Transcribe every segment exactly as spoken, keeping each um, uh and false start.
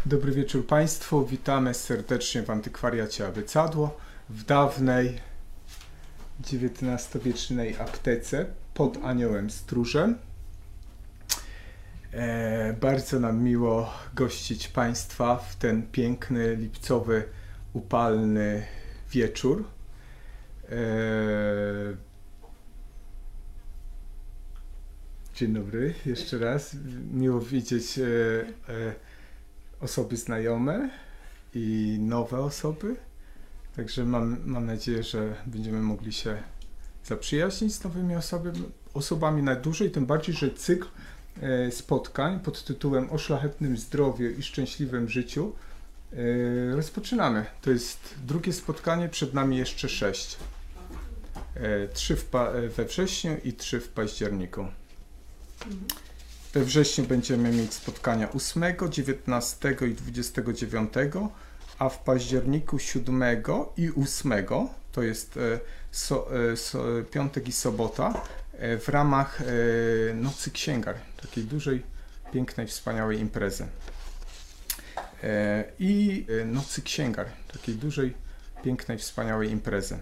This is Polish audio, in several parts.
Dobry wieczór Państwu, witamy serdecznie w antykwariacie Abecadło, w dawnej dziewiętnastowiecznej aptece pod Aniołem Stróżem. E, bardzo nam miło gościć Państwa w ten piękny, lipcowy, upalny wieczór. E, Dzień dobry, jeszcze raz. Miło widzieć e, e, osoby znajome i nowe osoby. Także mam, mam nadzieję, że będziemy mogli się zaprzyjaźnić z nowymi osoby, osobami na dłużej, tym bardziej, że cykl e, spotkań pod tytułem O szlachetnym zdrowiu i szczęśliwym życiu e, rozpoczynamy. To jest drugie spotkanie, przed nami jeszcze sześć. E, trzy w we wrześniu i trzy w październiku. We wrześniu będziemy mieć spotkania ósmego, dziewiętnastego i dwudziestego dziewiątego, a w październiku siódmego i ósmego, to jest e, so, e, so, piątek i sobota, e, w ramach e, Nocy Księgar, takiej dużej, pięknej, wspaniałej imprezy. E, I e, Nocy Księgar, takiej dużej, pięknej, wspaniałej imprezy.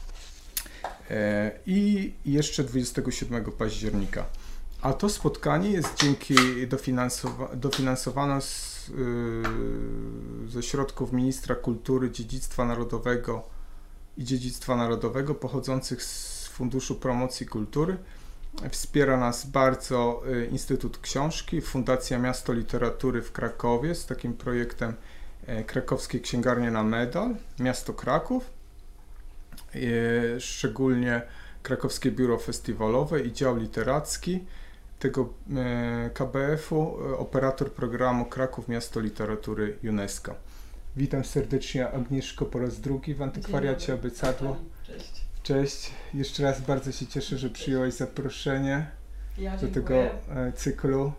E, I jeszcze dwudziestego siódmego października. A to spotkanie jest dzięki dofinansowa dofinansowane z, yy, ze środków Ministra Kultury, Dziedzictwa Narodowego i Dziedzictwa Narodowego pochodzących z Funduszu Promocji Kultury. Wspiera nas bardzo yy, Instytut Książki, Fundacja Miasto Literatury w Krakowie z takim projektem yy, Krakowskie Księgarnie na Medal, Miasto Kraków, yy, szczególnie Krakowskie Biuro Festiwalowe i Dział Literacki tego K B F-u, operator programu Kraków Miasto Literatury UNESCO. Witam serdecznie Agnieszko po raz drugi w antykwariacie Abecadło. Cześć. Cześć. Jeszcze raz bardzo się cieszę, że przyjęłaś zaproszenie ja do tego cyklu.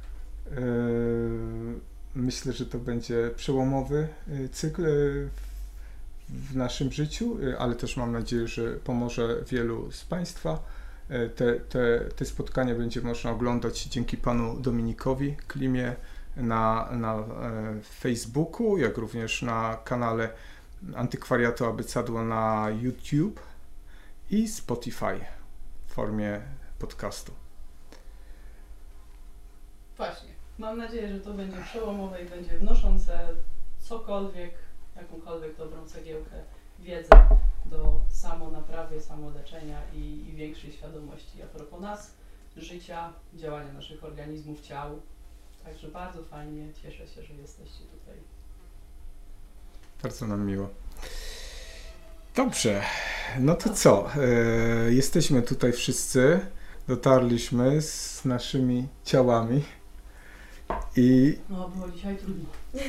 Myślę, że to będzie przełomowy cykl w naszym życiu, ale też mam nadzieję, że pomoże wielu z Państwa. Te, te, te spotkania będzie można oglądać dzięki panu Dominikowi Klimie na, na e, Facebooku, jak również na kanale Antykwariatu Abecadło na YouTube i Spotify w formie podcastu. Właśnie. Mam nadzieję, że to będzie przełomowe i będzie wnoszące cokolwiek, jakąkolwiek dobrą cegiełkę wiedzy do samonaprawy, samoleczenia i, i większej świadomości a propos nas, życia, działania naszych organizmów, ciał. Także bardzo fajnie, cieszę się, że jesteście tutaj. Bardzo nam miło. Dobrze, no to co? E, jesteśmy tutaj wszyscy, dotarliśmy z naszymi ciałami i... No, było dzisiaj trudno.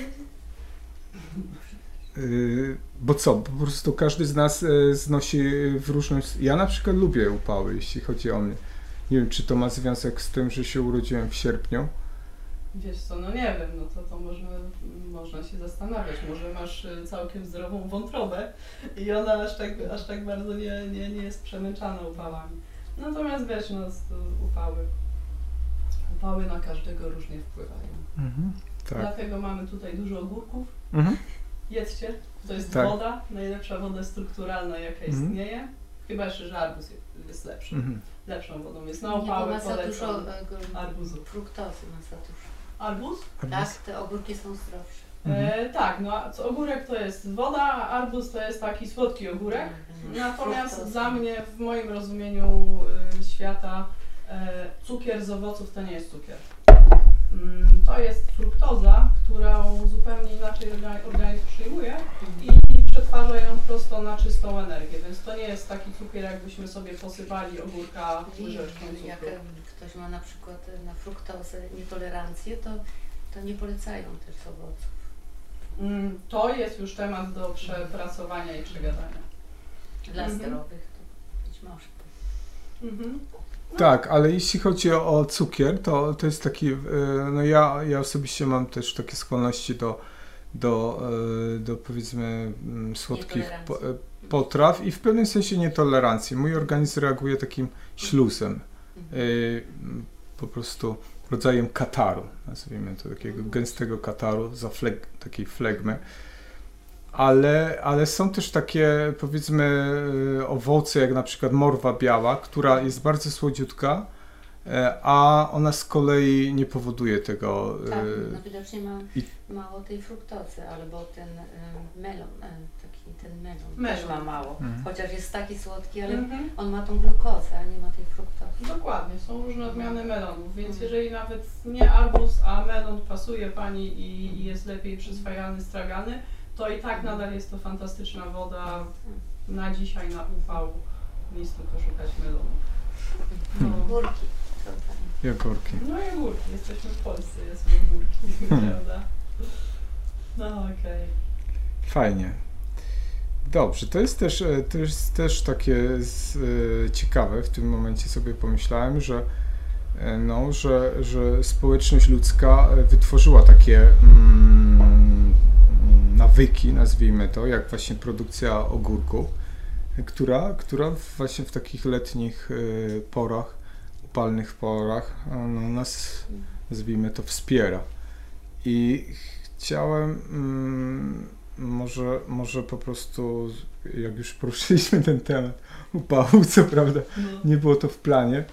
Yy, bo co, po prostu każdy z nas yy, znosi w różnym... Ja na przykład lubię upały, jeśli chodzi o mnie. Nie wiem, czy to ma związek z tym, że się urodziłem w sierpniu. Wiesz co, no nie wiem, no to, to można, można się zastanawiać. Może masz całkiem zdrową wątrobę i ona aż tak, aż tak bardzo nie, nie, nie jest przemęczana upałami. Natomiast wiesz, no upały, upały na każdego różnie wpływają. Mhm, tak. Dlatego mamy tutaj dużo ogórków. Mhm. Jedzcie, to jest tak. Woda, najlepsza woda strukturalna jaka mhm. istnieje. Chyba jeszcze, że arbuz jest lepszy. Mhm. Lepszą wodą jest. Na opały polecam arbuzu. Fruktozy ma za dużo. Arbuz? Tak, te ogórki są zdrowsze. Mhm. E, tak, no a ogórek to jest woda, a arbuz to jest taki słodki ogórek. Mhm. Natomiast Fruktozy. Dla mnie, w moim rozumieniu y, świata, y, cukier z owoców to nie jest cukier. To jest fruktoza, którą zupełnie inaczej organizm przyjmuje i przetwarza ją prosto na czystą energię, więc to nie jest taki cukier, jakbyśmy sobie posypali ogórka łyżeczką cukru. Jak ktoś ma na przykład na fruktozę nietolerancję, to, to nie polecają też owoców. To jest już temat do przepracowania i przegadania. Dla mhm. zdrowych to być może. Mhm. No. Tak, ale jeśli chodzi o, o cukier, to, to jest taki, no ja, ja osobiście mam też takie skłonności do, do, do powiedzmy słodkich po, potraw i w pewnym sensie nietolerancji. Mój organizm reaguje takim śluzem. Mhm. Po prostu rodzajem kataru, nazwijmy to takiego gęstego kataru, za fleg, takiej flegmy. Ale, ale są też takie, powiedzmy, owoce, jak na przykład morwa biała, która jest bardzo słodziutka, a ona z kolei nie powoduje tego. Tak, no widocznie ma i... mało tej fruktozy, albo ten y, melon, y, taki ten melon, melon też ma mało. Mhm. Chociaż jest taki słodki, ale mhm. on ma tą glukozę, a nie ma tej fruktozy. Dokładnie, są różne odmiany melonów, więc mhm. jeżeli nawet nie arbuz, a melon pasuje Pani i, i jest lepiej przyswajalny, strawiany, to i tak nadal jest to fantastyczna woda na dzisiaj, na upał. Nic tylko szukać melonu. No. Górki. Jogurki. No jogurki, jesteśmy w Polsce, jest jogurki, hmm. prawda? No okej. Okay. Fajnie. Dobrze, to jest też, to jest też takie z, e, ciekawe, w tym momencie sobie pomyślałem, że, e, no, że, że społeczność ludzka wytworzyła takie mm, nawyki, nazwijmy to, jak właśnie produkcja ogórków, która, która właśnie w takich letnich e, porach, upalnych porach no, nas, nazwijmy to, wspiera. I chciałem mm, może, może po prostu, jak już poruszyliśmy ten temat upału, co prawda no. nie było to w planie,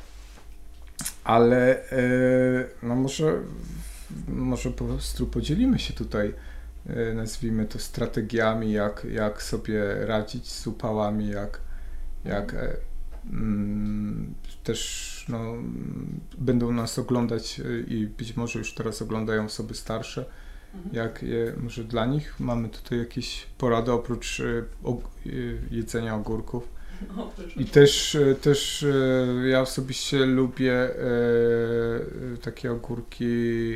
ale e, no może, może po prostu podzielimy się tutaj, e, nazwijmy to, strategiami, jak, jak sobie radzić z upałami, jak, jak e, mm, też no, będą nas oglądać i być może już teraz oglądają osoby starsze. Jak je, może dla nich mamy tutaj jakieś porady oprócz y, og, y, jedzenia ogórków. Oprócz I też, y, też y, ja osobiście lubię y, takie ogórki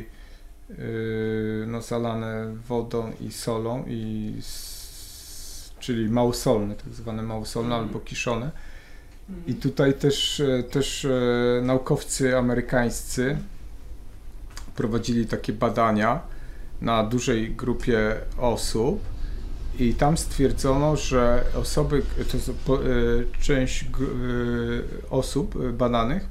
y, no, zalane wodą i solą, i s, czyli małosolne, tak zwane małosolne mm. albo kiszone. Mm. I tutaj też, też y, naukowcy amerykańscy prowadzili takie badania na dużej grupie osób i tam stwierdzono, że osoby, to jest, część osób badanych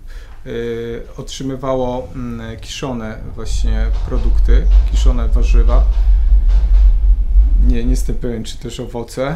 otrzymywało kiszone właśnie produkty, kiszone warzywa, nie, nie jestem pewien, czy też owoce.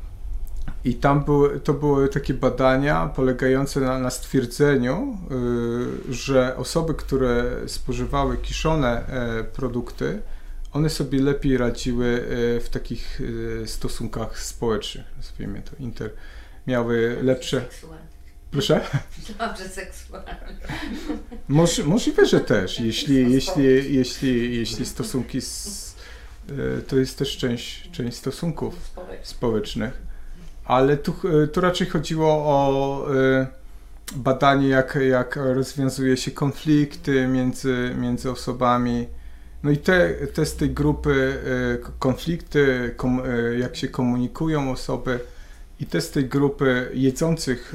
I tam były, to były takie badania polegające na, na stwierdzeniu, y, że osoby, które spożywały kiszone y, produkty, one sobie lepiej radziły w takich stosunkach społecznych, nazwijmy to, inter, miały lepsze... Seksualne. Proszę? Dobrze, seksualne. Moż, możliwe, że też, jeśli, jeśli, jeśli, jeśli stosunki, z, to jest też część, część stosunków społecznych, ale tu, tu raczej chodziło o badanie, jak, jak rozwiązuje się konflikty między, między osobami. No i te, te z tej grupy konflikty, kom, jak się komunikują osoby, i te z tej grupy jedzących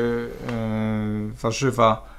warzywa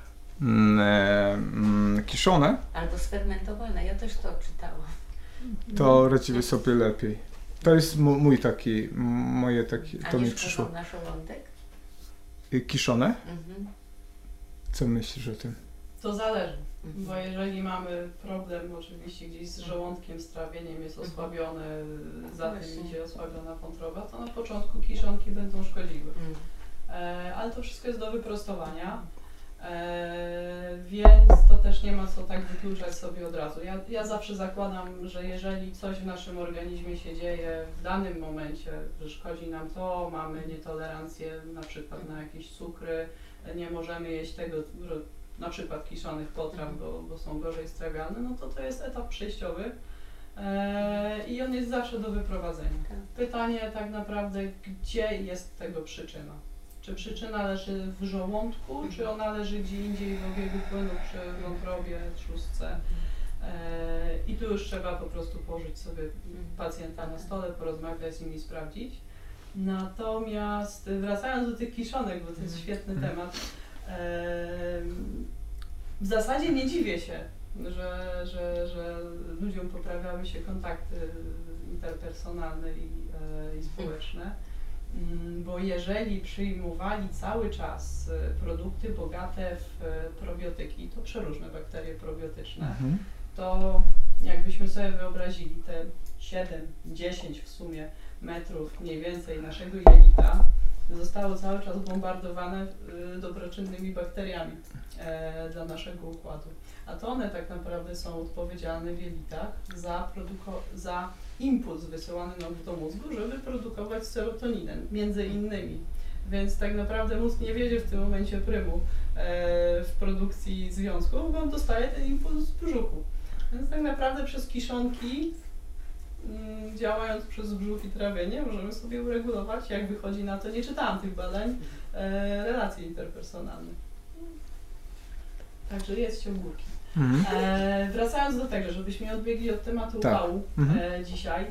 kiszone. Albo sfermentowane, ja też to czytałam. To radziły sobie lepiej. To jest mój taki, moje takie, to A mi przyszło. A na żołądek? Kiszone? Mhm. Co myślisz o tym? To zależy, bo jeżeli mamy problem oczywiście gdzieś z żołądkiem, z trawieniem jest osłabione, za tym idzie osłabiona wątroba, to na początku kiszonki będą szkodziły. E, ale to wszystko jest do wyprostowania, e, więc to też nie ma co tak wykluczać sobie od razu. Ja, ja zawsze zakładam, że jeżeli coś w naszym organizmie się dzieje w danym momencie, że szkodzi nam to, mamy nietolerancję na przykład na jakieś cukry, nie możemy jeść tego, na przykład kiszonych potraw, bo, bo są gorzej strawiane, no to to jest etap przejściowy e, i on jest zawsze do wyprowadzenia. Pytanie tak naprawdę, gdzie jest tego przyczyna? Czy przyczyna leży w żołądku, czy ona leży gdzie indziej w obiegu płynu, przy wątrobie, trzustce? E, I tu już trzeba po prostu położyć sobie pacjenta na stole, porozmawiać z nim i sprawdzić. Natomiast wracając do tych kiszonek, bo to jest świetny temat, w zasadzie nie dziwię się, że, że, że ludziom poprawiały się kontakty interpersonalne i, i społeczne. Bo jeżeli przyjmowali cały czas produkty bogate w probiotyki, to przeróżne bakterie probiotyczne, Mhm. to jakbyśmy sobie wyobrazili te siedem dziesięć w sumie metrów mniej więcej naszego jelita, zostało cały czas bombardowane dobroczynnymi bakteriami e, dla naszego układu. A to one tak naprawdę są odpowiedzialne w jelitach za, za impuls wysyłany do mózgu, żeby produkować serotoninę, między innymi. Więc tak naprawdę mózg nie wiedzie w tym momencie prymu e, w produkcji związków, bo on dostaje ten impuls w brzuchu. Więc tak naprawdę przez kiszonki, mm, działając przez brzuch i trawienie, możemy sobie uregulować, jak wychodzi na to, nie czytałam tych badań, e, relacje interpersonalne. Także jest ciągórki. Mhm. E, wracając do tego, żebyśmy nie odbiegli od tematu Tak. upału Mhm. e, dzisiaj.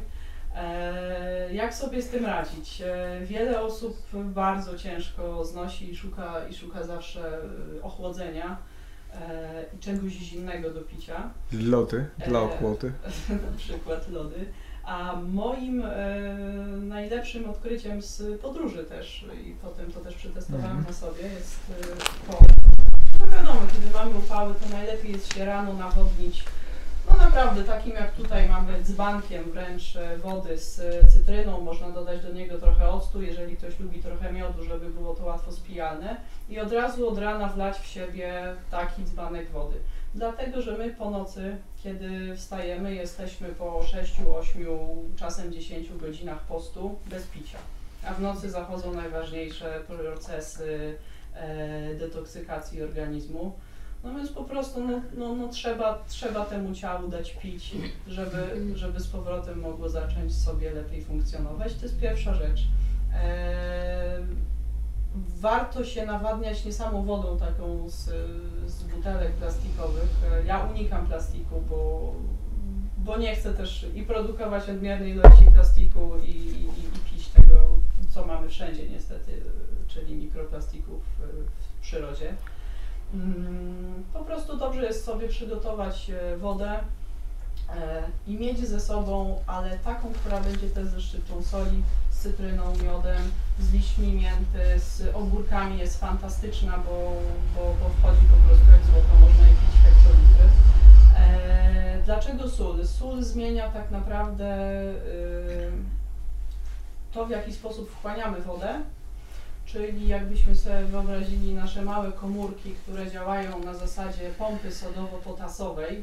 E, jak sobie z tym radzić? E, wiele osób bardzo ciężko znosi i szuka, i szuka zawsze ochłodzenia e, i czegoś zimnego do picia. Lody dla E, ochłody. Na przykład lody. A moim e, najlepszym odkryciem z podróży też, i potem to też przetestowałam Mhm. na sobie, jest e, to, no wiadomo, kiedy mamy upały, to najlepiej jest się rano nawodnić, no naprawdę takim jak tutaj mamy dzbankiem wręcz e, wody z e, cytryną, można dodać do niego trochę octu, jeżeli ktoś lubi trochę miodu, żeby było to łatwo spijalne, i od razu od rana wlać w siebie taki dzbanek wody. Dlatego, że my po nocy, kiedy wstajemy, jesteśmy po sześciu, ośmiu, czasem dziesięciu godzinach postu bez picia. A w nocy zachodzą najważniejsze procesy e, detoksykacji organizmu. No więc po prostu no, no, no trzeba, trzeba temu ciału dać pić, żeby, żeby z powrotem mogło zacząć sobie lepiej funkcjonować. To jest pierwsza rzecz. E, Warto się nawadniać nie samą wodą taką z, z butelek plastikowych. Ja unikam plastiku, bo, bo nie chcę też i produkować nadmiernej ilości plastiku i, i, i pić tego, co mamy wszędzie niestety, czyli mikroplastików w przyrodzie. Po prostu dobrze jest sobie przygotować wodę i mieć ze sobą, ale taką, która będzie też ze szczyptą soli, z cytryną, miodem, z liśćmi mięty, z ogórkami jest fantastyczna, bo, bo, bo wchodzi po prostu jak złoto, można jej pić hektolitry. E, dlaczego sól? Sól zmienia tak naprawdę y, to, w jaki sposób wchłaniamy wodę, czyli jakbyśmy sobie wyobrazili nasze małe komórki, które działają na zasadzie pompy sodowo-potasowej,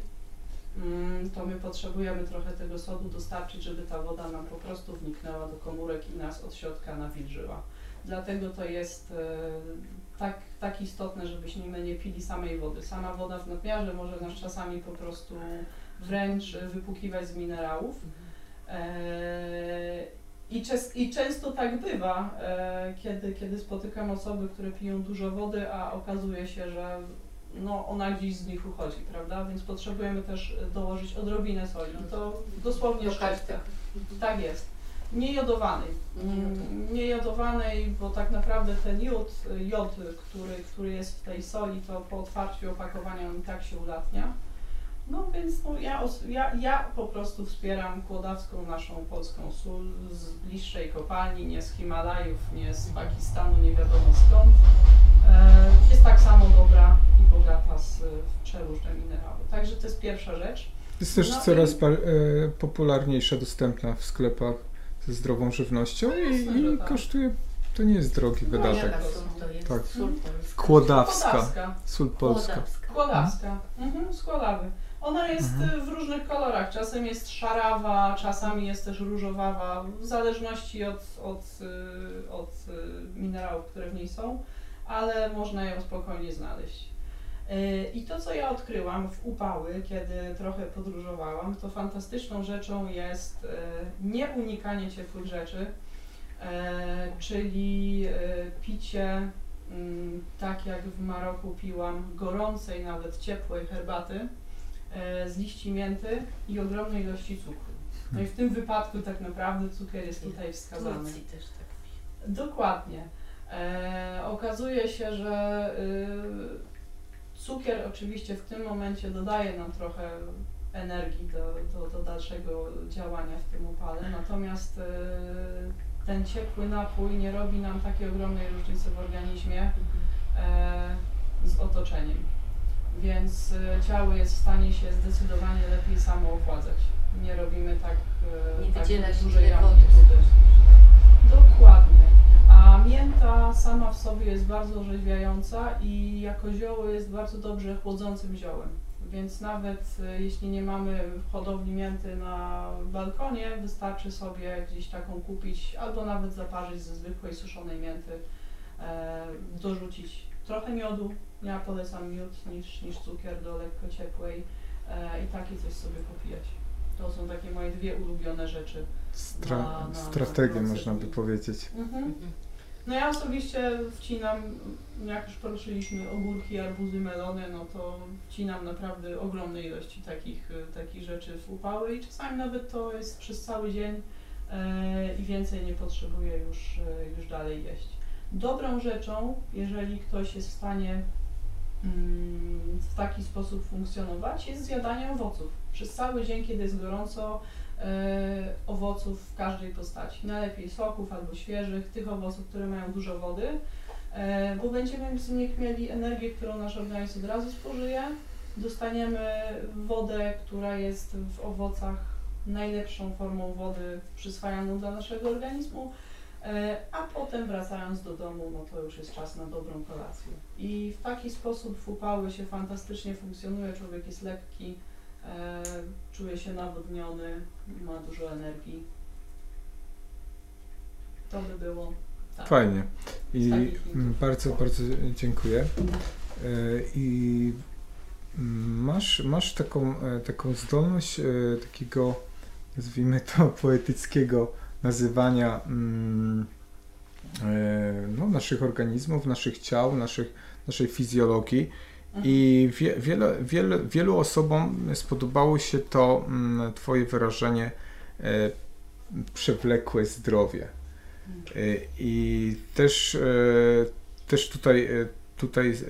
to my potrzebujemy trochę tego sodu dostarczyć, żeby ta woda nam po prostu wniknęła do komórek i nas od środka nawilżyła. Dlatego to jest e, tak, tak istotne, żebyśmy nie pili samej wody. Sama woda w nadmiarze może nas czasami po prostu wręcz wypłukiwać z minerałów. E, i, czes, I często tak bywa, e, kiedy, kiedy spotykam osoby, które piją dużo wody, a okazuje się, że no, ona gdzieś z nich uchodzi, prawda? Więc potrzebujemy też dołożyć odrobinę soli. To dosłownie szczyptę. Tak jest. Niejodowanej. Niejodowanej, bo tak naprawdę ten jod, jod który, który jest w tej soli, to po otwarciu opakowania on i tak się ulatnia. No więc no, ja, ja, ja po prostu wspieram kłodawską naszą polską sól z bliższej kopalni, nie z Himalajów, nie z Pakistanu, nie wiadomo skąd. E, jest tak samo dobra i bogata z przeróżne minerały. Także to jest pierwsza rzecz. Jest też no coraz i... e, popularniejsza, dostępna w sklepach ze zdrową żywnością no, i, jasne, i tak. kosztuje, to nie jest drogi no, wydatek. Jaka sól to jest? Tak. Sól polska. Kłodawska. Kłodawska. Sól polska. Kłodawska. Kłodawska. Mhm, z Kłodawy. Ona jest mhm. w różnych kolorach. Czasem jest szarawa, czasami jest też różowawa, w zależności od, od, od minerałów, które w niej są, ale można ją spokojnie znaleźć. I to, co ja odkryłam w upały, kiedy trochę podróżowałam, to fantastyczną rzeczą jest nie unikanie ciepłych rzeczy, czyli picie, tak jak w Maroku piłam, gorącej, nawet ciepłej herbaty z liści mięty i ogromnej ilości cukru. No i w tym wypadku tak naprawdę cukier jest tutaj wskazany. Turcji też tak. Dokładnie. E, okazuje się, że y, cukier oczywiście w tym momencie dodaje nam trochę energii do, do, do dalszego działania w tym upale, natomiast y, ten ciepły napój nie robi nam takiej ogromnej różnicy w organizmie e, z otoczeniem. Więc e, ciało jest w stanie się zdecydowanie lepiej samo ochładzać. Nie robimy tak, e, Nie tak wydziela się dużej tyle wody. amplitudy. Dokładnie. A mięta sama w sobie jest bardzo orzeźwiająca i jako zioło jest bardzo dobrze chłodzącym ziołem. Więc nawet e, jeśli nie mamy hodowli mięty na balkonie, wystarczy sobie gdzieś taką kupić albo nawet zaparzyć ze zwykłej suszonej mięty, e, dorzucić trochę miodu. Ja polecam miód niż, niż cukier do lekko ciepłej e, i takie coś sobie popijać. To są takie moje dwie ulubione rzeczy. Stra Na- na- strategię na można by procedurę. powiedzieć. Mhm. Mhm. No ja osobiście wcinam, jak już poruszyliśmy ogórki, arbuzy, melony, no to wcinam naprawdę ogromne ilości takich, y, takich rzeczy w upały i czasami nawet to jest przez cały dzień e, i więcej nie potrzebuję już, e, już dalej jeść. Dobrą rzeczą, jeżeli ktoś jest w stanie mm, w taki sposób funkcjonować, jest zjadanie owoców. Przez cały dzień, kiedy jest gorąco, e, owoców w każdej postaci. Najlepiej soków albo świeżych, tych owoców, które mają dużo wody, e, bo będziemy z nich mieli energię, którą nasz organizm od razu spożyje. Dostaniemy wodę, która jest w owocach najlepszą formą wody przyswajaną dla naszego organizmu, e, a potem wracając do domu, no to już jest czas na dobrą kolację. I w taki sposób w upały się fantastycznie funkcjonuje, człowiek jest lekki, e, czuje się nawodniony, ma dużo energii. To by było tak. Fajnie. I Z takich mm, hintów. bardzo, bardzo dziękuję. E, I mm, masz, masz taką, e, taką zdolność e, takiego, nazwijmy to, poetyckiego nazywania mm, e, no, naszych organizmów, naszych ciał, naszych, naszej fizjologii. I wie, wiele, wiele, wielu osobom spodobało się to mm, Twoje wyrażenie e, przewlekłe zdrowie. E, I też, e, też tutaj, e, tutaj e,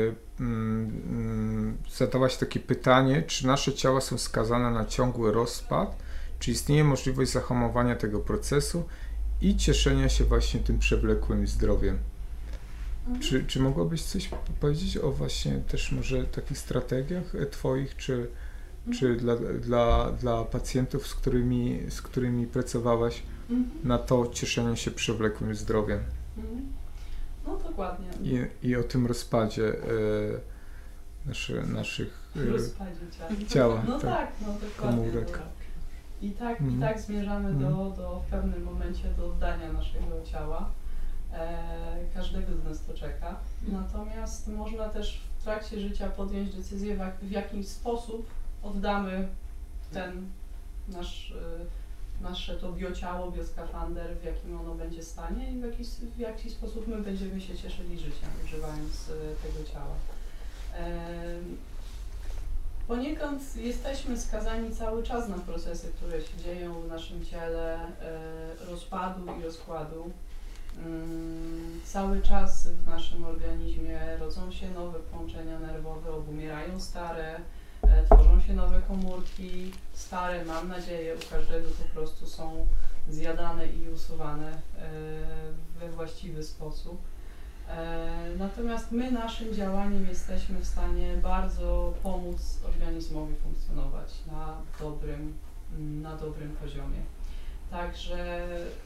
mm, zadałaś takie pytanie, czy nasze ciała są skazane na ciągły rozpad, czy istnieje możliwość zahamowania tego procesu i cieszenia się właśnie tym przewlekłym zdrowiem. Mhm. Czy, czy mogłabyś coś powiedzieć o właśnie też może takich strategiach e, Twoich, czy, czy dla, dla, dla pacjentów, z którymi, z którymi pracowałaś Mhm. na to cieszenie się przewlekłym zdrowiem Mhm. No dokładnie. i, i o tym rozpadzie e, naszy, naszych W e, rozpadzie ciała. ciała, No tak, tak, no dokładnie. komórek. No. I tak, Mhm. i tak zmierzamy Mhm. do, do w pewnym momencie do oddania naszego ciała. E, każdego z nas to czeka. Natomiast można też w trakcie życia podjąć decyzję, w, jak, w jaki sposób oddamy ten nasz, y, nasze to biociało, bioskafander, w jakim ono będzie stanie i w jaki, w jaki sposób my będziemy się cieszyli życiem, używając y, tego ciała. E, Poniekąd jesteśmy skazani cały czas na procesy, które się dzieją w naszym ciele, e, rozpadu i rozkładu. Mm, cały czas w naszym organizmie rodzą się nowe połączenia nerwowe, obumierają stare, e, tworzą się nowe komórki, stare, mam nadzieję, u każdego po prostu są zjadane i usuwane e, we właściwy sposób. E, Natomiast my naszym działaniem jesteśmy w stanie bardzo pomóc organizmowi funkcjonować na dobrym, na dobrym poziomie. Także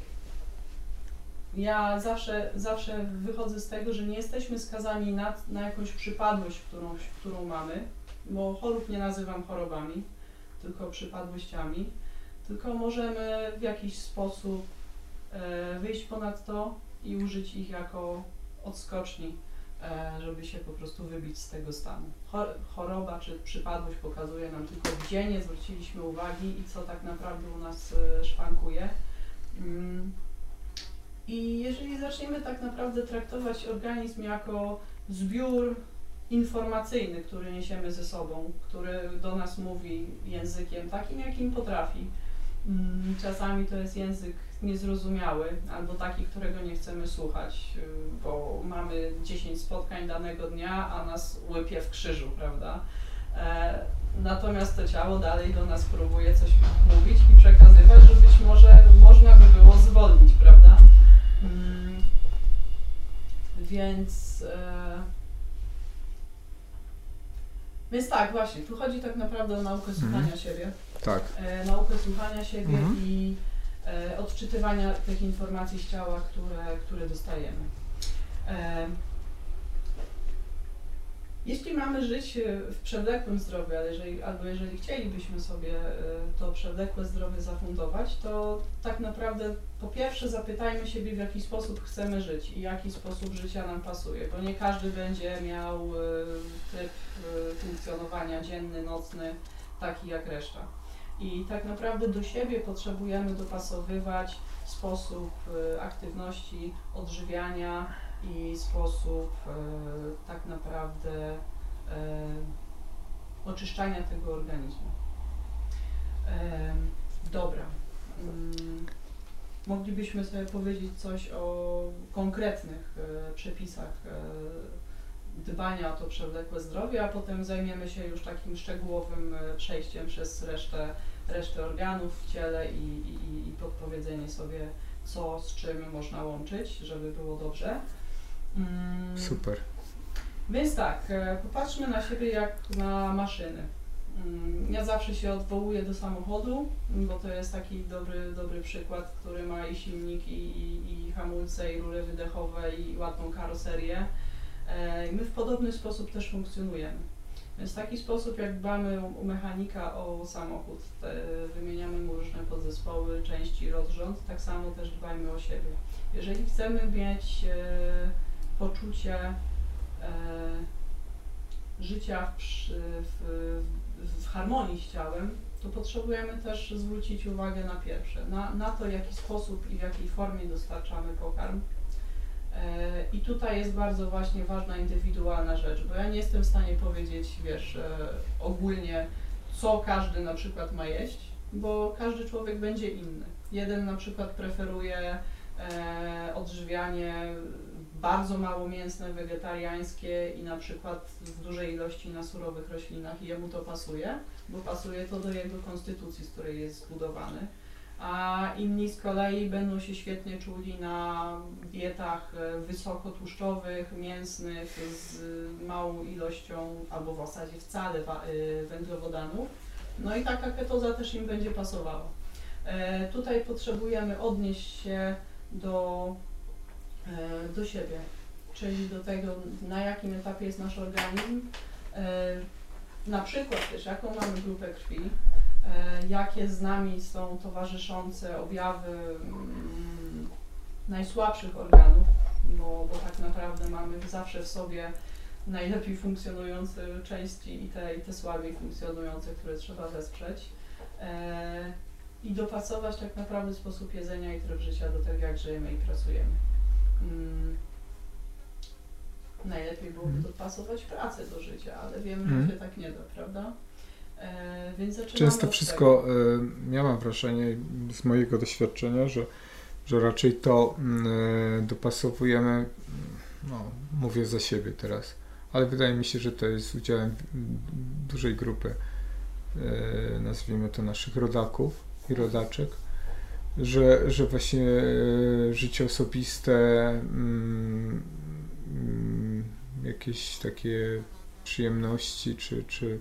ja zawsze, zawsze wychodzę z tego, że nie jesteśmy skazani na, na jakąś przypadłość, którą, którą mamy, bo chorób nie nazywam chorobami, tylko przypadłościami, tylko możemy w jakiś sposób e, wyjść ponad to i użyć ich jako odskoczni, e, żeby się po prostu wybić z tego stanu. Chor choroba czy przypadłość pokazuje nam tylko, gdzie nie zwróciliśmy uwagi i co tak naprawdę u nas e, szwankuje. Mm. I jeżeli zaczniemy tak naprawdę traktować organizm jako zbiór informacyjny, który niesiemy ze sobą, który do nas mówi językiem takim, jakim potrafi. Mm, Czasami to jest język niezrozumiały, albo taki, którego nie chcemy słuchać, y, bo mamy dziesięć spotkań danego dnia, a nas łypie w krzyżu, prawda? E, natomiast to ciało dalej do nas próbuje coś mówić i przekazywać, że być może można by było zwolnić, prawda? więc, e, więc tak, właśnie, tu chodzi tak naprawdę o naukę słuchania Mhm. siebie. Tak. E, naukę słuchania siebie Mhm. i e, odczytywania tych informacji z ciała, które, które dostajemy. E, Jeśli mamy żyć w przewlekłym zdrowiu, ale jeżeli, albo jeżeli chcielibyśmy sobie e, to przewlekłe zdrowie zafundować, to tak naprawdę po pierwsze zapytajmy siebie, w jaki sposób chcemy żyć i jaki sposób życia nam pasuje, bo nie każdy będzie miał e, tryb e, funkcjonowania dzienny, nocny, taki jak reszta. I tak naprawdę do siebie potrzebujemy dopasowywać sposób e, aktywności, odżywiania i sposób e, tak naprawdę e, oczyszczania tego organizmu. E, dobra. Mm, moglibyśmy sobie powiedzieć coś o konkretnych e, przepisach e, dbania o to przewlekłe zdrowie, a potem zajmiemy się już takim szczegółowym e, przejściem przez resztę, resztę organów w ciele i, i, i podpowiedzenie sobie, co z czym można łączyć, żeby było dobrze. Mm, Super. Więc tak, e, popatrzmy na siebie jak na maszyny. Mm, Ja zawsze się odwołuję do samochodu, bo to jest taki dobry, dobry przykład, który ma i silniki, i, i hamulce, i rury wydechowe, i ładną karoserię. E, I my w podobny sposób też funkcjonujemy. Więc w taki sposób, jak dbamy u, u mechanika o samochód, te, wymieniamy mu różne podzespoły, części, rozrząd, tak samo też dbajmy o siebie. Jeżeli chcemy mieć e, poczucie e, życia w, przy- w, w harmonii z ciałem, to potrzebujemy też zwrócić uwagę na pierwsze, na, na to, w jaki sposób i w jakiej formie dostarczamy pokarm. E, I tutaj jest bardzo właśnie ważna indywidualna rzecz, bo ja nie jestem w stanie powiedzieć, wiesz, e, ogólnie, co każdy na przykład ma jeść, bo każdy człowiek będzie inny. Jeden na przykład preferuje e, odżywianie bardzo mało mięsne, wegetariańskie i na przykład w dużej ilości na surowych roślinach i jemu to pasuje, bo pasuje to do jego konstytucji, z której jest zbudowany. A inni z kolei będą się świetnie czuli na dietach e, wysokotłuszczowych, mięsnych, z małą ilością, albo w zasadzie wcale wa- e, węglowodanów. No i taka ketoza też im będzie pasowała. E, Tutaj potrzebujemy odnieść się do, e, do siebie, czyli do tego, na jakim etapie jest nasz organizm, e, na przykład też jaką mamy grupę krwi, e, jakie z nami są towarzyszące objawy mm, najsłabszych organów, bo, bo tak naprawdę mamy zawsze w sobie najlepiej funkcjonujące części i te, i te słabiej funkcjonujące, które trzeba wesprzeć. E, I dopasować tak naprawdę sposób jedzenia i tryb życia do tego, jak żyjemy i pracujemy. Mm. Najlepiej byłoby Mhm. dopasować pracę do życia, ale wiemy, Mhm. że się tak nie da, prawda? E, więc zaczynamy Często od wszystko, y, ja mam wrażenie z mojego doświadczenia, że, że raczej to y, dopasowujemy, no mówię za siebie teraz, ale wydaje mi się, że to jest z udziałem y, dużej grupy, y, nazwijmy to naszych rodaków i rodaczek, że, że właśnie y, życie osobiste, mm, mm, jakieś takie przyjemności czy, czy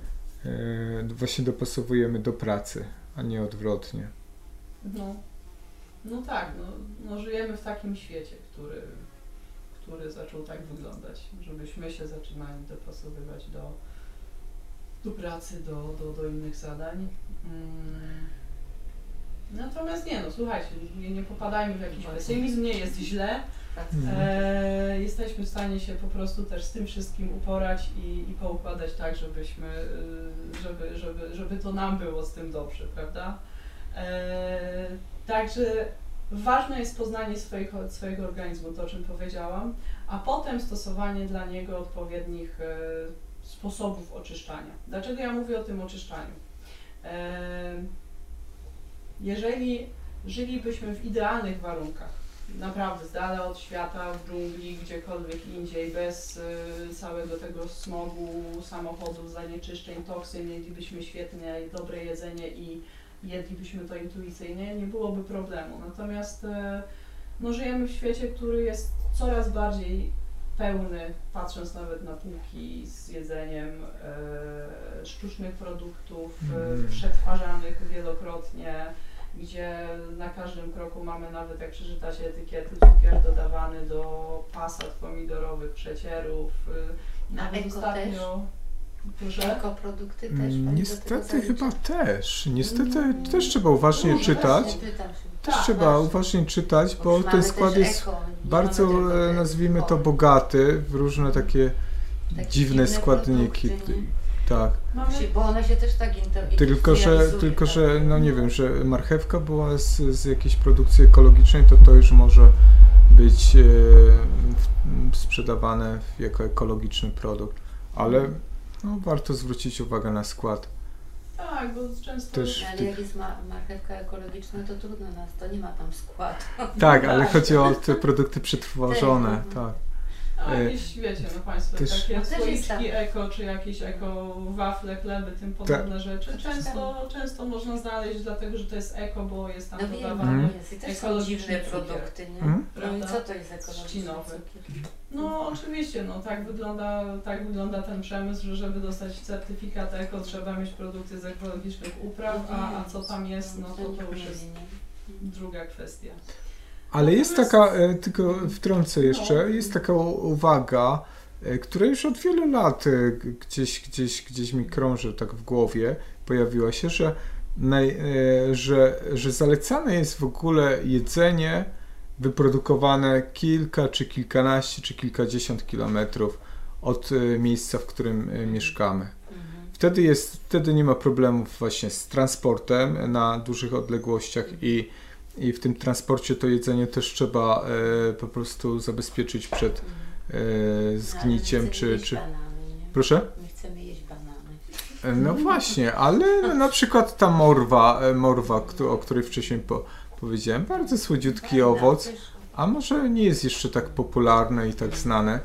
e, właśnie dopasowujemy do pracy, a nie odwrotnie. No, no tak, no, no żyjemy w takim świecie, który, który zaczął tak wyglądać, żebyśmy się zaczynali dopasowywać do, do pracy, do, do, do innych zadań. Mm. Natomiast nie, no słuchajcie, nie, nie popadajmy w jakiś pesymizm, nie jest źle. Mhm. E, jesteśmy w stanie się po prostu też z tym wszystkim uporać i, i poukładać tak, żebyśmy, y, żeby, żeby, żeby to nam było z tym dobrze, prawda? E, także ważne jest poznanie swojego, swojego organizmu, to o czym powiedziałam, a potem stosowanie dla niego odpowiednich e, sposobów oczyszczania. Dlaczego ja mówię o tym oczyszczaniu? E, jeżeli żylibyśmy w idealnych warunkach, naprawdę z dala od świata, w dżungli, gdziekolwiek indziej, bez y, całego tego smogu, samochodów, zanieczyszczeń, toksyn, jedlibyśmy świetnie, dobre jedzenie i jedlibyśmy to intuicyjnie, nie byłoby problemu. Natomiast y, no, żyjemy w świecie, który jest coraz bardziej pełny, patrząc nawet na półki z jedzeniem e, sztucznych produktów, Mhm. e, przetwarzanych wielokrotnie, gdzie na każdym kroku mamy, nawet jak przeczytacie etykiety, cukier dodawany do pasat pomidorowych, przecierów. e, A Nawet eko ostatnio, proszę? Ekoprodukty też Mm, pani do tego Niestety zalicza? chyba też. Niestety Mm, też trzeba uważnie no, czytać. Właśnie pytam się. Też Tak, trzeba właśnie. uważnie czytać, Bo bo mamy ten też skład jest eko, nie bardzo, mamy tylko e, te nazwijmy to, typowe. bogaty w różne takie Takie dziwne składniki. produkty, nie? Tak. Mamy Bo one się też tak inter- Tylko, że, industrializują, tylko, tak? że no nie wiem, że marchewka była z, z jakiejś produkcji ekologicznej, to to już może być e, w- sprzedawane jako ekologiczny produkt. Ale no, warto zwrócić uwagę na skład. tak, bo często Też- Ale jak jest ma- marchewka ekologiczna, to trudno nas, to nie ma tam składu. Tak, ale tak. chodzi o te produkty przetworzone, Te- tak. A E, jakieś, wiecie, no Państwo, też- takie No też jest słoiczki tak. eko, czy jakieś eko wafle, chleby, tym podobne rzeczy, To też często, często można znaleźć, dlatego że to jest eko, bo jest tam No wiem, dodawany. Mhm. jest i też są ekologiczny dziwne cukier. produkty, nie? Mhm. No i Prawda? co to jest ekologiczny Trzcinowy. cukier? No oczywiście, no tak wygląda, tak wygląda ten przemysł, że żeby dostać certyfikat eko, trzeba mieć produkty z ekologicznych upraw, a, a co tam jest, no to to już jest druga kwestia. Ale jest Natomiast- taka, e, tylko wtrącę No. jeszcze, jest taka u- uwaga, e, która już od wielu lat e, g- gdzieś, gdzieś, gdzieś mi krąży tak w głowie, pojawiła się, że, naj, e, że, że zalecane jest w ogóle jedzenie wyprodukowane kilka, czy kilkanaście, czy kilkadziesiąt kilometrów od e, miejsca, w którym e, mieszkamy. Mhm. Wtedy, jest, wtedy nie ma problemów właśnie z transportem na dużych odległościach i, i w tym transporcie to jedzenie też trzeba e, po prostu zabezpieczyć przed e, zgniciem Ale my chcemy czy... jeść czy... banany, nie? Proszę? My chcemy jeść banany. E, No właśnie, ale na przykład ta morwa, e, morwa, któ- o której wcześniej po, powiedziałem, bardzo słodziutki Fajne, owoc, też- a może nie jest jeszcze tak popularne i tak znane.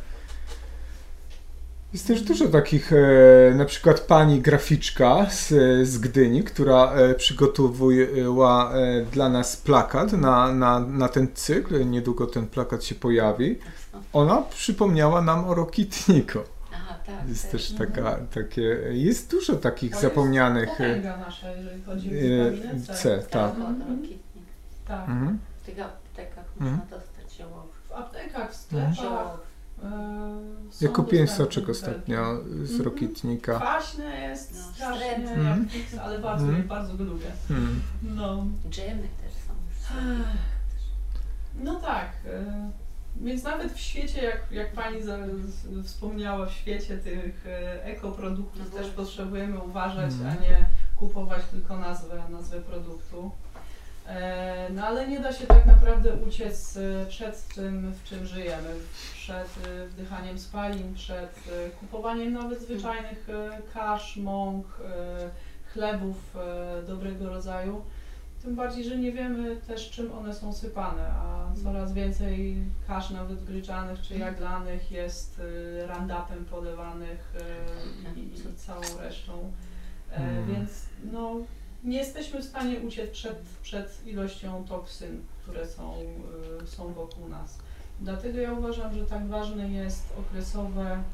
Jest też dużo takich, e, na przykład pani graficzka z, z Gdyni, która e, przygotowała e, dla nas plakat na, na, na ten cykl, niedługo ten plakat się pojawi. Ona przypomniała nam o Rokitniku. Aha, tak. Jest też. też taka, takie, jest dużo takich To jest zapomnianych. e, Potęga nasza, jeżeli chodzi o e, witaminę C. C, tak. Mhm. Mhm. Tak. Mhm. W tych aptekach Mhm. można dostać ziołowy. W aptekach, w Mhm. sklepach. e, są Ja kupiłem dostępne soczek butelki. ostatnio z Mhm. Rokitnika. Kwaśne jest No, strasznie, wstrętne. jak Mhm. nic, ale bardzo, Mhm. bardzo go lubię. Hmm. No. Dżemy też są już. Ech. No tak. e, Więc nawet w świecie, jak, jak Pani za, z, wspomniała, w świecie tych e, ekoproduktów No też tak. potrzebujemy uważać, Mhm. a nie kupować tylko nazwę, nazwę produktu. E, No ale nie da się tak naprawdę uciec e, przed tym, w czym żyjemy, przed e, wdychaniem spalin, przed e, kupowaniem nawet zwyczajnych e, kasz, mąk, e, chlebów e, dobrego rodzaju. Tym bardziej, że nie wiemy też, czym one są sypane, a coraz więcej kasz nawet gryczanych czy jaglanych jest y, Roundupem polewanych y, i, i całą resztą. E, Mm. Więc no, nie jesteśmy w stanie uciec przed, przed ilością toksyn, które są, y, są wokół nas. Dlatego ja uważam, że tak ważne jest okresowe e,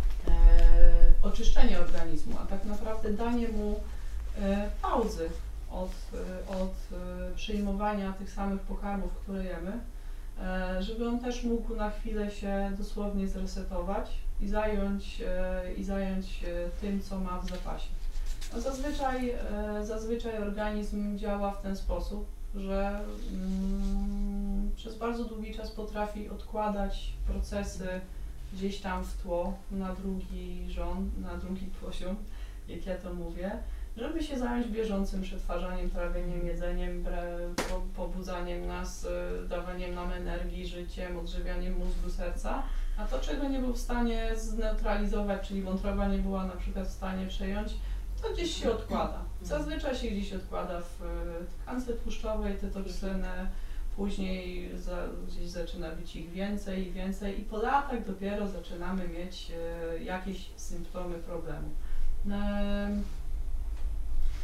oczyszczenie organizmu, a tak naprawdę danie mu e, pauzy od, e, od e, przyjmowania tych samych pokarmów, które jemy, e, żeby on też mógł na chwilę się dosłownie zresetować i zająć, e, i zająć e, tym, co ma w zapasie. No zazwyczaj, e, zazwyczaj organizm działa w ten sposób, że mm, przez bardzo długi czas potrafi odkładać procesy gdzieś tam w tło, na drugi rząd, na drugi poziom, jak ja to mówię, żeby się zająć bieżącym przetwarzaniem, trawieniem, jedzeniem, bre- po- pobudzaniem nas, y, dawaniem nam energii, życiem, odżywianiem mózgu, serca, a to, czego nie był w stanie zneutralizować, czyli wątroba nie była na przykład w stanie przejąć, to gdzieś się odkłada. Zazwyczaj się gdzieś odkłada w y, tkance tłuszczowej, te toksyny, później za, gdzieś zaczyna być ich więcej i więcej i po latach dopiero zaczynamy mieć y, jakieś symptomy problemu. Em,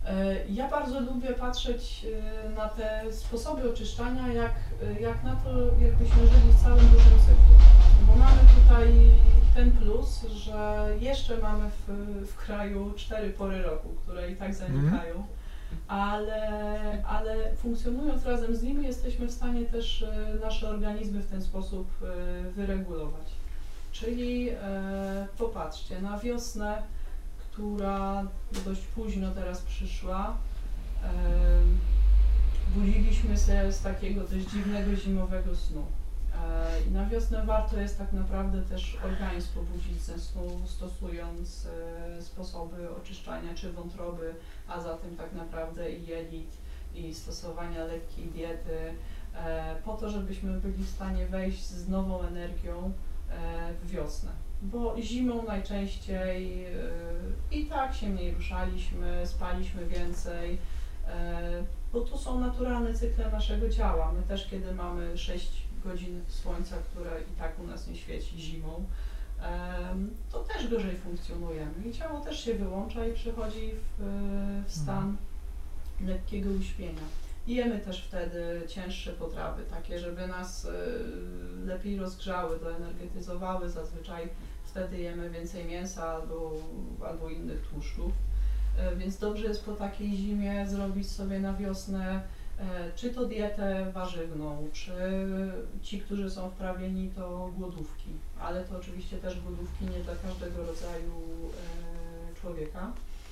Ja bardzo lubię patrzeć na te sposoby oczyszczania, jak, jak na to, jakbyśmy żyli w całym dużym cyklu. Bo mamy tutaj ten plus, że jeszcze mamy w, w kraju cztery pory roku, które i tak zanikają, ale, ale funkcjonując razem z nimi jesteśmy w stanie też nasze organizmy w ten sposób wyregulować. Czyli e, popatrzcie, na wiosnę, która dość późno teraz przyszła, e, budziliśmy się z takiego dość dziwnego zimowego snu. E, I na wiosnę warto jest tak naprawdę też organizm pobudzić ze snu, stosując e, sposoby oczyszczania czy wątroby, a zatem tak naprawdę i jelit, i stosowania lekkiej diety, e, po to, żebyśmy byli w stanie wejść z nową energią w wiosnę, bo zimą najczęściej yy, i tak się mniej ruszaliśmy, spaliśmy więcej, yy, bo to są naturalne cykle naszego ciała. My też, kiedy mamy sześć godzin słońca, które i tak u nas nie świeci zimą, yy, to też gorzej funkcjonujemy i ciało też się wyłącza i przechodzi w, w stan lekkiego uśpienia. Jemy też wtedy cięższe potrawy, takie, żeby nas y, lepiej rozgrzały, doenergetyzowały. Zazwyczaj wtedy jemy więcej mięsa albo, albo innych tłuszczów. Y, więc dobrze jest po takiej zimie zrobić sobie na wiosnę y, czy to dietę warzywną, czy ci, którzy są wprawieni, to głodówki. Ale to oczywiście też głodówki nie dla każdego rodzaju y, człowieka.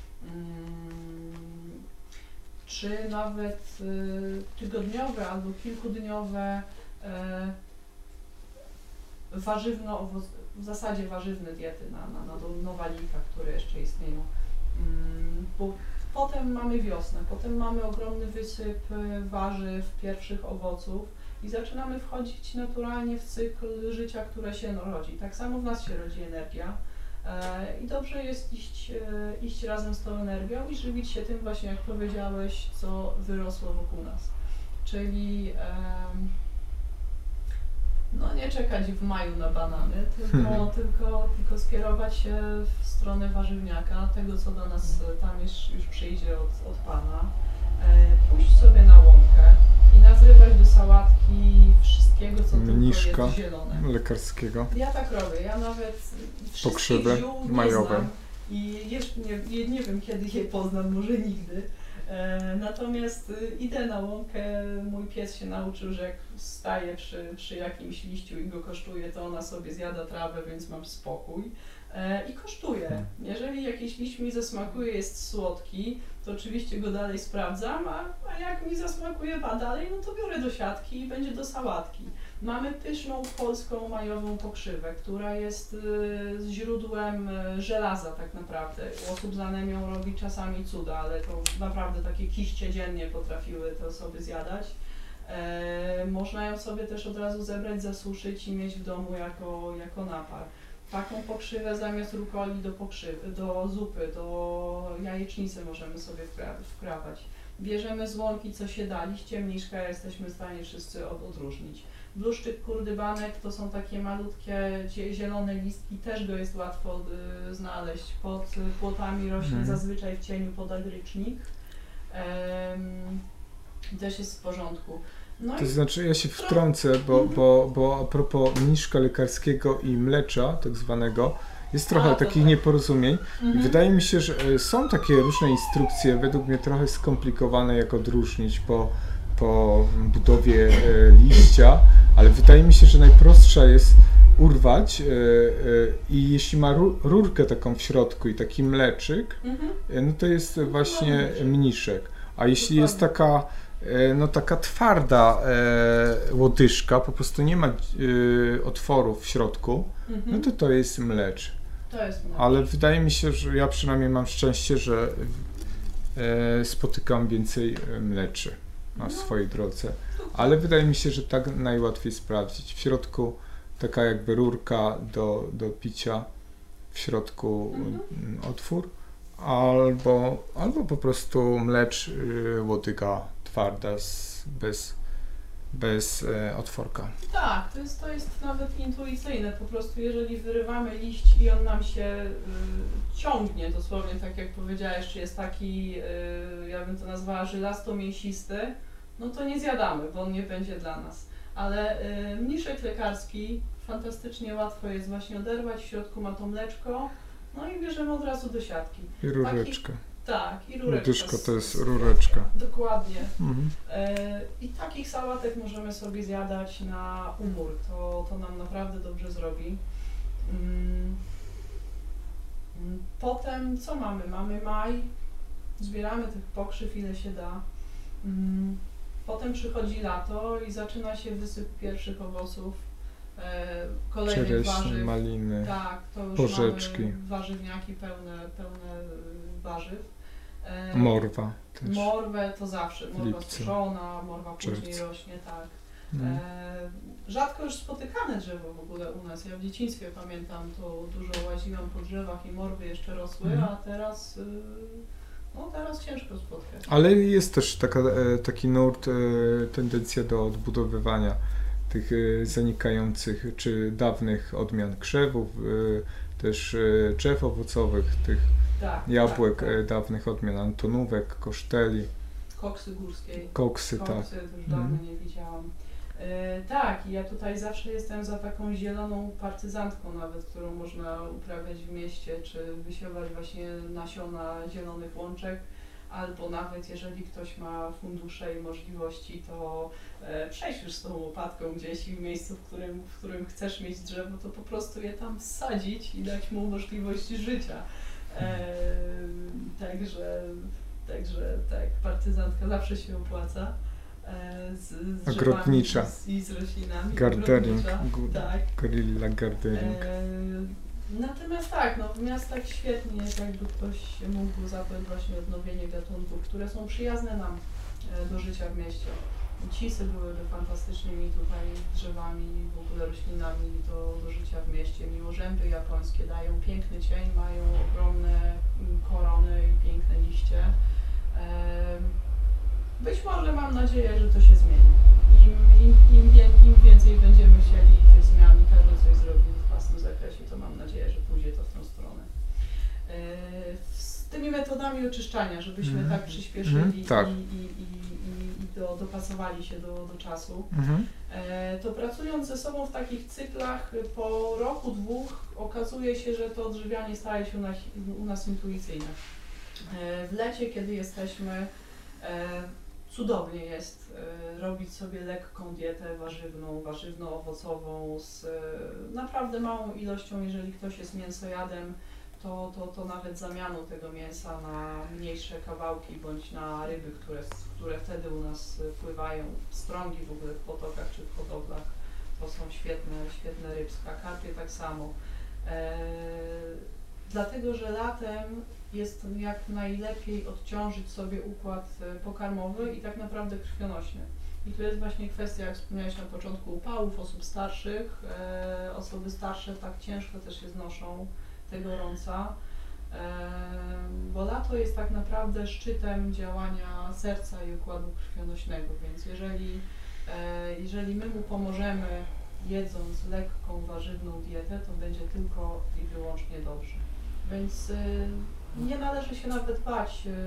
Mm. Czy nawet y, tygodniowe albo kilkudniowe y, warzywno, w zasadzie warzywne diety na, na, na nowalikach, które jeszcze istnieją. Mm, bo potem mamy wiosnę, potem mamy ogromny wysyp warzyw, pierwszych owoców i zaczynamy wchodzić naturalnie w cykl życia, które się rodzi. Tak samo w nas się rodzi energia. I dobrze jest iść, iść razem z tą energią i żywić się tym właśnie, jak powiedziałeś, co wyrosło wokół nas. Czyli no nie czekać w maju na banany, tylko, hmm. tylko, tylko skierować się w stronę warzywniaka, tego co do nas tam już, już przyjdzie od, od Pana. Pójść sobie na łąkę i nazrywać do sałatki wszystkiego, co Mniszka tylko jest zielone. Lekarskiego. Ja tak robię, ja nawet pokrzywy majowe i jeszcze nie, nie wiem, kiedy je poznam, może nigdy. E, natomiast y, idę na łąkę, mój pies się nauczył, że jak staje przy, przy jakimś liściu i go kosztuje, to ona sobie zjada trawę, więc mam spokój. E, I kosztuję. Jeżeli jakiś liść mi zasmakuje, jest słodki, to oczywiście go dalej sprawdzam, a, a jak mi zasmakuje pa dalej, no to biorę do siatki i będzie do sałatki. Mamy pyszną polską majową pokrzywę, która jest y, źródłem y, żelaza tak naprawdę. U osób z anemią robi czasami cuda, ale to naprawdę takie kiście dziennie potrafiły te osoby zjadać. E, można ją sobie też od razu zebrać, zasuszyć i mieć w domu jako, jako napar. Taką pokrzywę zamiast rukoli do, pokrzywy, do zupy, do jajecznicy możemy sobie wkrawać. Bierzemy z łąki, co się da, liście mniszka jesteśmy w stanie wszyscy od, odróżnić. Bluszczyk kurdybanek to są takie malutkie zielone listki, też go jest łatwo y, znaleźć. Pod płotami rośnie hmm. zazwyczaj w cieniu podagrycznik. Ym, też jest w porządku. No to znaczy ja się wtrącę, bo, bo, bo a propos mniszka lekarskiego i mlecza tak zwanego, jest trochę a, takich tak. nieporozumień. Mhm. I wydaje mi się, że są takie różne instrukcje, według mnie trochę skomplikowane, jak odróżnić po, po budowie e, liścia, ale wydaje mi się, że najprostsza jest urwać e, e, i jeśli ma ru, rurkę taką w środku i taki mleczyk, mhm. e, no to jest właśnie mniszek. A jeśli jest taka no taka twarda e, łodyżka, po prostu nie ma e, otworów w środku, mhm. no to to jest mlecz. To jest mlecz. Ale wydaje mi się, że ja przynajmniej mam szczęście, że e, spotykam więcej mleczy na no. swojej drodze. Ale wydaje mi się, że tak najłatwiej sprawdzić. W środku taka jakby rurka do, do picia, w środku mhm. otwór, albo, albo po prostu mlecz y, łodyga twarda, z, bez, bez e, otworka. Tak, to jest, to jest nawet intuicyjne. Po prostu jeżeli wyrywamy liść i on nam się y, ciągnie, dosłownie tak jak powiedziałeś, czy jest taki, y, ja bym to nazwała żylasto-mięsisty, no to nie zjadamy, bo on nie będzie dla nas. Ale y, mniszek lekarski fantastycznie łatwo jest właśnie oderwać, w środku ma to mleczko, no i bierzemy od razu do siatki. I rureczkę. Tak, i rureczka. Dyszko to jest rureczka. Dokładnie. Mhm. E, I takich sałatek możemy sobie zjadać na umór. To, to nam naprawdę dobrze zrobi. Mm. Potem co mamy? Mamy maj, zbieramy tych pokrzyw ile się da. Mm. Potem przychodzi lato i zaczyna się wysyp pierwszych owoców, e, kolejnych Czereśnie, warzyw. maliny, Tak, to już porzeczki. mamy warzywniaki pełne, pełne warzyw. E, morwa też. Morwę to zawsze, morwa Lipcu. suszona, morwa później Czerwcu. rośnie, tak. Mhm. E, rzadko już spotykane drzewo w ogóle u nas. Ja w dzieciństwie pamiętam, to dużo łaziłam po drzewach i morwy jeszcze rosły, Mhm. a teraz, y, no teraz ciężko spotkać. Ale jest też taka, e, taki nurt, e, tendencja do odbudowywania tych e, zanikających czy dawnych odmian krzewów, e, też e, drzew owocowych, tych Tak, jabłek, tak, e, tak. dawnych odmian antonówek, koszteli, Koksy górskiej. koksy, tak. Koksy to już dawno Mhm. nie widziałam. E, tak, i ja tutaj zawsze jestem za taką zieloną partyzantką nawet, którą można uprawiać w mieście, czy wysiować właśnie nasiona zielonych łączek, albo nawet jeżeli ktoś ma fundusze i możliwości, to e, przejść już z tą łopatką gdzieś i w miejscu, w którym, w którym chcesz mieć drzewo, to po prostu je tam wsadzić i dać mu możliwość życia. E, także, także tak, partyzantka zawsze się opłaca. E, z, z Ogrodnicza. drzewami I z, i z roślinami. Gardening, Ogrodnicza, gu- tak. Gorilla gardening. E, natomiast tak, no w miastach świetnie jest, jakby ktoś mógł zadbać właśnie o odnowienie gatunków, które są przyjazne nam e, do życia w mieście. Cisy byłyby fantastycznymi tutaj drzewami, w ogóle roślinami do, do życia w mieście. Miłożęby japońskie dają piękny cień, mają ogromne mm, korony i piękne liście. E, być może mam nadzieję, że to się zmieni. Im, im, im, wie, im więcej będziemy chcieli tych zmian i każdy coś zrobi w własnym zakresie, to mam nadzieję, że pójdzie to w tą stronę. E, z tymi metodami oczyszczania, żebyśmy Mhm. tak przyspieszyli Mhm, tak. i, i, i, i, i do, dopasowali się do, do czasu, Mhm. e, to pracując ze sobą w takich cyklach po roku, dwóch okazuje się, że to odżywianie staje się u nas, u nas intuicyjne. E, w lecie, kiedy jesteśmy, e, cudownie jest e, robić sobie lekką dietę warzywną, warzywno-owocową z e, naprawdę małą ilością, jeżeli ktoś jest mięsojadem, to, to, to nawet zamianą tego mięsa na mniejsze kawałki bądź na ryby, które, które wtedy u nas pływają, strągi w ogóle w potokach czy w hodowlach, to są świetne, świetne rybska, karpie tak samo. E, dlatego, że latem jest jak najlepiej odciążyć sobie układ e, pokarmowy i tak naprawdę krwionośny. I tu jest właśnie kwestia, jak wspomniałeś na początku, upałów osób starszych. E, osoby starsze tak ciężko też się znoszą te gorąca, e, bo lato jest tak naprawdę szczytem działania serca i układu krwionośnego, więc jeżeli, e, jeżeli my mu pomożemy jedząc lekką, warzywną dietę, to będzie tylko i wyłącznie dobrze. Więc e, nie należy się nawet bać e,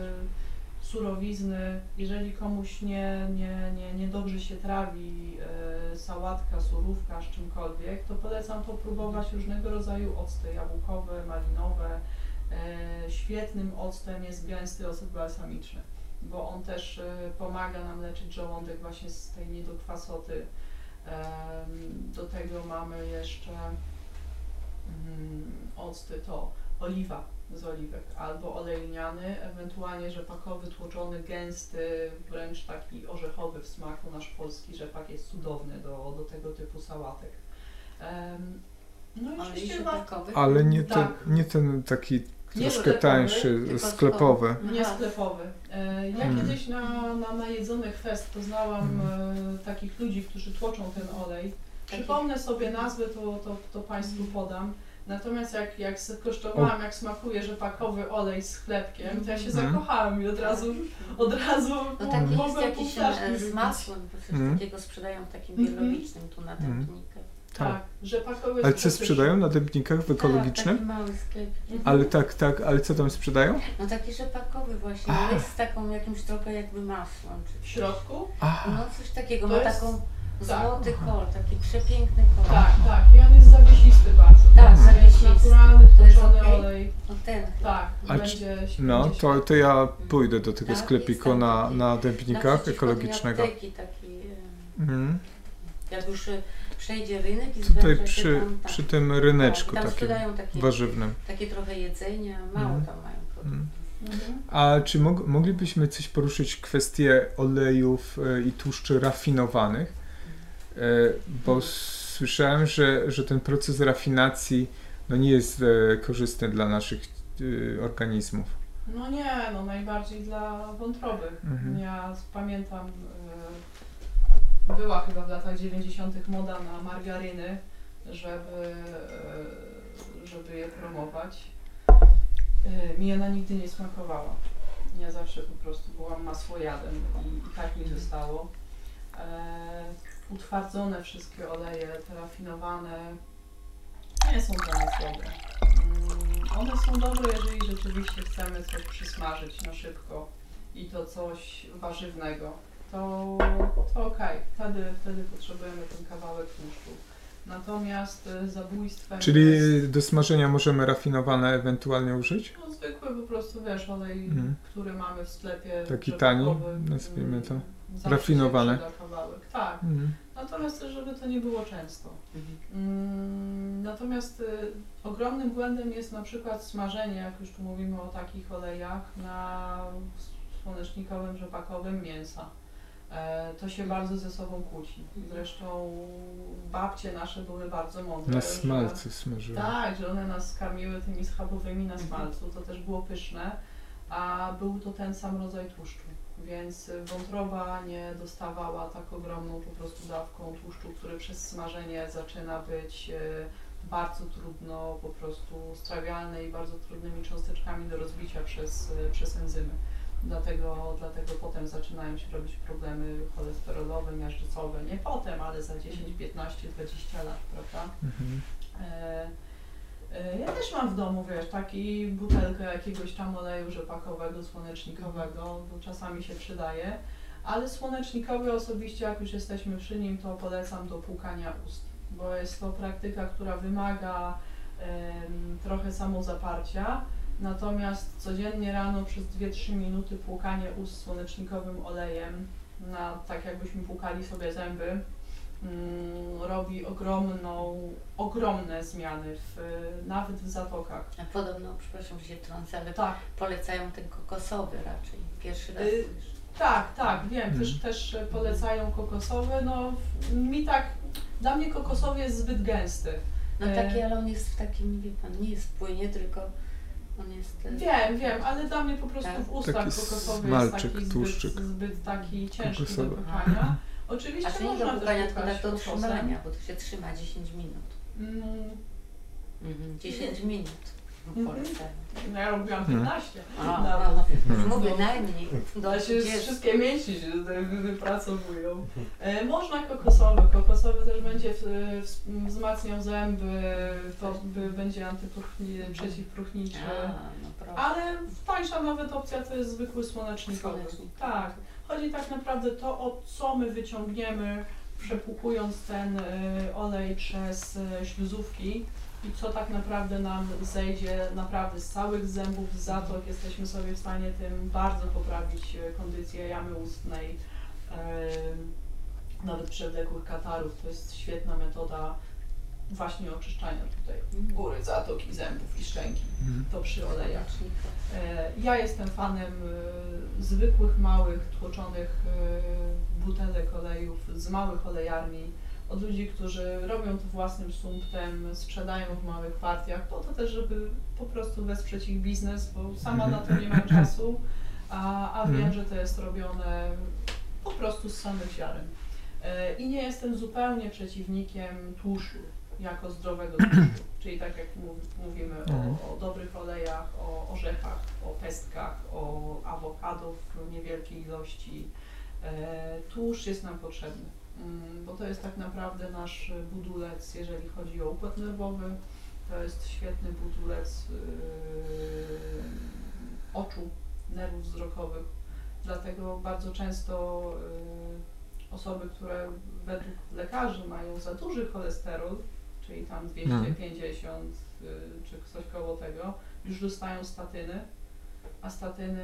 surowizny, jeżeli komuś nie, nie, nie, niedobrze się trawi e, sałatka, surówka z czymkolwiek, to polecam popróbować różnego rodzaju octy jabłkowe, malinowe. E, świetnym octem jest gęsty ocet balsamiczny, bo on też e, pomaga nam leczyć żołądek właśnie z tej niedokwasoty. E, do tego mamy jeszcze mm, octy to oliwa z oliwek, albo olej lniany, ewentualnie rzepakowy, tłoczony, gęsty, wręcz taki orzechowy w smaku. Nasz polski rzepak jest cudowny do, do tego typu sałatek. Um, no i Olej oczywiście rzepakowy? Ale nie ten, Tak. nie ten taki Nie troszkę sklepowy, tańszy, tylko sklepowy. nie Aha. sklepowy. E, Ja Hmm. kiedyś na, na najedzonych fest poznałam e, takich ludzi, którzy tłoczą ten olej. Taki- Przypomnę sobie nazwę, to, to, to Państwu podam. Natomiast jak, jak skosztowałam, jak smakuje rzepakowy olej z chlebkiem, to ja się Mhm. zakochałam i od razu, od razu No taki jest mogłam jakiś pół flaszki e, z wypić. masłem, bo coś Mhm. takiego sprzedają w takim Mhm. biologicznym tu na Mhm. Dębnikach. Tak, rzepakowy Ale jest co przepyszny. sprzedają na dębnikach w Tak, ekologicznym? taki mały sklep. Mhm. Ale tak, tak, ale co tam sprzedają? No taki rzepakowy właśnie, A. ale jest z taką jakimś trochę jakby masłem. W Czy środku? A, no coś takiego, To ma jest- taką tak. złoty kolor, taki przepiękny kolor. Tak, tak. I on jest zawiesisty bardzo. Tak, To jest zawiesisty. naturalny, To jest tłoczony okej? olej. No ten. Tak, A będzie, no, będzie to, to ja pójdę do tego Tak, sklepiku jest tam na, taki- na dębnikach Naprzeciwko tej ekologicznego. apteki taki, e, Mhm. jak już e, przejdzie rynek i Tutaj zwęże się przy, tam, tak. przy tym ryneczku tak, tam takim sprzedają takie, warzywnym. takie trochę jedzenia, mało Mhm. tam mają produktów. Mhm. Mhm. A czy mog, moglibyśmy coś poruszyć kwestię olejów e, i tłuszczy rafinowanych? E, bo słyszałem, że, że ten proces rafinacji no nie jest e, korzystny dla naszych e, organizmów. No nie, no najbardziej dla wątroby. Mhm. Ja pamiętam, y, była chyba w latach dziewięćdziesiątych moda na margaryny, żeby, y, żeby je promować. Y, mi ona nigdy nie smakowała. Ja zawsze po prostu byłam masłojadem i, i tak mi zostało. E, utwardzone wszystkie oleje, te rafinowane, nie są dla nas dobre. Mm, One są dobre, jeżeli rzeczywiście chcemy coś przysmażyć na szybko i to coś warzywnego, to, to okej, wtedy, wtedy potrzebujemy ten kawałek tłuszczu. Natomiast y, zabójstwem Czyli jest do smażenia możemy rafinowane ewentualnie użyć? no, zwykły po prostu, wiesz, olej, Mhm. który mamy w sklepie. Taki rzepakowy, tani, nazwijmy to. mm, zawsze Rafinowany. się przyda kawałek, tak. Mhm. Natomiast też, żeby to nie było często. Mhm. Mm, Natomiast y, ogromnym błędem jest na przykład smażenie, jak już tu mówimy o takich olejach, na słonecznikowym, rzepakowym mięsa. E, to się bardzo ze sobą kłóci. Zresztą babcie nasze były bardzo mądre. Na że- smalcu smażyłem. Tak, że one nas karmiły tymi schabowymi na smalcu, to też było pyszne, a był to ten sam rodzaj tłuszczu, więc wątroba nie dostawała tak ogromną po prostu dawką tłuszczu, który przez smażenie zaczyna być e, bardzo trudno po prostu strawialny i bardzo trudnymi cząsteczkami do rozbicia przez, e, przez enzymy. Dlatego, dlatego potem zaczynają się robić problemy cholesterolowe, miażdżycowe. Nie potem, ale za dziesięć, piętnaście, dwadzieścia lat, prawda? Mhm. E, e, Ja też mam w domu, wiesz, taki butelkę jakiegoś tam oleju rzepakowego, słonecznikowego, bo czasami się przydaje, ale słonecznikowy osobiście, jak już jesteśmy przy nim, to polecam do płukania ust, bo jest to praktyka, która wymaga em, trochę samozaparcia, natomiast codziennie rano przez dwie trzy minuty płukanie ust słonecznikowym olejem, na, tak jakbyśmy płukali sobie zęby, mm, robi ogromną, ogromne zmiany, w, nawet w zatokach. A podobno, przepraszam, że się trącę, ale Tak, polecają ten kokosowy raczej. Pierwszy raz Y, słyszę. tak, tak, wiem, Mhm. też, też polecają kokosowe, no mi tak, dla mnie kokosowy jest zbyt gęsty. No e, taki, ale on jest w takim, wie pan, nie jest w płynie, tylko on jest... e, Wiem, wiem, ale dla mnie po prostu Tak. w ustach Taki kokosowy smalczyk, jest taki zbyt, tłuszczyk. zbyt taki ciężki Kokosowy. do pykania. A Oczywiście czy nie można do też pukania, tylko pukać do kokosem. trzymania, bo to się trzyma dziesięć minut. Mm, Mhm. dziesięć minut Mhm. polecają. no ja robiłam Mhm. piętnaście. A, Nawet. a, Mhm. mówię No. najmniej, do Ale się dwudziestu. wszystkie mięśnie się tutaj wy- wypracowują. E, można kokosowy. Kokosowy też będzie w, w, wzmacniał zęby, to by, będzie antypruchni, przeciwpruchniczy. A, no proszę. Ale tańsza nawet opcja to jest zwykły słonecznikowy. Słonecznik. Tak. Chodzi tak naprawdę to, o co my wyciągniemy, przepłukując ten y, olej przez y, śluzówki i co tak naprawdę nam zejdzie naprawdę z całych zębów, z zatok. Jesteśmy sobie w stanie tym bardzo poprawić y, kondycję jamy ustnej, y, nawet przewlekłych katarów. To jest świetna metoda właśnie oczyszczania tutaj góry zatok i zębów i szczęki. Mhm. To przy olejach. Słonecznik. E, Ja jestem fanem e, zwykłych, małych, tłoczonych e, butelek olejów z małych olejarni, od ludzi, którzy robią to własnym sumptem, sprzedają w małych partiach, po to też, żeby po prostu wesprzeć ich biznes, bo sama na to nie mam czasu, a, a wiem, że to jest robione po prostu z samych ziaren. E, I nie jestem zupełnie przeciwnikiem tłuszczu. jako zdrowego tłuszczu. Czyli tak jak mów, mówimy Mhm. o, o dobrych olejach, o orzechach, o pestkach, o awokado w niewielkiej ilości. E, tłuszcz jest nam potrzebny, mm, bo to jest tak naprawdę nasz budulec, jeżeli chodzi o układ nerwowy. To jest świetny budulec yy, oczu, nerwów wzrokowych. Dlatego bardzo często yy, osoby, które według lekarzy mają za duży cholesterol, czyli tam dwieście pięćdziesiąt yy, czy coś koło tego, już dostają statyny, a statyny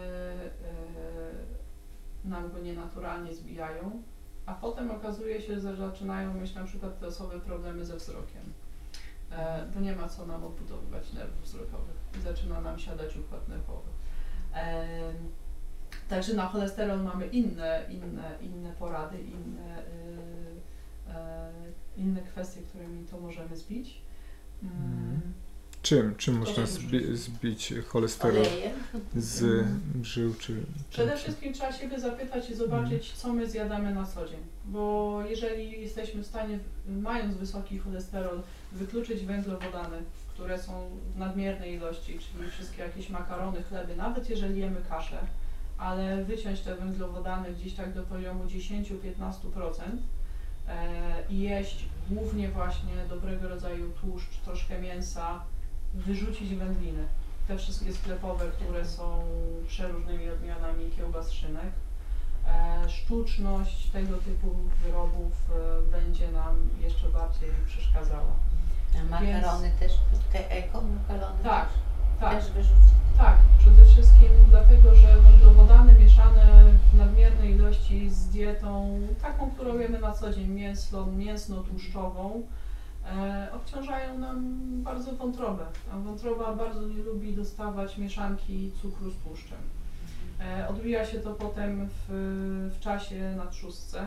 yy, nam go nienaturalnie zbijają, a potem okazuje się, że zaczynają mieć na przykład te osoby problemy ze wzrokiem. E, bo nie ma co nam odbudowywać nerwów wzrokowych i zaczyna nam siadać układ nerwowy. E, także na cholesterol mamy inne, inne, inne porady, inne, y, e, inne kwestie, którymi to możemy zbić. Mm. Czym? Czym można Olejem zbi zbić cholesterol Olejem. z żył czy... Przede czy- wszystkim trzeba siebie zapytać i zobaczyć, co my zjadamy na co dzień. Bo jeżeli jesteśmy w stanie, mając wysoki cholesterol, wykluczyć węglowodany, które są w nadmiernej ilości, czyli wszystkie jakieś makarony, chleby, nawet jeżeli jemy kaszę, ale wyciąć te węglowodany gdzieś tak do poziomu dziesięć do piętnastu procent e, i jeść głównie właśnie dobrego rodzaju tłuszcz, troszkę mięsa, wyrzucić wędliny. Te wszystkie sklepowe, które są przeróżnymi odmianami kiełbas, szynek. E, sztuczność tego typu wyrobów e, będzie nam jeszcze bardziej przeszkadzała. A makarony też, te eko makarony Tak, też, tak, też wyrzucić. tak. Przede wszystkim dlatego, że węglowodany mieszane w nadmiernej ilości z dietą, taką, którą jemy na co dzień, mięsną, mięsno-tłuszczową, e, obciążają nam bardzo wątrobę. A wątroba bardzo nie lubi dostawać mieszanki cukru z tłuszczem. E, odbija się to potem w, w czasie na trzustce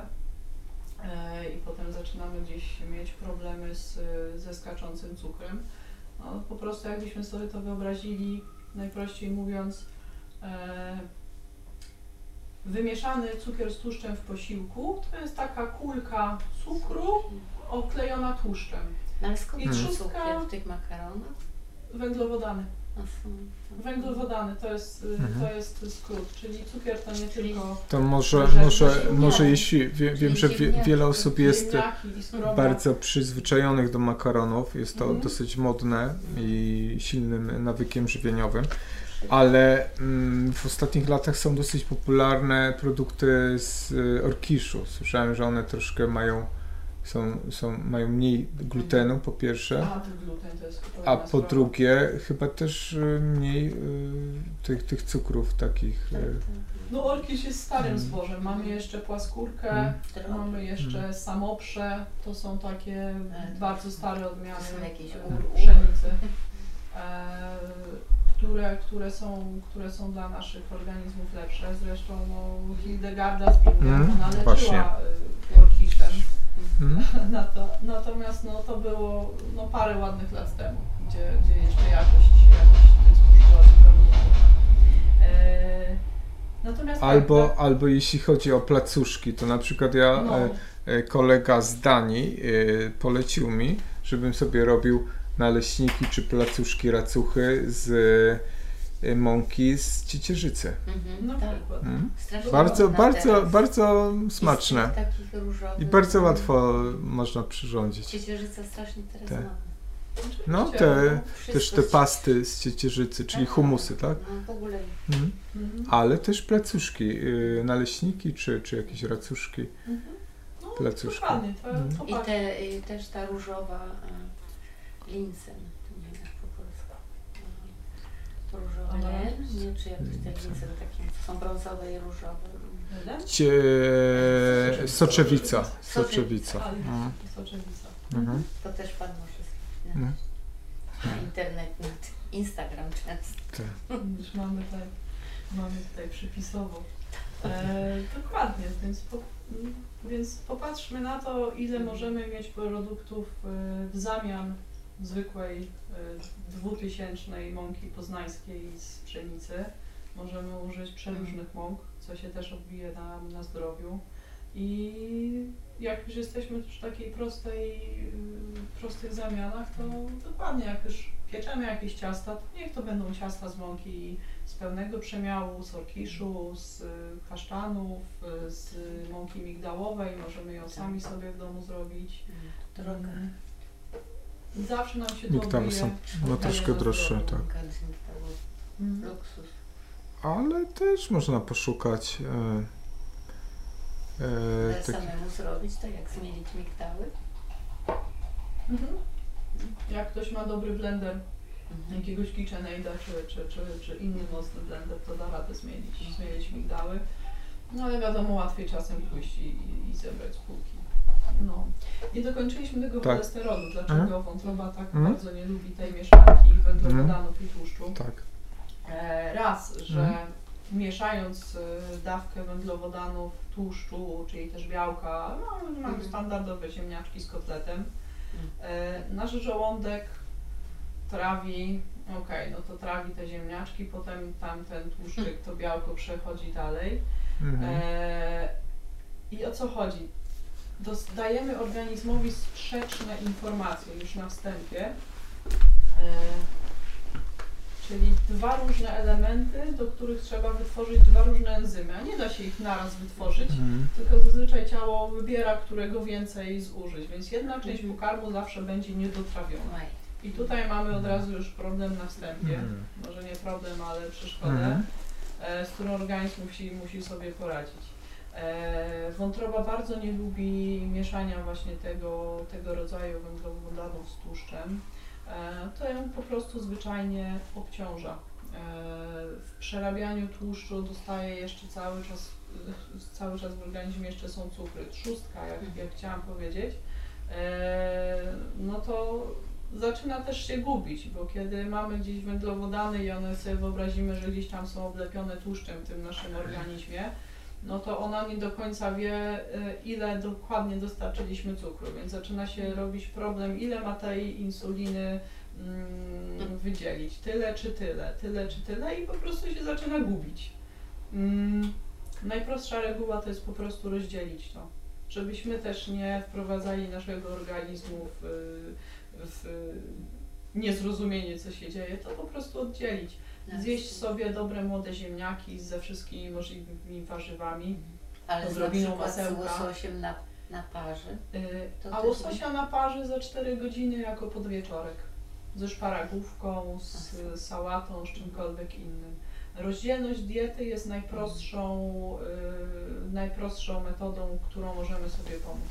e, i potem zaczynamy gdzieś mieć problemy z, ze skaczącym cukrem. No, po prostu jakbyśmy sobie to wyobrazili, najprościej mówiąc, e, wymieszany cukier z tłuszczem w posiłku to jest taka kulka cukru oklejona tłuszczem. No, ale skąd I ten trzustka- cukier w tych makaronach? Węglowodany. No, są- Węglowodany to jest, y, Mhm. to jest skrót, czyli cukier to nie Czyli- tylko To może, Może- może, może może ziemniaki. jeśli wie, wiem, Czyli że wie, ziemniaki, wiele to osób jest ziemniaki i skrobi. bardzo przyzwyczajonych do makaronów, jest to Mhm. dosyć modne i silnym nawykiem żywieniowym, ale mm, w ostatnich latach są dosyć popularne produkty z y, orkiszu. Słyszałem, że one troszkę mają, są, są, mają mniej glutenu po pierwsze, A, ten gluten to jest a kolejna po sprawa. drugie chyba też y, mniej y, tych, tych cukrów takich. Tak, Y, tak. No orkisz jest starym Mm. zbożem. Mamy jeszcze płaskórkę, Mm. Drogi. mamy jeszcze Mm. samoprze. To są takie E, bardzo stare odmiany to są jakieś e, ur- pszenicy, e, które, które, są, które są dla naszych organizmów lepsze. Zresztą no, Hildegarda z Bingen, Mm, ona leczyła właśnie. e, orkiszem. mm. Na to, natomiast no, to było no, parę ładnych lat temu, gdzie, gdzie jeszcze jakość, jakość tych zbóż była zupełnie inna. E, natomiast Albo, tak, albo jeśli chodzi o placuszki, to na przykład ja, no, e, e, kolega z Danii e, polecił mi, żebym sobie robił naleśniki czy placuszki, racuchy z e, mąki z ciecierzycy. Mhm, na tak. przykład. Mm. Strasznie Bardzo, modna bardzo, teraz. bardzo I smaczne. z takich różowych, I bardzo no, łatwo można przyrządzić. Ciecierzyca strasznie teraz Tak. modna. No, Oczywiście, te, Wszystko też te z- pasty z ciecierzycy, czyli Tak. humusy, tak? No, w ogóle Mhm. Mhm. Ale też placuszki, y, naleśniki czy, czy jakieś racuszki. Mhm. No, Placuszki. dokładnie, to, Mhm. to i patrz. te, y, też ta różowa y, linsen, to nie wiem jak po polsku. Y, Różowe Amarantus? len, nie, czy jakieś te Linsen. linsen takie są brązowe i różowe. Ile? Cie... Soczewica. Soczewica. A, Mhm. soczewica. Mhm. To też Pan może Mhm. znaleźć na internet, na Instagram często. Już mamy tutaj, mamy tutaj przypisowo. E, dokładnie, więc, po, więc popatrzmy na to, ile możemy mieć produktów e, w zamian zwykłej e, dwutysięcznej mąki poznańskiej z pszenicy. Możemy użyć przeróżnych mąk, co się też odbije na, na zdrowiu. I jak już jesteśmy w takiej prostej, y, prostych zamianach, to dokładnie jak już pieczemy jakieś ciasta, to niech to będą ciasta z mąki z pełnego przemiału, z orkiszu, z kasztanów, z mąki migdałowej, możemy ją sami sobie w domu zrobić. Droga. Zawsze nam się to Migdały odbije. są no troszkę droższe, tak. Mhm. Luksus. Ale też można poszukać e, e, Ale taki, samemu zrobić, tak jak zmielić migdały. Mhm. Jak ktoś ma dobry blender, Mhm. jakiegoś KitchenAida czy, czy, czy, czy inny mocny blender, to da radę zmielić, zmielić migdały. No ale wiadomo, łatwiej czasem pójść i, i, i zebrać z półki. No. Nie dokończyliśmy tego Tak. cholesterolu. Dlaczego Mhm. wątroba tak Mhm. bardzo nie lubi tej mieszanki węglowodanów i tłuszczu? tak. E, raz, że Mhm. mieszając e, dawkę węglowodanów, tłuszczu, czyli też białka, no, mamy Mhm. standardowe ziemniaczki z kotletem, e, nasz żołądek trawi, okej, no to trawi te ziemniaczki, potem tamten tłuszczyk, to białko przechodzi dalej. Mhm. E, I o co chodzi? Dos- dajemy organizmowi sprzeczne informacje już na wstępie, e, czyli dwa różne elementy, do których trzeba wytworzyć dwa różne enzymy, a nie da się ich naraz wytworzyć, Mhm. tylko zazwyczaj ciało wybiera, którego więcej zużyć, więc jedna część Mhm. pokarmu zawsze będzie niedotrawiona. Maj. I tutaj mamy od razu już problem na wstępie, Mhm. może nie problem, ale przeszkodę, Mhm. e, z którą organizm musi, musi sobie poradzić. E, wątroba bardzo nie lubi mieszania właśnie tego, tego rodzaju węglowodanów z tłuszczem. E, to ją po prostu zwyczajnie obciąża. E, w przerabianiu tłuszczu dostaje jeszcze cały czas, e, cały czas w organizmie jeszcze są cukry, trzustka, jak, jak chciałam powiedzieć. E, no to zaczyna też się gubić, bo kiedy mamy gdzieś węglowodany i one sobie wyobrazimy, że gdzieś tam są oblepione tłuszczem w tym naszym organizmie, no to ona nie do końca wie, ile dokładnie dostarczyliśmy cukru, więc zaczyna się robić problem, ile ma tej insuliny mm, wydzielić, tyle czy tyle, tyle czy tyle i po prostu się zaczyna gubić. Mm, najprostsza reguła to jest po prostu rozdzielić to, żebyśmy też nie wprowadzali naszego organizmu w, w niezrozumienie, co się dzieje, to po prostu oddzielić. Zjeść sobie dobre młode ziemniaki ze wszystkimi możliwymi warzywami. Ale z z na odrobiną przykład masełka. z łososiem na, na parze. Yy, To a też łososia na parze za cztery godziny jako podwieczorek. Ze szparagówką, z Aha. sałatą, z czymkolwiek innym. Rozdzielność diety jest najprostszą, yy, najprostszą metodą, którą możemy sobie pomóc.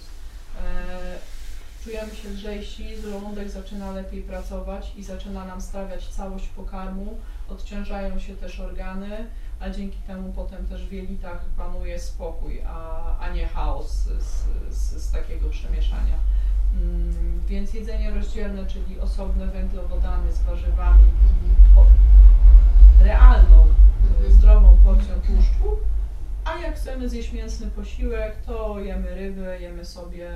Yy, czujemy się lżejsi, żołądek zaczyna lepiej pracować i zaczyna nam stawiać całość pokarmu, odciążają się też organy, a dzięki temu potem też w jelitach panuje spokój, a, a nie chaos z, z, z takiego przemieszania. Mm, więc jedzenie rozdzielne, czyli osobne węglowodany z warzywami, o, realną, Mhm. zdrową porcją tłuszczu, a jak chcemy zjeść mięsny posiłek, to jemy ryby, jemy sobie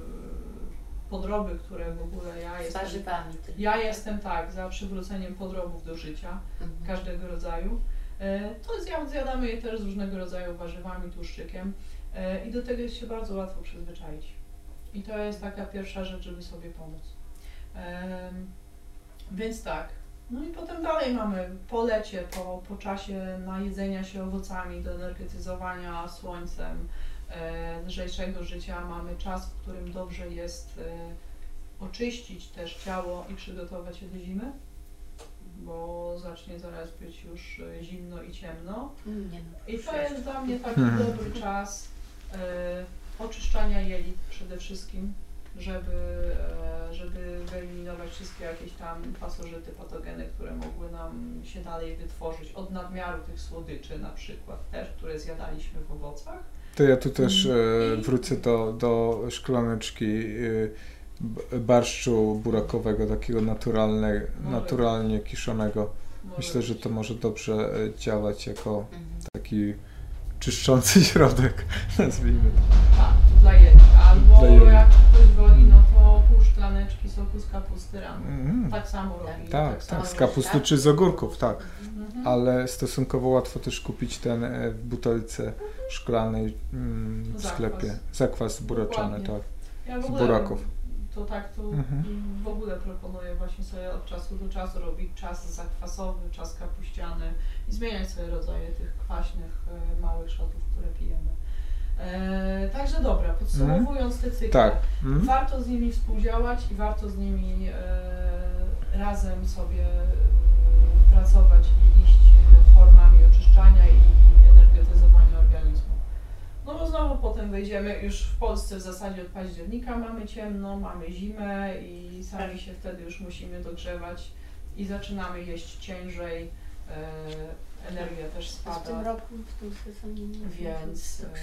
podroby, które w ogóle ja Z jestem, warzywami tylko. ja jestem tak za przywróceniem podrobów do życia Mhm. każdego rodzaju. E, To zja- zjadamy je też z różnego rodzaju warzywami, tłuszczykiem e, i do tego jest się bardzo łatwo przyzwyczaić. I to jest taka pierwsza rzecz, żeby sobie pomóc. Em, Więc tak. No i potem dalej mamy po lecie, po, po czasie najedzenia się owocami, do energetyzowania słońcem, e, lżejszego życia. Mamy czas, w którym dobrze jest e, oczyścić też ciało i przygotować się do zimy, bo zacznie zaraz być już e, zimno i ciemno. Mm, Nie no, I to przecież. jest dla mnie taki Mhm. dobry czas e, oczyszczania jelit przede wszystkim, żeby, e, żeby wyeliminować wszystkie jakieś tam pasożyty, patogeny, które mogły nam się dalej wytworzyć od nadmiaru tych słodyczy na przykład też, które zjadaliśmy w owocach. To ja tu też e, I- wrócę do, do szklaneczki e, b- barszczu burakowego, takiego naturalne, Może naturalnie kiszonego. Może Myślę, że być. to może dobrze e, działać jako Mhm. taki czyszczący środek, nazwijmy to. Tak, dla jelit. Albo Dla jelit. jak ktoś woli, no to pół szklaneczki soku z kapusty rano. Mm. Tak samo robi. Tak, samo tak, z robi. kapusty czy z ogórków, tak. Mhm. Ale stosunkowo łatwo też kupić ten e, w butelce szklanej mm, w Zakwas. sklepie. Zakwas buraczany, Dokładnie. tak. Ja w z ogóle buraków. To to tak to Mhm. w ogóle proponuję właśnie sobie od czasu do czasu robić czas zakwasowy, czas kapuściany i zmieniać sobie rodzaje tych kwaśnych, e, małych szotów, które pijemy. E, także dobra, podsumowując te cykle, Tak. Mhm. warto z nimi współdziałać i warto z nimi e, razem sobie e, pracować i iść formami oczyszczania i energetyzowania organizmu. No bo znowu potem wejdziemy, już w Polsce w zasadzie od października mamy ciemno, mamy zimę i sami się wtedy już musimy dogrzewać i zaczynamy jeść ciężej, e, energia też spada. W tym roku, w tym sezonie nie Więc, e,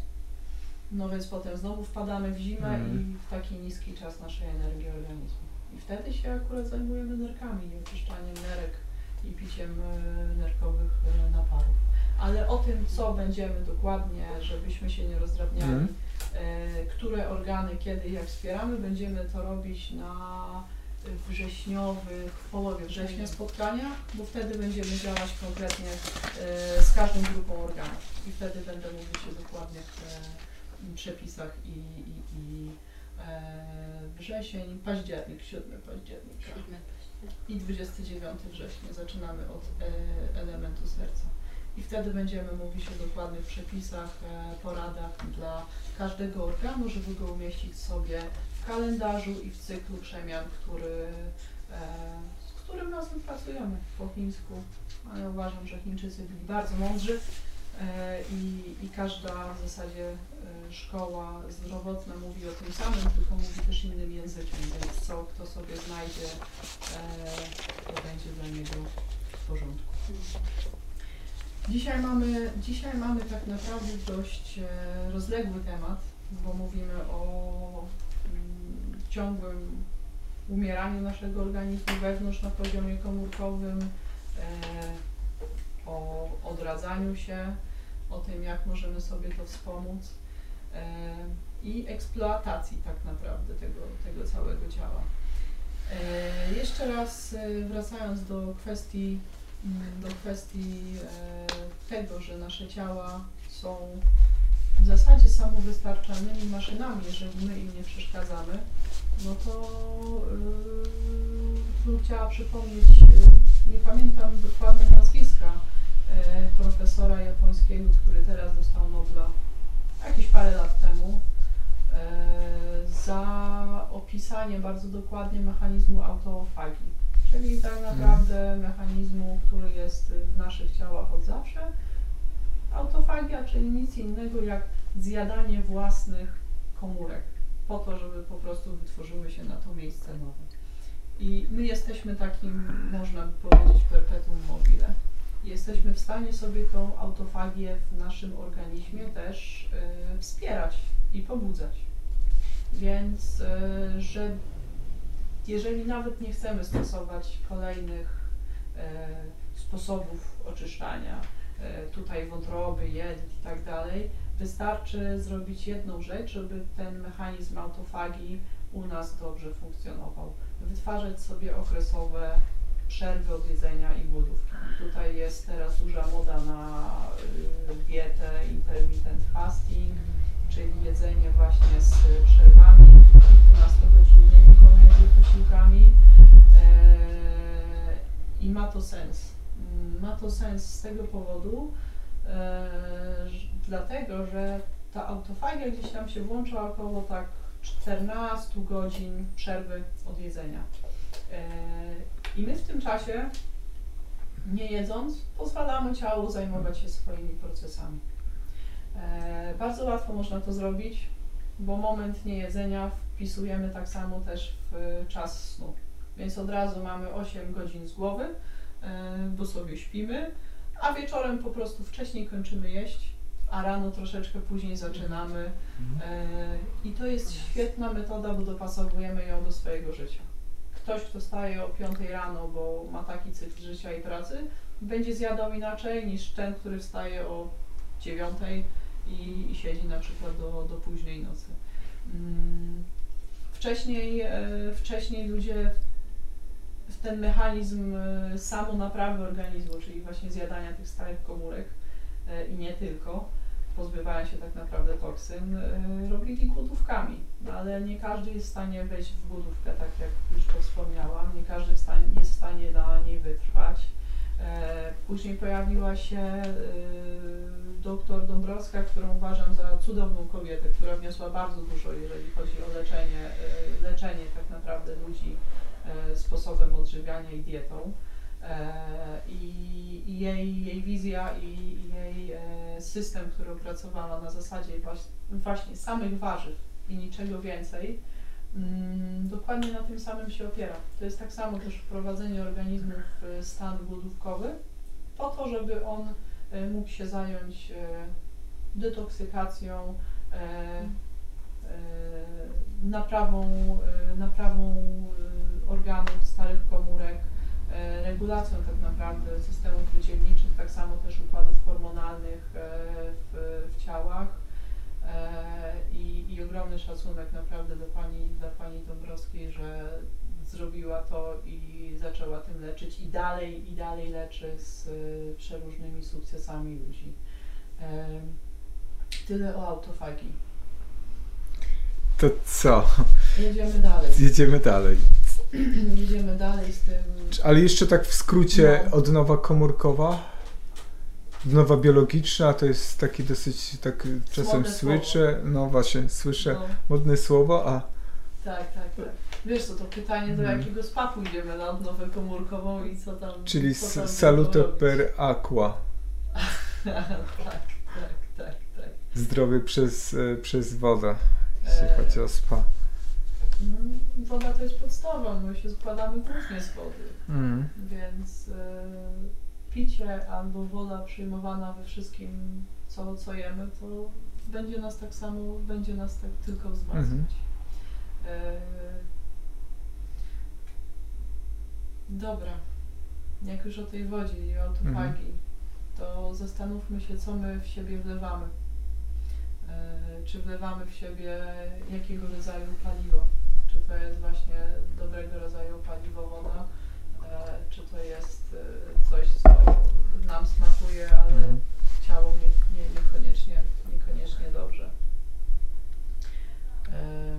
no więc potem znowu wpadamy w zimę Mhm. i w taki niski czas naszej energii organizmu. I wtedy się akurat zajmujemy nerkami i oczyszczaniem nerek i piciem e, nerkowych e, naparów. Ale o tym, co będziemy dokładnie, żebyśmy się nie rozdrabniali, Mhm. e, które organy, kiedy, jak wspieramy, będziemy to robić na wrześniowych, w połowie września spotkaniach, bo wtedy będziemy działać konkretnie e, z każdą grupą organów i wtedy będę mówić o dokładnych e, przepisach i, i, i e, wrzesień, październik, siódmy października i dwudziestego dziewiątego września zaczynamy od e, elementu serca. I wtedy będziemy mówić o dokładnych przepisach, e, poradach dla każdego organu, żeby go umieścić sobie w kalendarzu i w cyklu przemian, który, e, z którym razem pracujemy po chińsku. Ale uważam, że Chińczycy byli bardzo mądrzy e, i, i każda w zasadzie e, szkoła zdrowotna mówi o tym samym, tylko mówi też innym językiem, więc co kto sobie znajdzie, e, to będzie dla niego w porządku. Dzisiaj mamy, dzisiaj mamy tak naprawdę dość e, rozległy temat, bo mówimy o mm, ciągłym umieraniu naszego organizmu wewnątrz na poziomie komórkowym, e, o odradzaniu się, o tym, jak możemy sobie to wspomóc e, i eksploatacji tak naprawdę tego, tego całego ciała. E, jeszcze raz e, wracając do kwestii do kwestii e, tego, że nasze ciała są w zasadzie samowystarczalnymi maszynami, jeżeli my im nie przeszkadzamy, no to yy, bym chciała przypomnieć, yy, nie pamiętam dokładnie nazwiska e, profesora japońskiego, który teraz dostał Nobla jakieś parę lat temu, e, za opisanie bardzo dokładnie mechanizmu autofagii. Czyli tak naprawdę mechanizmu, który jest w naszych ciałach od zawsze. Autofagia, czyli nic innego jak zjadanie własnych komórek, po to, żeby po prostu wytworzyły się na to miejsce nowe. I my jesteśmy takim, można by powiedzieć, perpetuum mobile. Jesteśmy w stanie sobie tą autofagię w naszym organizmie też y, wspierać i pobudzać. Więc, y, że jeżeli nawet nie chcemy stosować kolejnych e, sposobów oczyszczania, e, tutaj wątroby, jelit i tak dalej, wystarczy zrobić jedną rzecz, żeby ten mechanizm autofagii u nas dobrze funkcjonował. Wytwarzać sobie okresowe przerwy od jedzenia i głodówki. Tutaj jest teraz duża moda na y, dietę intermittent fasting, czyli jedzenie właśnie z przerwami kilkunastogodzinnymi pomiędzy posiłkami e, i ma to sens. Ma to sens z tego powodu, e, dlatego, że ta autofagia gdzieś tam się włącza około tak czternastu godzin przerwy od jedzenia. E, I my w tym czasie, nie jedząc, pozwalamy ciału zajmować się swoimi procesami. E, bardzo łatwo można to zrobić, bo moment niejedzenia wpisujemy tak samo też w czas snu. Więc od razu mamy osiem godzin z głowy, e, bo sobie śpimy, a wieczorem po prostu wcześniej kończymy jeść, a rano troszeczkę później zaczynamy. E, I to jest świetna metoda, bo dopasowujemy ją do swojego życia. Ktoś, kto staje o piątej rano, bo ma taki cykl życia i pracy, będzie zjadał inaczej niż ten, który wstaje o dziewiątej i, i siedzi na przykład do, do późnej nocy. Hmm. Wcześniej, e, wcześniej ludzie w ten mechanizm e, samonaprawy organizmu, czyli właśnie zjadania tych starych komórek e, i nie tylko, pozbywania się tak naprawdę toksyn, e, robili głodówkami. Na ale nie każdy jest w stanie wejść w głodówkę, tak jak już to wspomniałam, nie każdy w stanie, jest w stanie na niej wytrwać. Później pojawiła się doktor Dąbrowska, którą uważam za cudowną kobietę, która wniosła bardzo dużo, jeżeli chodzi o leczenie, leczenie tak naprawdę ludzi sposobem odżywiania i dietą. I, i jej, jej wizja i, i jej system, który opracowała na zasadzie właśnie samych warzyw i niczego więcej, mm, dokładnie na tym samym się opiera. To jest tak samo też wprowadzenie organizmu w stan głodówkowy, po to, żeby on mógł się zająć detoksykacją, naprawą, naprawą organów, starych komórek, regulacją tak naprawdę systemów wydzielniczych, tak samo też układów hormonalnych w, w ciałach i, i ogromny szacunek naprawdę dla pani, dla pani Dąbrowskiej, że zrobiła to i zaczęła tym leczyć i dalej, i dalej leczy z przeróżnymi sukcesami ludzi. Tyle o autofagii. To co? Jedziemy dalej. Jedziemy dalej. Jedziemy dalej z tym. Ale jeszcze tak w skrócie, no. Odnowa komórkowa, odnowa biologiczna, to jest taki dosyć, tak czasem Modne słyszę, słowo. no właśnie, słyszę No. modne słowo, a... Tak, tak, tak. Wiesz co, to pytanie, do Hmm. jakiego spapu idziemy na odnowę komórkową i co tam... Czyli co tam salute robić. per aqua. tak, tak, tak, tak. Zdrowie przez, przez wodę, jeśli E, chodzi o spa. Mm, Woda to jest podstawa, my się składamy głównie z wody, Mm. więc e, picie albo woda przyjmowana we wszystkim, co, co jemy, to będzie nas tak samo, będzie nas tak tylko wzmacniać. Mhm. E, dobra, jak już o tej wodzie i o autofagii, Mhm. to zastanówmy się, co my w siebie wlewamy. E, czy wlewamy w siebie jakiego rodzaju paliwo? Czy to jest właśnie dobrego rodzaju paliwo woda? E, czy to jest e, coś, co nam smakuje, ale Mhm. ciało nie, nie, niekoniecznie, niekoniecznie dobrze. E,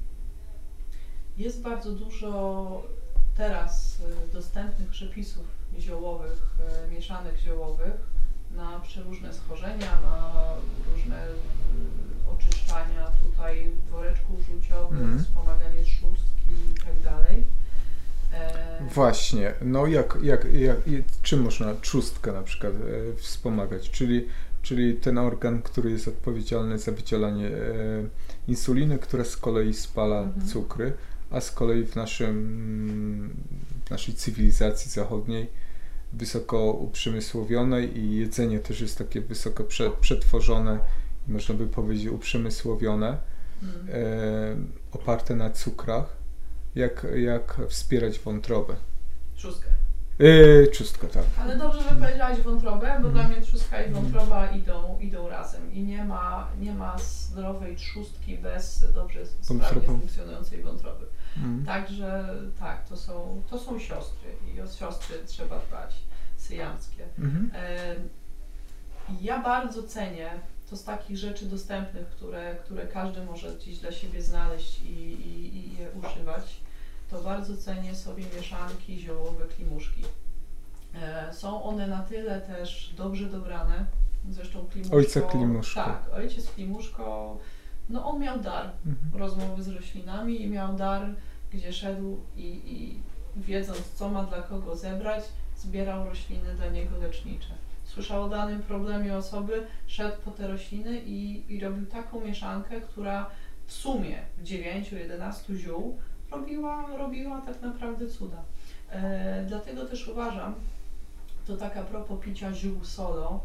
jest bardzo dużo teraz e, dostępnych przepisów ziołowych, e, mieszanek ziołowych na przeróżne schorzenia, na różne y, oczyszczania tutaj woreczków żółciowych, Mhm. wspomaganie trzustki i tak dalej. E, Właśnie, no jak, jak, jak, czym można trzustkę na przykład e, wspomagać, czyli, czyli ten organ, który jest odpowiedzialny za wydzielanie e, insuliny, która z kolei spala Mhm. cukry, a z kolei w, naszym, w naszej cywilizacji zachodniej wysoko uprzemysłowionej i jedzenie też jest takie wysoko prze, przetworzone, można by powiedzieć uprzemysłowione, mm, e, oparte na cukrach, jak, jak wspierać wątrobę. Trzustkę. Yy, trzustkę, tak. Ale dobrze, że powiedziałaś wątrobę, bo Mhm. dla mnie trzustka i Mhm. wątroba idą, idą razem i nie ma, nie ma zdrowej trzustki bez dobrze, sprawnie Wątrobą. funkcjonującej wątroby. Mm. Także tak, to są, to są siostry i o siostry trzeba dbać, syjamskie. Mhm. E, Ja bardzo cenię, to z takich rzeczy dostępnych, które, które każdy może gdzieś dla siebie znaleźć i, i, i je używać, to bardzo cenię sobie mieszanki ziołowe klimuszki. E, Są one na tyle też dobrze dobrane, zresztą Klimuszko... Ojca Klimuszko. Tak, ojciec Klimuszko, no on miał dar Mhm. rozmowy z roślinami i miał dar, gdzie szedł i, i wiedząc, co ma dla kogo zebrać, zbierał rośliny dla niego lecznicze. Słyszał o danym problemie osoby, szedł po te rośliny i, i robił taką mieszankę, która w sumie dziewięciu jedenastu ziół robiła, robiła tak naprawdę cuda. E, dlatego też uważam, to tak a propos picia ziół solo,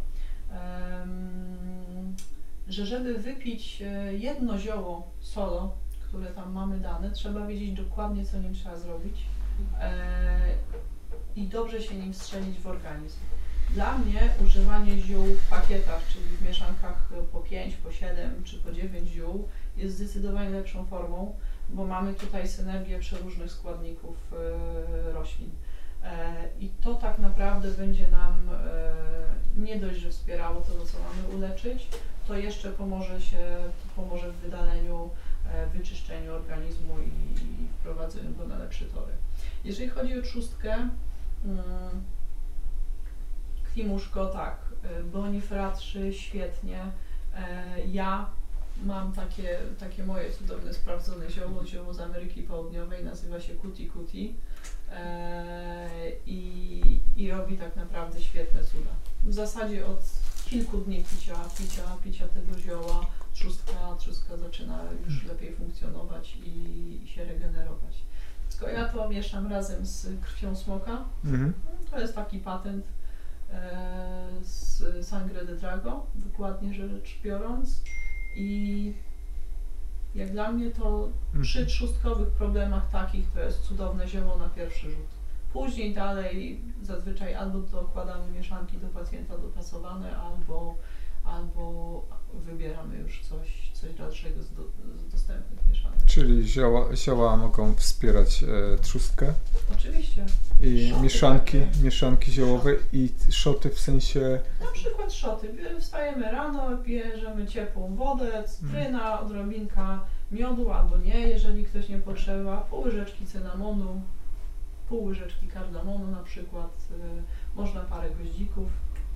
em, że żeby wypić e, jedno zioło solo, które tam mamy dane, trzeba wiedzieć dokładnie, co nim trzeba zrobić e, i dobrze się nim strzelić w organizm. Dla mnie używanie ziół w pakietach, czyli w mieszankach po pięć, po siedem czy po dziewięć ziół jest zdecydowanie lepszą formą, bo mamy tutaj synergię przeróżnych składników e, roślin. E, I to tak naprawdę będzie nam e, nie dość, że wspierało to, co mamy uleczyć, to jeszcze pomoże się, pomoże w wydaleniu wyczyszczeniu organizmu i, i wprowadzeniu go na lepsze tory. Jeżeli chodzi o trzustkę, klimuszko, tak, Bonifera trzy, świetnie. Ja mam takie, takie moje cudowne, sprawdzone zioło, zioło z Ameryki Południowej, nazywa się Kuti Kuti i, i robi tak naprawdę świetne cuda. W zasadzie od kilku dni picia, picia, picia tego zioła trzustka, trzustka zaczyna już lepiej funkcjonować i, i się regenerować. Tylko ja to mieszam razem z krwią smoka. Mhm. To jest taki patent e, z Sangre de Drago, dokładnie rzecz biorąc. I jak dla mnie to przy trzustkowych problemach takich to jest cudowne zioło na pierwszy rzut. Później dalej zazwyczaj albo dokładamy mieszanki do pacjenta dopasowane, albo, albo wybieramy już coś, coś dalszego z, do, z dostępnych mieszanek. Czyli zioła, zioła mogą wspierać e, trzustkę? Oczywiście. I szoty mieszanki, takie. mieszanki ziołowe i szoty w sensie... Na przykład szoty. Wstajemy rano, bierzemy ciepłą wodę, cytryna, odrobinka miodu albo nie, jeżeli ktoś nie potrzeba, pół łyżeczki cynamonu, pół łyżeczki kardamonu na przykład, y, można parę goździków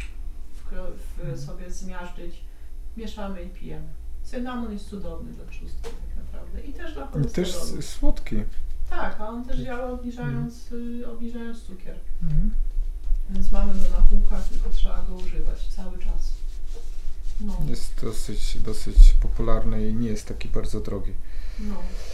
w, w, mm. sobie zmiażdżyć, mieszamy i pijemy. Cynamon jest cudowny dla trzustki tak naprawdę i też dla cholesterolu. I też słodki. Tak, a on też działa obniżając, mm. y, obniżając cukier. Mm. Więc mamy go na półkach, tylko trzeba go używać cały czas. No. Jest dosyć, dosyć popularny i nie jest taki bardzo drogi. No.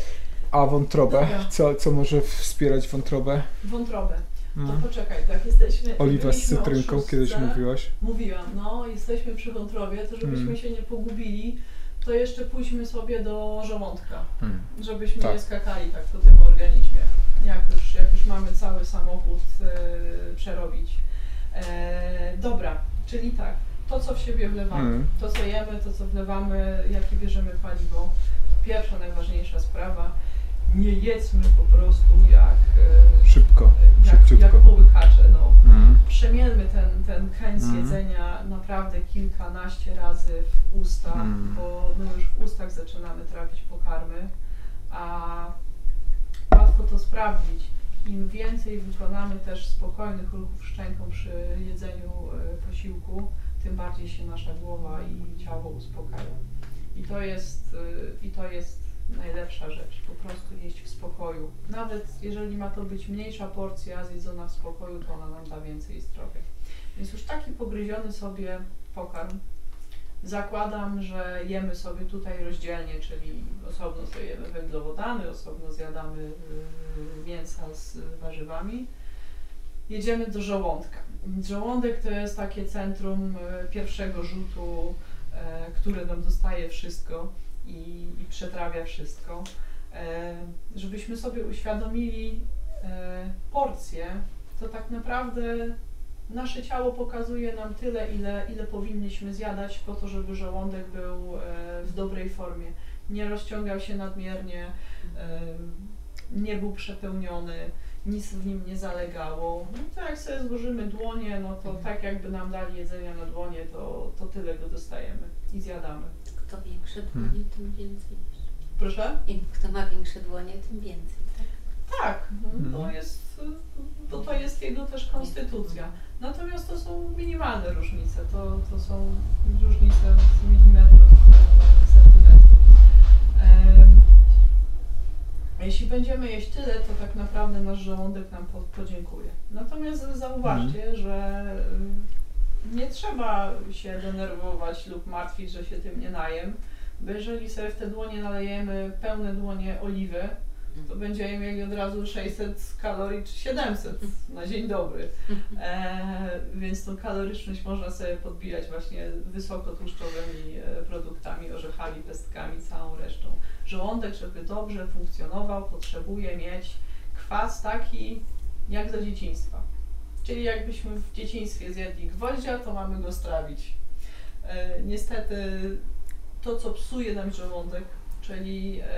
A wątrobę? Co, co może wspierać wątrobę? Wątrobę. Mm. To poczekaj, tak jesteśmy... Oliwa z cytrynką, kiedyś mówiłaś? Mówiłam, no jesteśmy przy wątrobie, to żebyśmy mm. się nie pogubili, to jeszcze pójdźmy sobie do żołądka, mm. żebyśmy tak. nie skakali tak po tym organizmie, jak już, jak już mamy cały samochód e, przerobić. E, dobra, czyli tak, to co w siebie wlewamy, mm. to co jemy, to co wlewamy, jakie bierzemy paliwo, pierwsza, najważniejsza sprawa, nie jedzmy po prostu jak szybko, jak, jak połykacze. No. Mm. Przemielmy ten, ten chęć mm. jedzenia naprawdę kilkanaście razy w usta, mm. bo my już w ustach zaczynamy trawić pokarmy, a łatwo to sprawdzić. Im więcej wykonamy też spokojnych ruchów szczęką przy jedzeniu y, posiłku, tym bardziej się nasza głowa i ciało uspokaja. I to jest, y, i to jest najlepsza rzecz, po prostu jeść w spokoju. Nawet jeżeli ma to być mniejsza porcja zjedzona w spokoju, to ona nam da więcej zdrowia. Więc już taki pogryziony sobie pokarm, zakładam, że jemy sobie tutaj rozdzielnie, czyli osobno sobie jemy węglowodany, osobno zjadamy yy, mięsa z warzywami. Jedziemy do żołądka. Żołądek to jest takie centrum yy, pierwszego rzutu, yy, które nam dostaje wszystko i, i przetrawia wszystko. E, żebyśmy sobie uświadomili e, porcję, to tak naprawdę nasze ciało pokazuje nam tyle, ile, ile powinniśmy zjadać po to, żeby żołądek był e, w dobrej formie. Nie rozciągał się nadmiernie, e, nie był przepełniony, nic w nim nie zalegało. No to jak sobie złożymy dłonie, no to tak jakby nam dali jedzenia na dłonie, to, to tyle go dostajemy i zjadamy. Kto większe dłonie, hmm. tym więcej. Proszę? I kto ma większe dłonie, tym więcej, tak? Tak, hmm. to, jest, to, to jest jego też konstytucja. Natomiast to są minimalne różnice, to, to są różnice z milimetrów, centymetrów. Um, jeśli będziemy jeść tyle, to tak naprawdę nasz żołądek nam po, podziękuje. Natomiast zauważcie, hmm. że nie trzeba się denerwować lub martwić, że się tym nie najem, bo jeżeli sobie w te dłonie nalejemy pełne dłonie oliwy, to będziemy mieli od razu sześćset kalorii czy siedemset na dzień dobry. E, więc tą kaloryczność można sobie podbijać właśnie wysokotłuszczowymi produktami, orzechami, pestkami, całą resztą. Żołądek, żeby dobrze funkcjonował, potrzebuje mieć kwas taki jak za dzieciństwa. Czyli jakbyśmy w dzieciństwie zjedli gwoździa, to mamy go strawić. E, niestety to, co psuje nam żołądek, czyli e,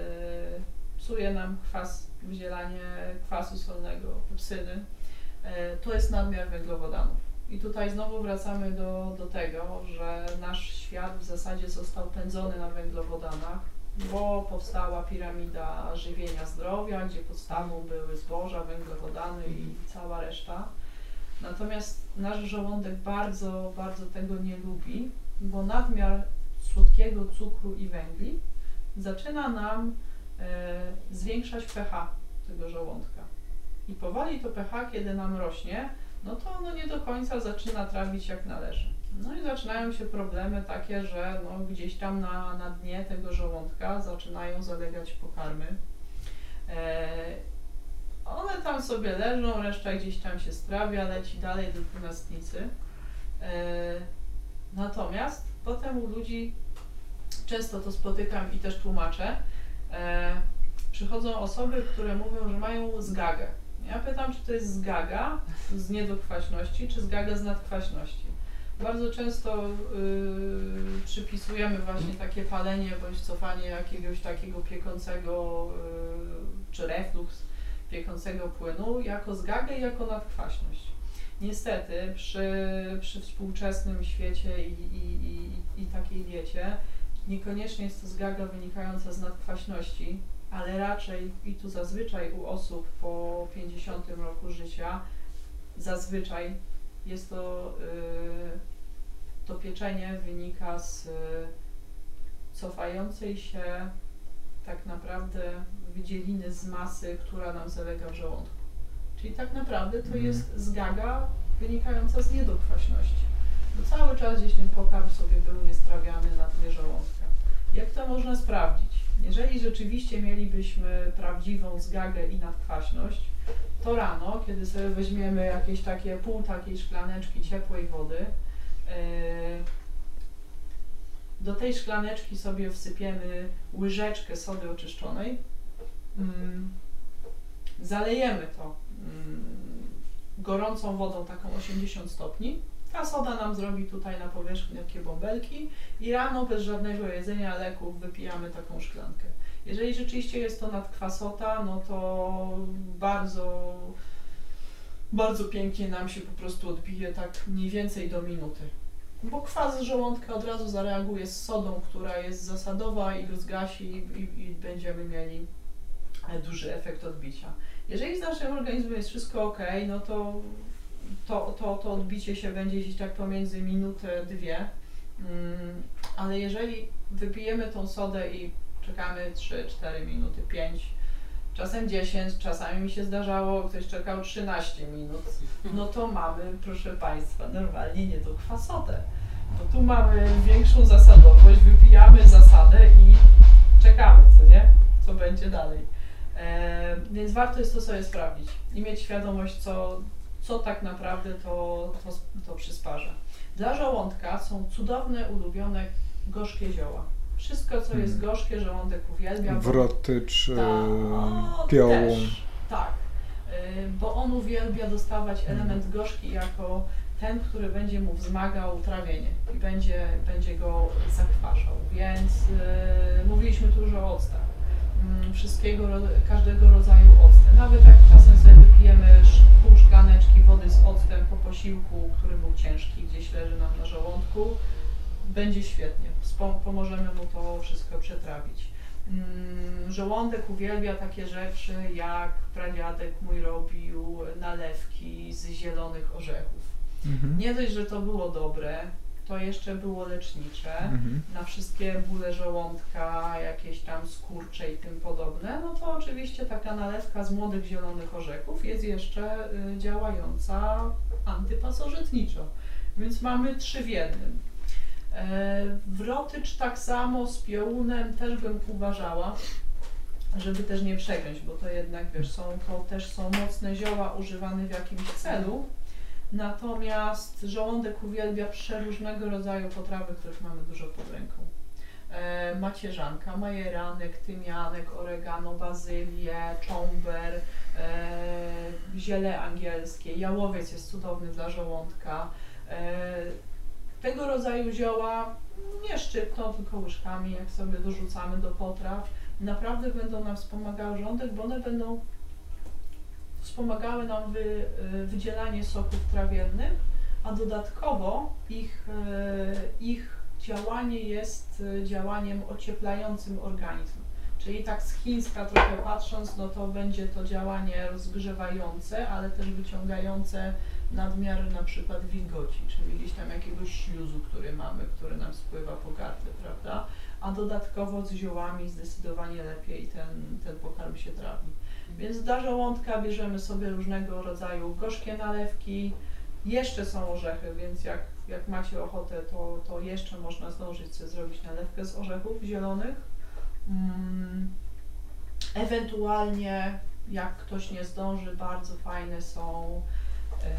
psuje nam kwas, wydzielanie kwasu solnego, pepsyny, e, to jest nadmiar węglowodanów. I tutaj znowu wracamy do, do tego, że nasz świat w zasadzie został pędzony na węglowodanach bo powstała piramida żywienia zdrowia, gdzie podstawą były zboża, węglowodany i cała reszta. Natomiast nasz żołądek bardzo, bardzo tego nie lubi, bo nadmiar słodkiego cukru i węgli zaczyna nam e, zwiększać pH tego żołądka. I powoli to pH, kiedy nam rośnie, no to ono nie do końca zaczyna trawić jak należy. No i zaczynają się problemy takie, że no gdzieś tam na, na dnie tego żołądka zaczynają zalegać pokarmy. E, one tam sobie leżą, reszta gdzieś tam się strawia, leci dalej do dwunastnicy. E, natomiast potem u ludzi, często to spotykam i też tłumaczę, e, przychodzą osoby, które mówią, że mają zgagę. Ja pytam, czy to jest zgaga z niedokwaśności, czy zgaga z nadkwaśności. Bardzo często y, przypisujemy właśnie takie palenie bądź cofanie jakiegoś takiego piekącego, y, czy reflux piekącego płynu jako zgagę i jako nadkwaśność. Niestety przy, przy współczesnym świecie i, i, i, i takiej diecie niekoniecznie jest to zgaga wynikająca z nadkwaśności, ale raczej i tu zazwyczaj u osób po pięćdziesiątym roku życia zazwyczaj jest to, yy, to pieczenie wynika z yy, cofającej się tak naprawdę wydzieliny z masy, która nam zalega w żołądku. Czyli tak naprawdę to jest zgaga wynikająca z niedokwaśności. Bo cały czas gdzieś ten pokarm sobie był niestrawiany na dnie żołądka. Jak to można sprawdzić? Jeżeli rzeczywiście mielibyśmy prawdziwą zgagę i nadkwaśność, to rano, kiedy sobie weźmiemy jakieś takie pół takiej szklaneczki ciepłej wody, yy, do tej szklaneczki sobie wsypiemy łyżeczkę sody oczyszczonej, yy, zalejemy to yy, gorącą wodą taką osiemdziesiąt stopni. Ta soda nam zrobi tutaj na powierzchni takie bąbelki i rano bez żadnego jedzenia, leków wypijamy taką szklankę. Jeżeli rzeczywiście jest to nadkwasota, no to bardzo, bardzo pięknie nam się po prostu odbije tak mniej więcej do minuty. Bo kwas z żołądka od razu zareaguje z sodą, która jest zasadowa i go zgasi i, i, i będziemy mieli duży efekt odbicia. Jeżeli z naszym organizmem jest wszystko ok, no to To, to, to odbicie się będzie gdzieś tak pomiędzy minutę, dwie, mm, ale jeżeli wypijemy tą sodę i czekamy trzy, cztery minuty, pięć, czasem dziesięć, czasami mi się zdarzało, ktoś czekał trzynaście minut, no to mamy, proszę Państwa, normalnie niedokwasotę, bo tu mamy większą zasadowość, wypijamy zasadę i czekamy, co nie? Co będzie dalej. E, więc warto jest to sobie sprawdzić i mieć świadomość, co co tak naprawdę to, to, to przysparza. Dla żołądka są cudowne, ulubione, gorzkie zioła. Wszystko, co jest gorzkie, żołądek uwielbia. Wrotycz, Ta, piołun. Też, tak, bo on uwielbia dostawać element gorzki jako ten, który będzie mu wzmagał trawienie i będzie, będzie go zakwaszał. Więc yy, mówiliśmy tu już o octach. Wszystkiego, każdego rodzaju octy. Nawet jak czasem sobie wypijemy pół szklaneczki wody z octem po posiłku, który był ciężki, gdzieś leży nam na żołądku, będzie świetnie. Pomożemy mu to wszystko przetrawić. Żołądek uwielbia takie rzeczy, jak pradziadek mój robił nalewki z zielonych orzechów. Mhm. Nie dość, że to było dobre, to jeszcze było lecznicze, mhm. na wszystkie bóle żołądka, jakieś tam skurcze i tym podobne, no to oczywiście taka nalewka z młodych zielonych orzechów jest jeszcze y, działająca antypasożytniczo, więc mamy trzy w jednym. E, wrotycz tak samo z piołunem też bym uważała, żeby też nie przegiąć, bo to jednak, wiesz, są, to też są mocne zioła używane w jakimś celu. Natomiast żołądek uwielbia przeróżnego rodzaju potrawy, których mamy dużo pod ręką. E, macierzanka, majeranek, tymianek, oregano, bazylię, czomber, e, ziele angielskie, jałowiec jest cudowny dla żołądka. E, tego rodzaju zioła nie szczypną, tylko łyżkami, jak sobie dorzucamy do potraw, naprawdę będą nam wspomagały żołądek, bo one będą wspomagały nam wy, wydzielanie soków trawiennych, a dodatkowo ich, ich działanie jest działaniem ocieplającym organizm. Czyli tak z chińska trochę patrząc, no to będzie to działanie rozgrzewające, ale też wyciągające nadmiar na przykład wilgoci, czyli gdzieś tam jakiegoś śluzu, który mamy, który nam spływa po gardle, prawda? A dodatkowo z ziołami zdecydowanie lepiej ten, ten pokarm się trawi. Więc dla żołądka bierzemy sobie różnego rodzaju gorzkie nalewki. Jeszcze są orzechy, więc jak, jak macie ochotę, to, to jeszcze można zdążyć sobie zrobić nalewkę z orzechów zielonych. Mm, ewentualnie, jak ktoś nie zdąży, bardzo fajne są e,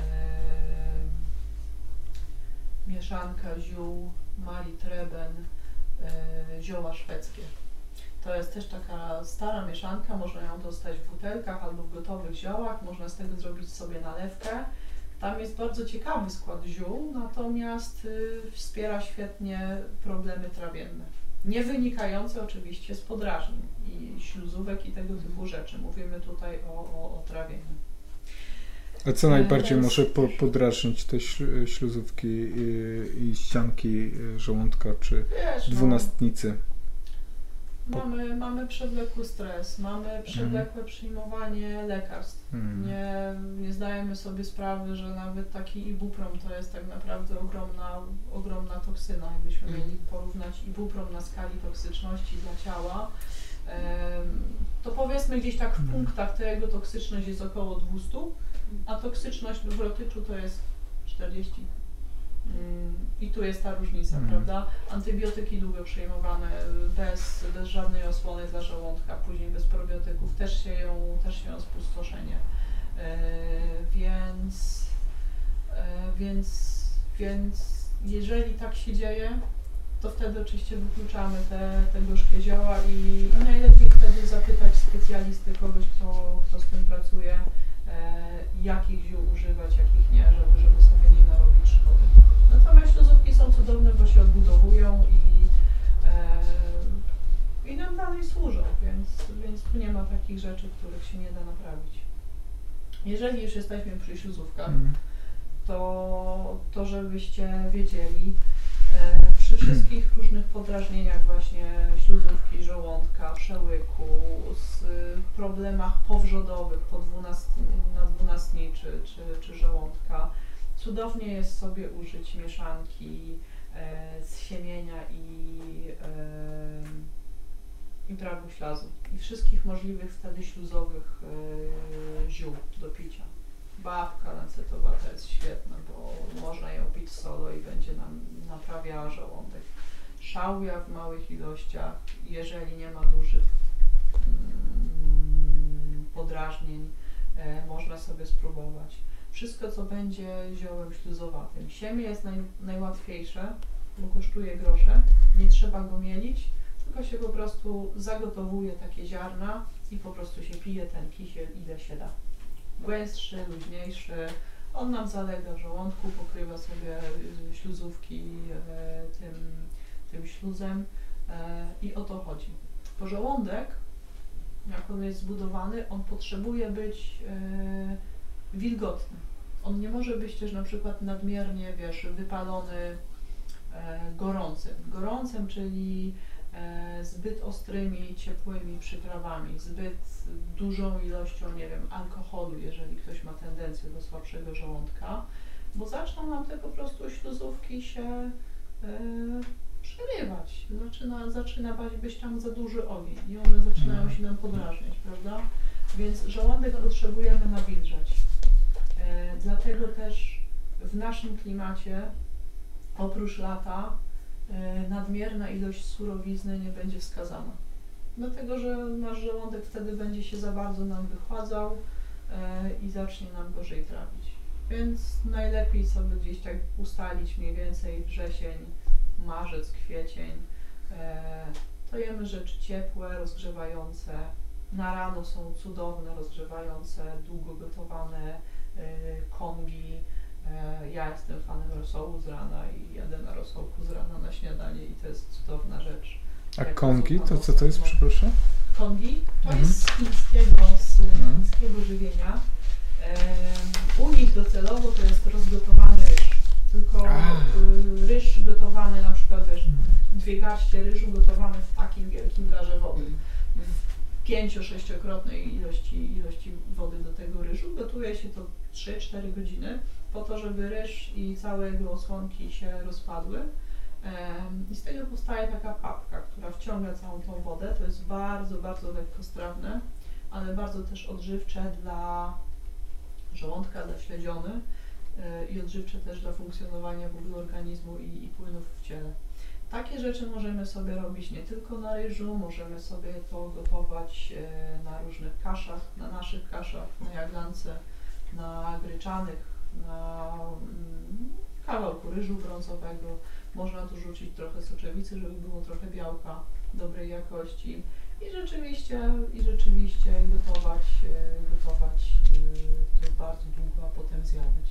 mieszanka ziół Marie Treben, e, zioła szwedzkie. To jest też taka stara mieszanka, można ją dostać w butelkach albo w gotowych ziołach, można z tego zrobić sobie nalewkę. Tam jest bardzo ciekawy skład ziół, natomiast y, wspiera świetnie problemy trawienne. Nie wynikające oczywiście z podrażnień i śluzówek i tego typu rzeczy. Mówimy tutaj o, o, o trawieniu. A co najbardziej jest... może po, podrażnić te śl- śluzówki i, i ścianki żołądka czy Wiesz, dwunastnicy? no, mamy, mamy przewlekły stres, mamy przewlekłe Mhm. przyjmowanie lekarstw. Mhm. Nie, nie zdajemy sobie sprawy, że nawet taki ibuprom to jest tak naprawdę ogromna, ogromna toksyna. Jakbyśmy Mhm. mieli porównać ibuprom na skali toksyczności dla ciała, em, to powiedzmy gdzieś tak w Mhm. punktach ta jego toksyczność jest około dwieście, a toksyczność w rotyczu to jest czterdzieści. Mm, I tu jest ta różnica, Mhm. prawda? Antybiotyki długo przyjmowane bez, bez żadnej osłony dla żołądka, później bez probiotyków też się ją, też się ją spustoszenie. E, więc, e, więc, więc jeżeli tak się dzieje, to wtedy oczywiście wykluczamy te, te gorzkie zioła i, i najlepiej wtedy zapytać specjalisty, kogoś, kto, kto z tym pracuje, e, jakich ziół używać, jakich nie, żeby, żeby sobie nie narobić szkody. Natomiast śluzówki są cudowne, bo się odbudowują i, e, i nam dalej służą, więc, więc tu nie ma takich rzeczy, których się nie da naprawić. Jeżeli już jesteśmy przy śluzówkach, Mhm. to, to żebyście wiedzieli, e, przy wszystkich różnych podrażnieniach właśnie śluzówki, żołądka, przełyku, z problemach powrzodowych po dwunastni, na dwunastniczy czy, czy żołądka, cudownie jest sobie użyć mieszanki e, z siemienia i, e, i pragu ślazu i wszystkich możliwych wtedy śluzowych e, ziół do picia. Babka lancetowa to jest świetna, bo można ją pić solo i będzie nam naprawiała żołądek. Szałwia w małych ilościach, jeżeli nie ma dużych mm, podrażnień, e, można sobie spróbować. Wszystko, co będzie ziołem śluzowatym. Siemię jest naj, najłatwiejsze, bo kosztuje grosze, nie trzeba go mielić, tylko się po prostu zagotowuje takie ziarna i po prostu się pije ten kisiel, ile się da. Gęstszy, luźniejszy, on nam zalega w żołądku, pokrywa sobie śluzówki e, tym, tym śluzem e, i o to chodzi. Pożołądek, jak on jest zbudowany, on potrzebuje być e, wilgotny. On nie może być też na przykład nadmiernie, wiesz, wypalony e, gorącym. Gorącym, czyli e, zbyt ostrymi, ciepłymi przyprawami, zbyt dużą ilością, nie wiem, alkoholu, jeżeli ktoś ma tendencję do słabszego żołądka, bo zaczną nam te po prostu śluzówki się e, przerywać. Zaczyna, zaczyna być tam za duży ogień i one zaczynają się nam podrażniać, prawda? Więc żołądek potrzebujemy nawilżać. E, dlatego też w naszym klimacie oprócz lata e, nadmierna ilość surowizny nie będzie wskazana. Dlatego, że nasz żołądek wtedy będzie się za bardzo nam wychładzał e, i zacznie nam gorzej trawić. Więc najlepiej sobie gdzieś tak ustalić mniej więcej wrzesień, marzec, kwiecień. E, to jemy rzeczy ciepłe, rozgrzewające. Na rano są cudowne, rozgrzewające, długo gotowane y, kongi. Y, ja jestem fanem rosołu z rana i jadę na rosołku z rana na śniadanie i to jest cudowna rzecz. A Jak kongi, to zupa co to jest, mocno. przepraszam? Kongi to Mhm. jest z chińskiego, z Mhm. chińskiego żywienia. Y, u nich docelowo to jest rozgotowany ryż. Tylko A. y, ryż gotowany na przykład wiesz, dwie garście ryżu gotowane w takim wielkim garze wody. W pięcio-sześciokrotnej ilości, ilości wody do tego ryżu. Gotuje się to trzy cztery godziny po to, żeby ryż i całe jego osłonki się rozpadły. I z tego powstaje taka papka, która wciąga całą tą wodę. To jest bardzo, bardzo lekkostrawne, ale bardzo też odżywcze dla żołądka, dla śledziony i odżywcze też dla funkcjonowania w ogóle organizmu i, i płynów w ciele. Takie rzeczy możemy sobie robić nie tylko na ryżu, możemy sobie to gotować na różnych kaszach, na naszych kaszach, na jaglance, na gryczanych, na kawałku ryżu brązowego. Można tu rzucić trochę soczewicy, żeby było trochę białka dobrej jakości i rzeczywiście, i rzeczywiście gotować, gotować to bardzo długo, a potem zjadać.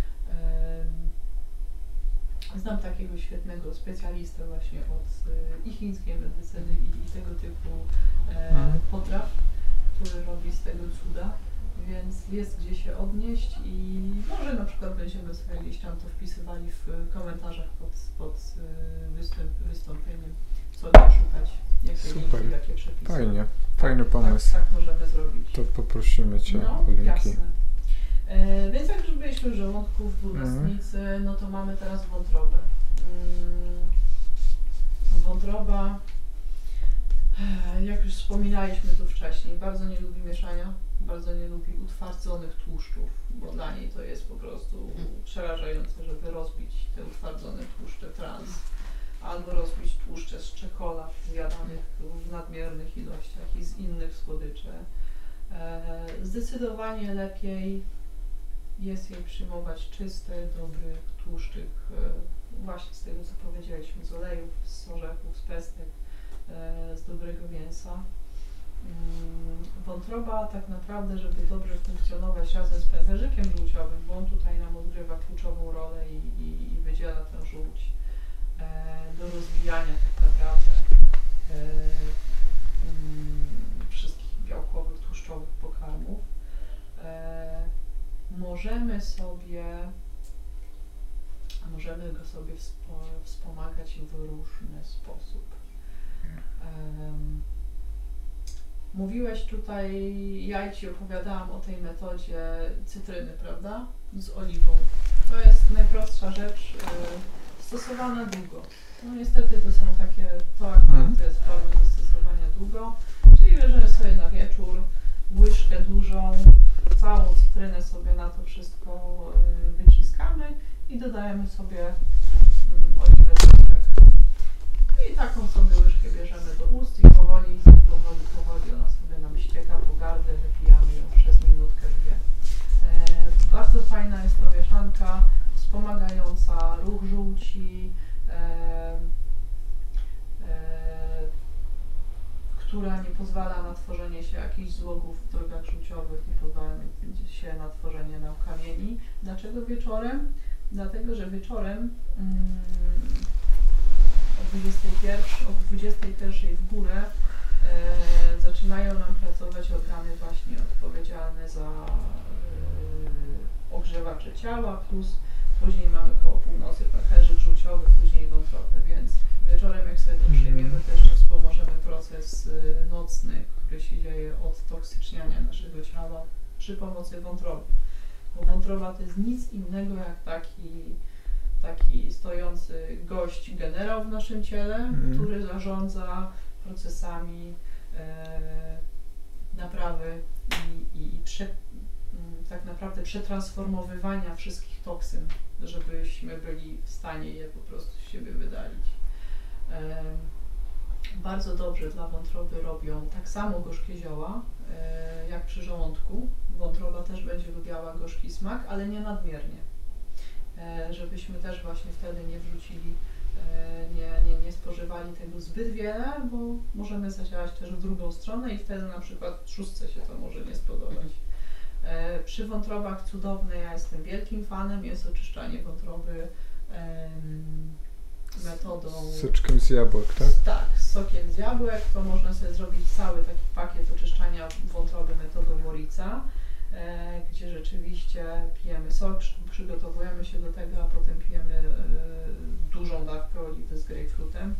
Znam takiego świetnego specjalistę właśnie od i chińskiej medycyny i, i tego typu e, potraw, który robi z tego cuda, więc jest gdzie się odnieść i może na przykład będziemy sobie gdzieś tam to wpisywali w komentarzach pod, pod wystąp, wystąpieniem, co nie szukać, jakie Super. linki, jakie przepisy. Fajnie, fajny pomysł. Tak, tak możemy zrobić. To poprosimy Cię No, o linki. jasne. E, więc jak już byliśmy w żołądku, w dwunastnicy, mm. no to mamy teraz wątrobę. Mm, wątroba, jak już wspominaliśmy tu wcześniej, bardzo nie lubi mieszania, bardzo nie lubi utwardzonych tłuszczów, bo dla niej to jest po prostu przerażające, żeby rozbić te utwardzone tłuszcze trans, albo rozbić tłuszcze z czekolad zjadanych w nadmiernych ilościach i z innych słodyczy. E, zdecydowanie lepiej jest jej przyjmować czyste, dobrych tłuszczyk, e, właśnie z tego, co powiedzieliśmy, z olejów, z orzechów, z pestek, e, z dobrego mięsa. Mm, wątroba tak naprawdę, żeby dobrze funkcjonować razem z pęcherzykiem żółciowym, bo on tutaj nam odgrywa kluczową rolę i, i, i wydziela tę żółć e, do rozwijania tak naprawdę e, mm, wszystkich białkowych, tłuszczowych pokarmów. E, możemy sobie możemy go sobie wspo, wspomagać w różny sposób. Um, mówiłeś tutaj, ja Ci opowiadałam o tej metodzie cytryny, prawda? Z oliwą. To jest najprostsza rzecz, y, stosowana długo. No niestety to są takie, to akurat to jest forma do stosowania długo, czyli bierzemy sobie na wieczór łyżkę dużą, całą cytrynę sobie na to wszystko y, wyciskamy i dodajemy sobie y, oliwę z łyżek. I taką sobie łyżkę bierzemy do ust i powoli, powoli, powoli ona sobie nam ścieka po gardle, wypijamy ją przez minutkę, dwie. E, bardzo fajna jest to mieszanka, wspomagająca ruch żółci, e, e, która nie pozwala na tworzenie się jakichś złogów w drogach żółciowych, nie pozwala się na tworzenie nam kamieni. Dlaczego wieczorem? Dlatego, że wieczorem mm, o dwudziestej pierwszej w górę e, zaczynają nam pracować organy właśnie odpowiedzialne za e, ogrzewacze ciała, plus później mamy koło północy pęcherzyk żółciowy, później wątrobę, więc wieczorem jak sobie to przyjmiemy, to jeszcze wspomożemy proces y, nocny, który się dzieje od toksyczniania naszego ciała przy pomocy wątroby. Bo wątroba to jest nic innego jak taki taki stojący gość, generał w naszym ciele, mm. który zarządza procesami e, naprawy i, i, i prze, m, tak naprawdę przetransformowywania wszystkich toksyn, żebyśmy byli w stanie je po prostu z siebie wydalić. E, bardzo dobrze dla wątroby robią tak samo gorzkie zioła, e, jak przy żołądku. Wątroba też będzie lubiała gorzki smak, ale nie nadmiernie. Żebyśmy też właśnie wtedy nie wrzucili, nie, nie, nie spożywali tego zbyt wiele, bo możemy zadziałać też w drugą stronę i wtedy na przykład trzustce się to może nie spodobać. Przy wątrobach cudowne, ja jestem wielkim fanem, jest oczyszczanie wątroby um, metodą... Z soczkiem z jabłek, tak? Tak, z sokiem z jabłek, to można sobie zrobić cały taki pakiet oczyszczania wątroby metodą Morica, E, gdzie rzeczywiście pijemy sok, przygotowujemy się do tego, a potem pijemy e, dużą dawkę oliwy z grejpfrutem.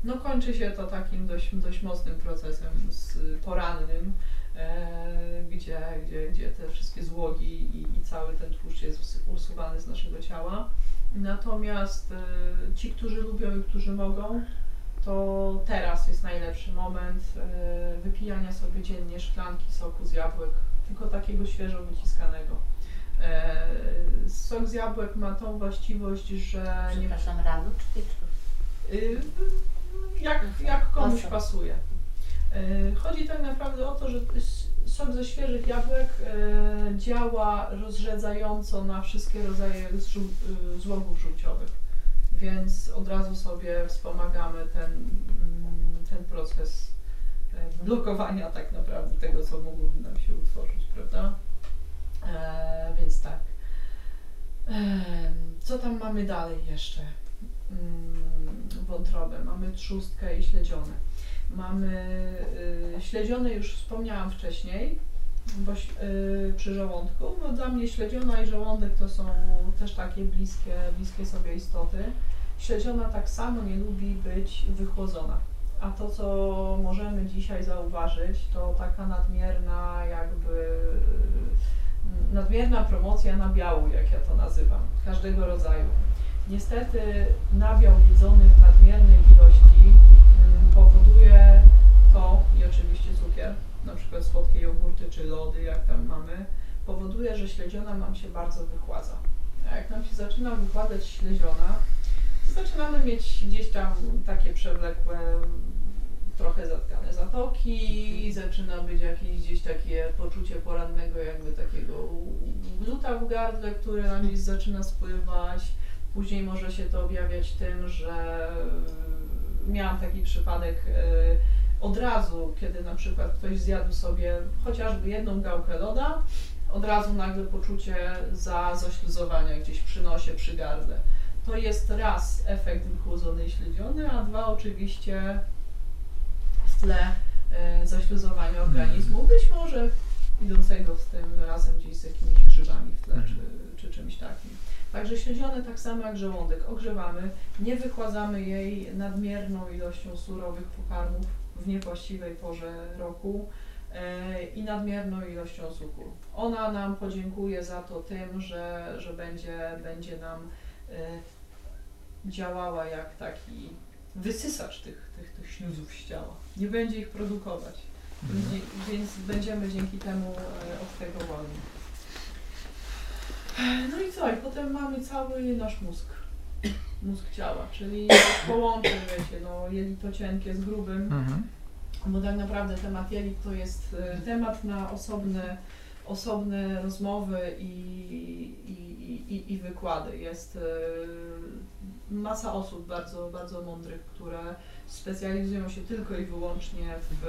no kończy się to takim dość, dość mocnym procesem z, porannym, e, gdzie, gdzie, gdzie te wszystkie złogi i, i cały ten tłuszcz jest usuwany z naszego ciała. Natomiast e, ci, którzy lubią i którzy mogą, to teraz jest najlepszy moment e, wypijania sobie dziennie szklanki soku z jabłek, tylko takiego świeżo wyciskanego. E, sok z jabłek ma tą właściwość, że... Przepraszam, rano czy wieczór? E, jak, jak komuś pasuje. E, chodzi tak naprawdę o to, że sok ze świeżych jabłek e, działa rozrzedzająco na wszystkie rodzaje żół- złogów żółciowych, więc od razu sobie wspomagamy ten, ten proces blokowania tak naprawdę tego, co mogłoby nam się utworzyć, prawda? E, więc tak. E, co tam mamy dalej jeszcze? Mm, wątrobę, mamy trzustkę i śledzione. Mamy y, śledzione, już wspomniałam wcześniej, bo y, przy żołądku, bo dla mnie śledziona i żołądek to są też takie bliskie, bliskie sobie istoty. Śledziona tak samo nie lubi być wychłodzona. A to, co możemy dzisiaj zauważyć, to taka nadmierna jakby nadmierna promocja nabiału, jak ja to nazywam, każdego rodzaju. Niestety nabiał jedzony w nadmiernej ilości mm, powoduje to, i oczywiście cukier, na przykład słodkie jogurty czy lody, jak tam mamy, powoduje, że śledziona nam się bardzo wychładza. A jak nam się zaczyna wychładzać śledziona, zaczynamy mieć gdzieś tam takie przewlekłe, trochę zatkane zatoki, zaczyna być jakieś gdzieś takie poczucie porannego jakby takiego gluta w gardle, które nam gdzieś zaczyna spływać. Później może się to objawiać tym, że miałam taki przypadek od razu, kiedy na przykład ktoś zjadł sobie chociażby jedną gałkę loda, od razu nagle poczucie za zaśluzowania gdzieś przy nosie, przy gardle. To jest raz efekt wychłodzony i śledziony, a dwa oczywiście w tle y, zaśluzowania organizmu, być może idącego z tym razem gdzieś z jakimiś grzybami w tle, czy, czy czymś takim. Także śledzione tak samo jak żołądek ogrzewamy, nie wychładzamy jej nadmierną ilością surowych pokarmów w niewłaściwej porze roku y, i nadmierną ilością cukru. Ona nam podziękuje za to tym, że, że będzie, będzie nam y, działała jak taki wysysacz tych, tych, tych śluzów z ciała. Nie będzie ich produkować, mhm. więc będziemy dzięki temu y, od tego wolni. No i co? I potem mamy cały nasz mózg, mózg ciała, czyli połączy, wiecie, no jelito cienkie z grubym, mhm. bo tak naprawdę temat jelit to jest y, temat na osobne, osobne rozmowy i, i, i, i wykłady. Jest y, masa osób bardzo, bardzo mądrych, które specjalizują się tylko i wyłącznie w,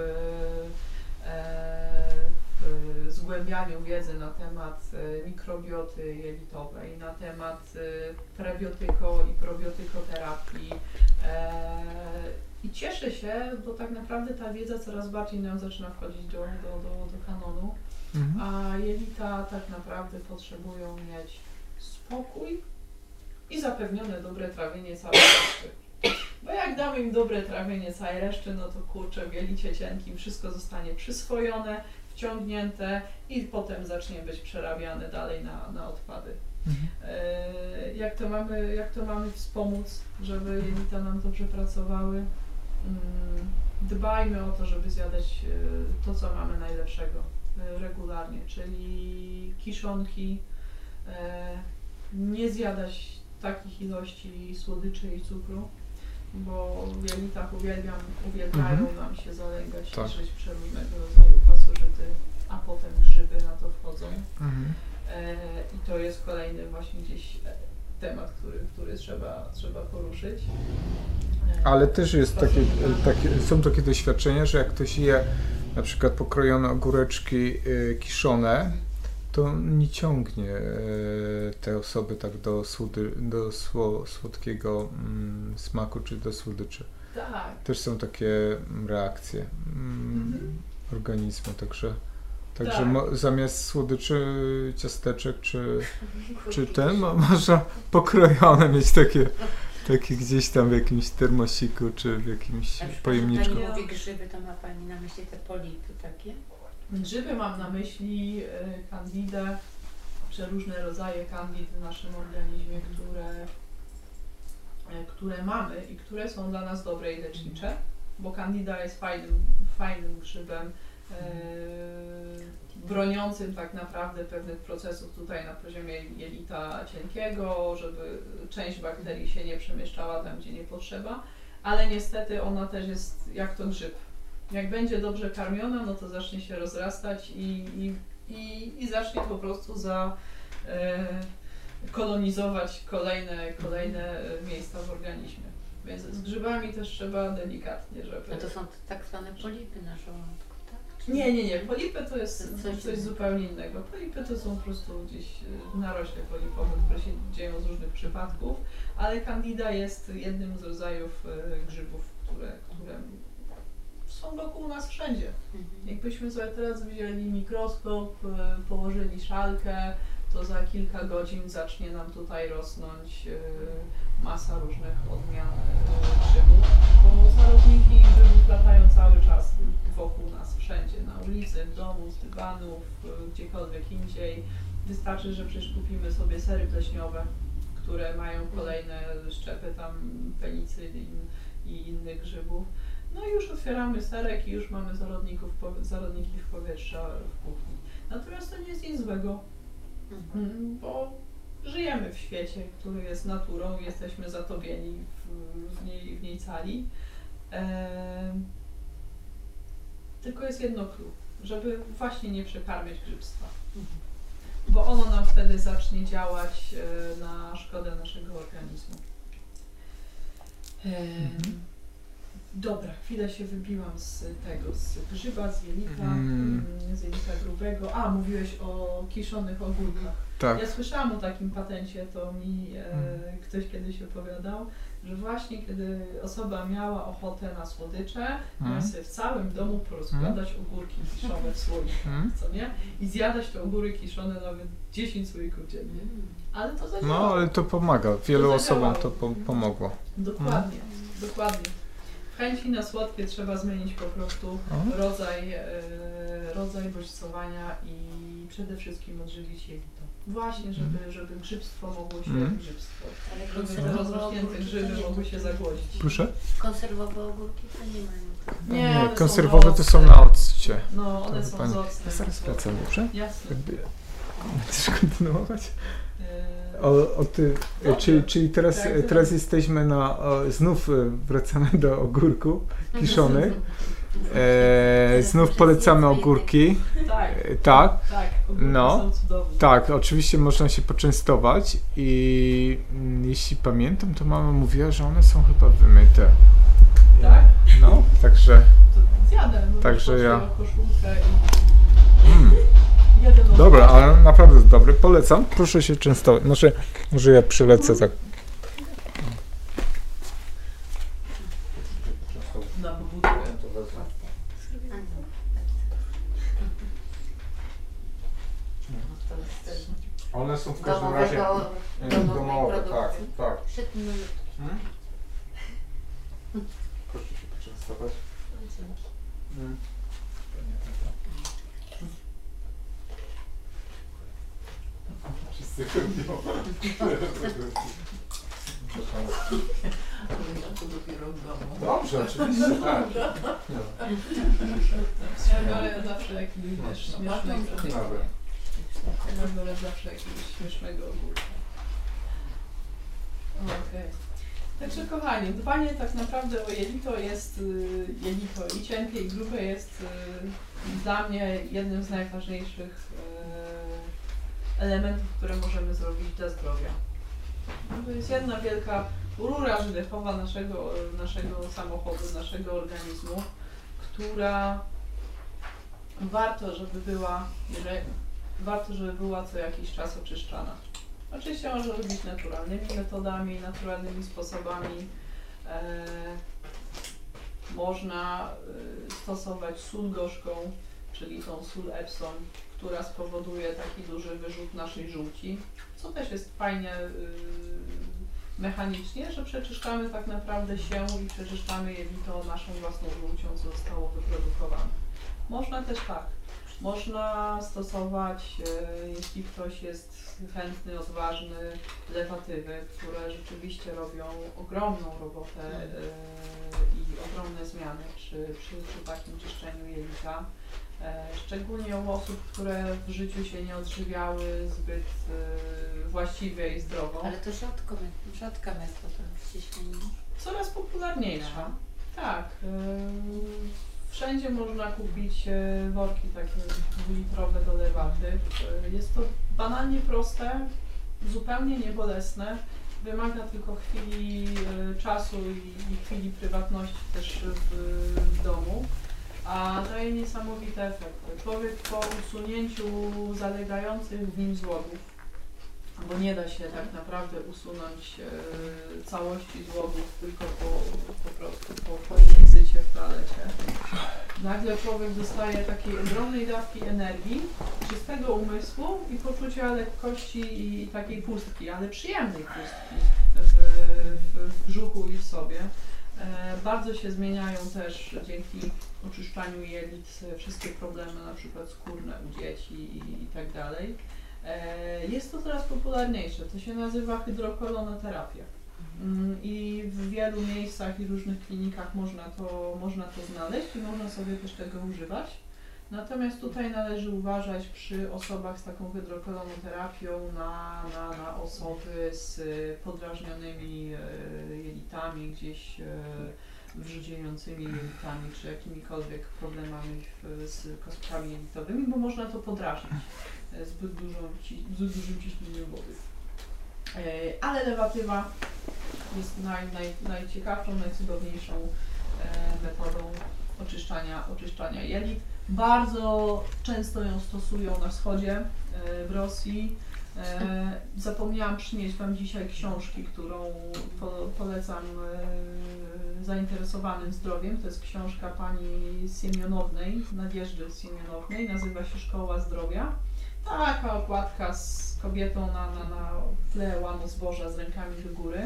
e, w zgłębianiu wiedzy na temat mikrobioty jelitowej, na temat prebiotyko i probiotykoterapii. E, I cieszę się, bo tak naprawdę ta wiedza coraz bardziej nam zaczyna wchodzić do, do, do, do kanonu. Mhm. A jelita tak naprawdę potrzebują mieć spokój i zapewnione dobre trawienie całej reszty. Bo jak damy im dobre trawienie całej reszty, no to kurczę, w jelicie cienkim wszystko zostanie przyswojone, wciągnięte i potem zacznie być przerabiane dalej na, na odpady. Mhm. E, jak to mamy, jak to mamy wspomóc, żeby jelita nam dobrze pracowały? Mm, dbajmy o to, żeby zjadać to, co mamy najlepszego regularnie, czyli kiszonki, e, nie zjadać takich ilości słodyczy i cukru, bo w jelitach uwielbiam, uwielbiają mhm. nam się zalęgać, tak. żyć przeróżnego rodzaju pasożyty, a potem grzyby na to wchodzą. Mhm. E, I to jest kolejny właśnie gdzieś temat, który, który trzeba, trzeba poruszyć. E, Ale też jest takie, takie, są takie doświadczenia, że jak ktoś je na przykład pokrojone ogóreczki y, kiszone, to nie ciągnie y, te osoby tak do, słody, do sło, słodkiego mm, smaku czy do słodyczy. Tak. Też są takie reakcje mm, mm-hmm. organizmu, także, także tak. mo, zamiast słodyczy, ciasteczek czy, czy ten, mo, można pokrojone mieć takie Taki gdzieś tam w jakimś termosiku, czy w jakimś Na przykład, pojemniczku. jak Pani mówi grzyby, to ma Pani na myśli te polipy takie? Grzyby mam na myśli y, kandidę, przeróżne rodzaje kandid w naszym organizmie, które, y, które mamy i które są dla nas dobre i lecznicze, bo kandida jest fajnym, fajnym grzybem, y, broniącym tak naprawdę pewnych procesów tutaj na poziomie jelita cienkiego, żeby część bakterii się nie przemieszczała tam, gdzie nie potrzeba, ale niestety ona też jest jak to grzyb. Jak będzie dobrze karmiona, no to zacznie się rozrastać i, i, i, i zacznie po prostu za, e, kolonizować kolejne, kolejne miejsca w organizmie. Więc z grzybami też trzeba delikatnie, żeby... No to są tak zwane polipy na żołądku, tak? Czy Nie, nie, nie. Polipy to jest To jest coś, coś coś innego. zupełnie innego. Polipy to są po prostu gdzieś e, narośle polipowe, które się dzieją z różnych przypadków, ale candida jest jednym z rodzajów e, grzybów, które, które są wokół nas wszędzie. Mhm. Jakbyśmy sobie teraz wzięli mikroskop, e, położyli szalkę, to za kilka godzin zacznie nam tutaj rosnąć e, masa różnych odmian e, grzybów, bo zarodniki grzybów latają cały czas wokół nas, wszędzie, na ulicy, w domu, z dywanów, e, gdziekolwiek indziej. Wystarczy, że przecież kupimy sobie sery pleśniowe, które mają kolejne szczepy tam penicylin i innych grzybów. No i już otwieramy serek i już mamy zarodników, zarodniki w powietrza w kuchni. Natomiast to nie jest nic złego, Mhm. bo żyjemy w świecie, który jest naturą, jesteśmy zatopieni w, w, niej, w niej cali. Ehm, tylko jest jedno clue, żeby właśnie nie przekarmiać grzybstwa, Mhm. bo ono nam wtedy zacznie działać e, na szkodę naszego organizmu. Ehm, Mhm. Dobra, chwilę się wybiłam z tego, z grzyba, z jelita, Mm. mm, z jelita grubego. A, mówiłeś o kiszonych ogórkach. Tak. Ja słyszałam o takim patencie, to mi e, Mm. ktoś kiedyś opowiadał, że właśnie kiedy osoba miała ochotę na słodycze, miała Mm. sobie w całym domu porozkładać ogórki kiszone w słoikach, Mm. co nie? I zjadać te ogóry kiszone nawet dziesięć słoików dziennie. Mm. Ale to zadziałało. No, ale to pomaga. Wielu To osobom to zadziałało. po pomogło. Dokładnie, dokładnie. W chęci na słodkie trzeba zmienić po prostu O. rodzaj, e, rodzaj bodźcowania i przede wszystkim odżywić jelito. Właśnie, żeby, żeby grzybstwo mogło się Mm. grzybstwo, Ale żeby te konserwowe rozrośnięte ogórki to grzyby nie mogły to się nie- zagłodzić. Proszę? Konserwowe ogórki to nie mają. Nie, one są konserwowe to są occie. na occie. No, one To są pani- z octem. Ja zaraz wracam, dobrze? Jasne. Jakby... Chcesz kontynuować? E, O, o ty, Dobrze. czyli, czyli teraz, Tak, teraz jesteśmy na, o, znów e, wracamy do ogórków kiszonych. E, znów polecamy ogórki. tak, E, tak, tak, ogórki No. są cudowne. tak, oczywiście można się poczęstować i mm, jeśli pamiętam, to mama mówiła, że one są chyba wymyte. Tak? No, także To zjadę, no Także to ja- koszulkę i mm, jeden dobra, ale naprawdę jest dobry, polecam. Proszę się częstować. Może, może ja przylecę tak. na pobudkę. One są w Domowego, domowej produkcji. tak. Szczytny numer. Hmm? Proszę się poczęstować. Hmm. Wszyscy lubią. To dopiero w domu. Dobrze, oczywiście, tak. Ja biorę zawsze jakiegoś wiesz, śmiesznego. Nawet. Ja biorę zawsze jakiegoś śmiesznego ogórka. Okej. Także kochani, dbanie tak naprawdę o jelito jest, y, jelito i cienkie i grube jest y, dla mnie jednym z najważniejszych y, elementów, które możemy zrobić dla zdrowia. No to jest jedna wielka rura wydechowa naszego, naszego samochodu, naszego organizmu, która warto, żeby była, że warto, żeby była co jakiś czas oczyszczana. Oczywiście można robić naturalnymi metodami, naturalnymi sposobami. E, można e, stosować sól gorzką, czyli tą sól Epsom, która spowoduje taki duży wyrzut naszej żółci, co też jest fajnie, y, mechanicznie, że przeczyszczamy tak naprawdę się i przeczyszczamy jelito naszą własną żółcią, co zostało wyprodukowane. Można też tak. Można stosować, e, jeśli ktoś jest chętny, odważny, lewatywy, które rzeczywiście robią ogromną robotę e, i ogromne zmiany przy, przy, przy takim czyszczeniu jelita. E, szczególnie u osób, które w życiu się nie odżywiały zbyt e, właściwie i zdrowo. Ale to rzadko, rzadka metoda ściślenia. Coraz popularniejsza. Tak. E, Wszędzie można kupić e, worki takie dwulitrowe do lewaty. E, jest to banalnie proste, zupełnie niebolesne. Wymaga tylko chwili e, czasu i, i chwili prywatności też w, w domu, a daje niesamowite efekty. Człowiek po usunięciu zalegających w nim złogów, bo nie da się tak naprawdę usunąć e, całości złogów tylko po, po prostu po, po wizycie w toalecie. Nagle człowiek dostaje takiej ogromnej dawki energii, czystego umysłu i poczucia lekkości i takiej pustki, ale przyjemnej pustki w, w, w brzuchu i w sobie. E, bardzo się zmieniają też dzięki oczyszczaniu jelit wszystkie problemy, na przykład skórne u dzieci i, i tak dalej. Jest to coraz popularniejsze, to się nazywa hydrokolonoterapia i w wielu miejscach i różnych klinikach można to, można to znaleźć i można sobie też tego używać. Natomiast tutaj należy uważać przy osobach z taką hydrokolonoterapią na, na, na osoby z podrażnionymi jelitami, gdzieś wrzuciejącymi jelitami, czy jakimikolwiek problemami w, z kostkami jelitowymi, bo można to podrażnić zbyt dużą, zbyt dużym ciśnieniem wody. Ale lewatywa jest naj, naj, najciekawszą, najcudowniejszą metodą oczyszczania, oczyszczania jelit. Bardzo często ją stosują na wschodzie, w Rosji. Zapomniałam przynieść Wam dzisiaj książki, którą po, polecam zainteresowanym zdrowiem. To jest książka pani Siemionownej, Nadjeżdy Siemionownej, nazywa się Szkoła Zdrowia. Taka okładka z kobietą na, na, na tle łamu zboża z rękami do góry.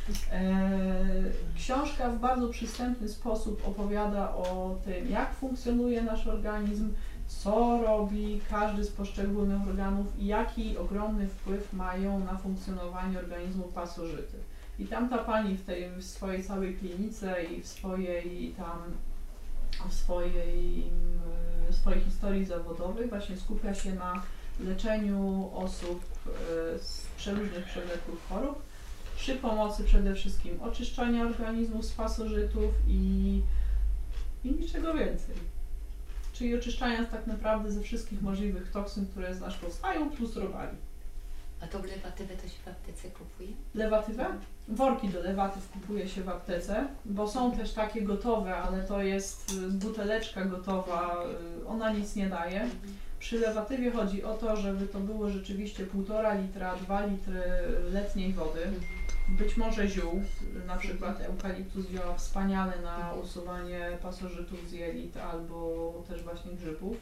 Książka w bardzo przystępny sposób opowiada o tym, jak funkcjonuje nasz organizm, co robi każdy z poszczególnych organów i jaki ogromny wpływ mają na funkcjonowanie organizmu pasożyty. I tamta pani w tej w swojej całej klinice i w swojej tam w swojej, w swojej historii zawodowej właśnie skupia się na leczeniu osób z przeróżnych przewlekłych chorób przy pomocy przede wszystkim oczyszczania organizmu z pasożytów i, i niczego więcej. Czyli oczyszczania tak naprawdę ze wszystkich możliwych toksyn, które z nas powstają, plus robali. A tą lewatywę to się w aptece kupuje? Lewatywę? Worki do lewatyw kupuje się w aptece, bo są też takie gotowe, ale to jest buteleczka gotowa, ona nic nie daje. Przy lewatywie chodzi o to, żeby to było rzeczywiście półtora litra, dwa litry letniej wody, być może ziół, na przykład eukaliptus działa wspaniale na usuwanie pasożytów z jelit albo też właśnie grzybów.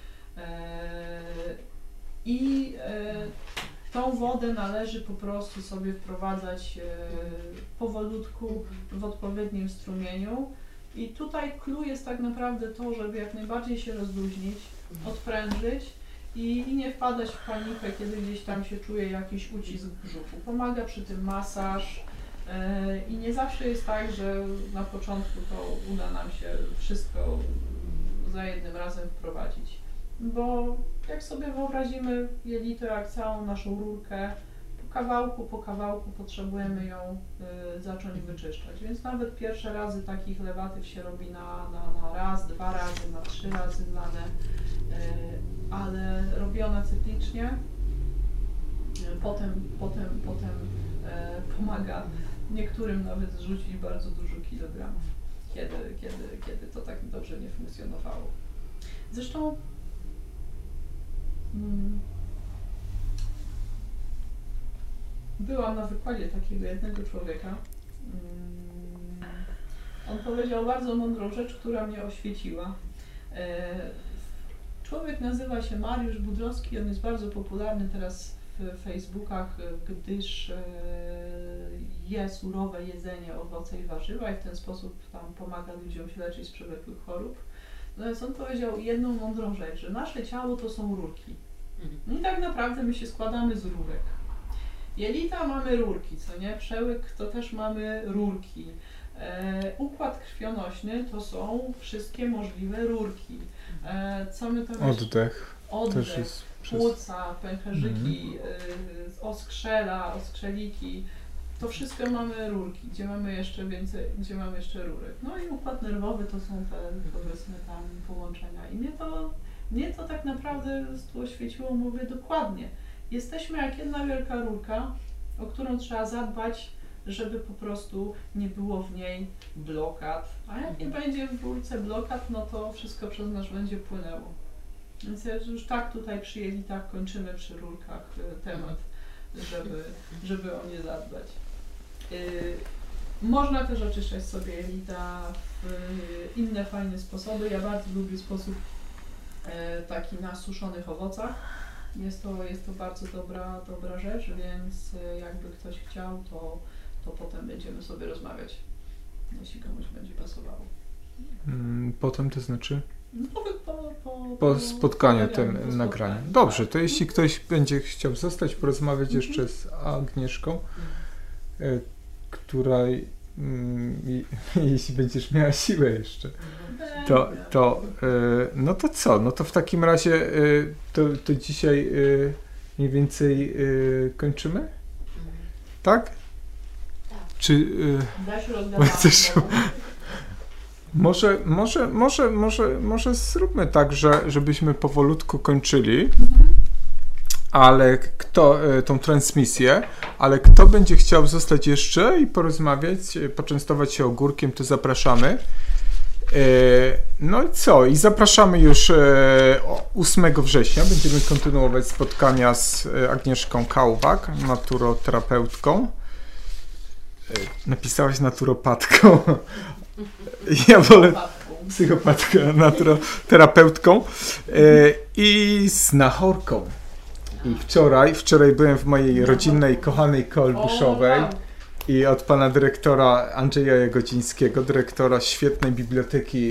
I tą wodę należy po prostu sobie wprowadzać powolutku w odpowiednim strumieniu. I tutaj clue jest tak naprawdę to, żeby jak najbardziej się rozluźnić, odprężyć i, i nie wpadać w panikę, kiedy gdzieś tam się czuje jakiś ucisk w brzuchu. Pomaga przy tym masaż yy, i nie zawsze jest tak, że na początku to uda nam się wszystko za jednym razem wprowadzić. Bo jak sobie wyobrazimy jelito jak całą naszą rurkę, po kawałku, po kawałku potrzebujemy ją y, zacząć wyczyszczać. Więc nawet pierwsze razy takich lewatyw się robi na, na, na raz, dwa razy, na trzy razy dlane, y, ale robiona cyklicznie, y, potem, potem, potem y, pomaga niektórym nawet zrzucić bardzo dużo kilogramów, kiedy, kiedy, kiedy to tak dobrze nie funkcjonowało. Zresztą mm, byłam na wykładzie takiego jednego człowieka. On powiedział bardzo mądrą rzecz, która mnie oświeciła. Człowiek nazywa się Mariusz Budrowski, on jest bardzo popularny teraz w Facebookach, gdyż je surowe jedzenie, owoce i warzywa i w ten sposób tam pomaga ludziom się leczyć z przewlekłych chorób. Natomiast on powiedział jedną mądrą rzecz, że nasze ciało to są rurki. No i tak naprawdę my się składamy z rurek. Jelita mamy rurki, co nie? Przełyk to też mamy rurki. E, układ krwionośny to są wszystkie możliwe rurki. E, co my tam jeszcze? Oddech. Oddech, Też jest przez... płuca, pęcherzyki, y, oskrzela, oskrzeliki. To wszystko mamy rurki, gdzie mamy jeszcze więcej, gdzie mamy jeszcze rurek. No i układ nerwowy to są te, powiedzmy, tam połączenia. I mnie to, mnie to tak naprawdę oświeciło, mówię dokładnie. Jesteśmy jak jedna wielka rurka, o którą trzeba zadbać, żeby po prostu nie było w niej blokad. A jak nie będzie w rurce blokad, no to wszystko przez nas będzie płynęło. Więc już tak tutaj przy jelitach kończymy przy rurkach temat, żeby, żeby o nie zadbać. Yy, można też oczyszczać sobie jelita w inne fajne sposoby. Ja bardzo lubię sposób yy, taki na suszonych owocach. Jest to, jest to bardzo dobra, dobra rzecz, więc yy, jakby ktoś chciał, to, to potem będziemy sobie rozmawiać, jeśli komuś będzie pasowało. Potem to znaczy? No, po, po, Po spotkaniu, tym po nagraniu. spotkaniu. Dobrze, to jeśli ktoś będzie chciał zostać, porozmawiać mm-hmm. jeszcze z Agnieszką, y, która, y, y, jeśli będziesz miała siłę jeszcze, to, to y, no to co? No to w takim razie y, to, to dzisiaj y, mniej więcej y, kończymy? Tak? Tak. Czy y, Dasz chcesz... Może, może, może, może, może zróbmy tak, że, żebyśmy powolutku kończyli, mhm. ale kto, y, tą transmisję, ale kto będzie chciał zostać jeszcze i porozmawiać, poczęstować się ogórkiem, to zapraszamy. Y, no i co? I zapraszamy już y, ósmego września. Będziemy kontynuować spotkania z Agnieszką Kałbak, naturoterapeutką. Y, napisałaś naturopatką. Ja wolę psychopatkę, naturoterapeutką yy, i znachorką. I wczoraj, wczoraj byłem w mojej rodzinnej, kochanej Kolbuszowej i od pana dyrektora Andrzeja Jagodzińskiego, dyrektora świetnej biblioteki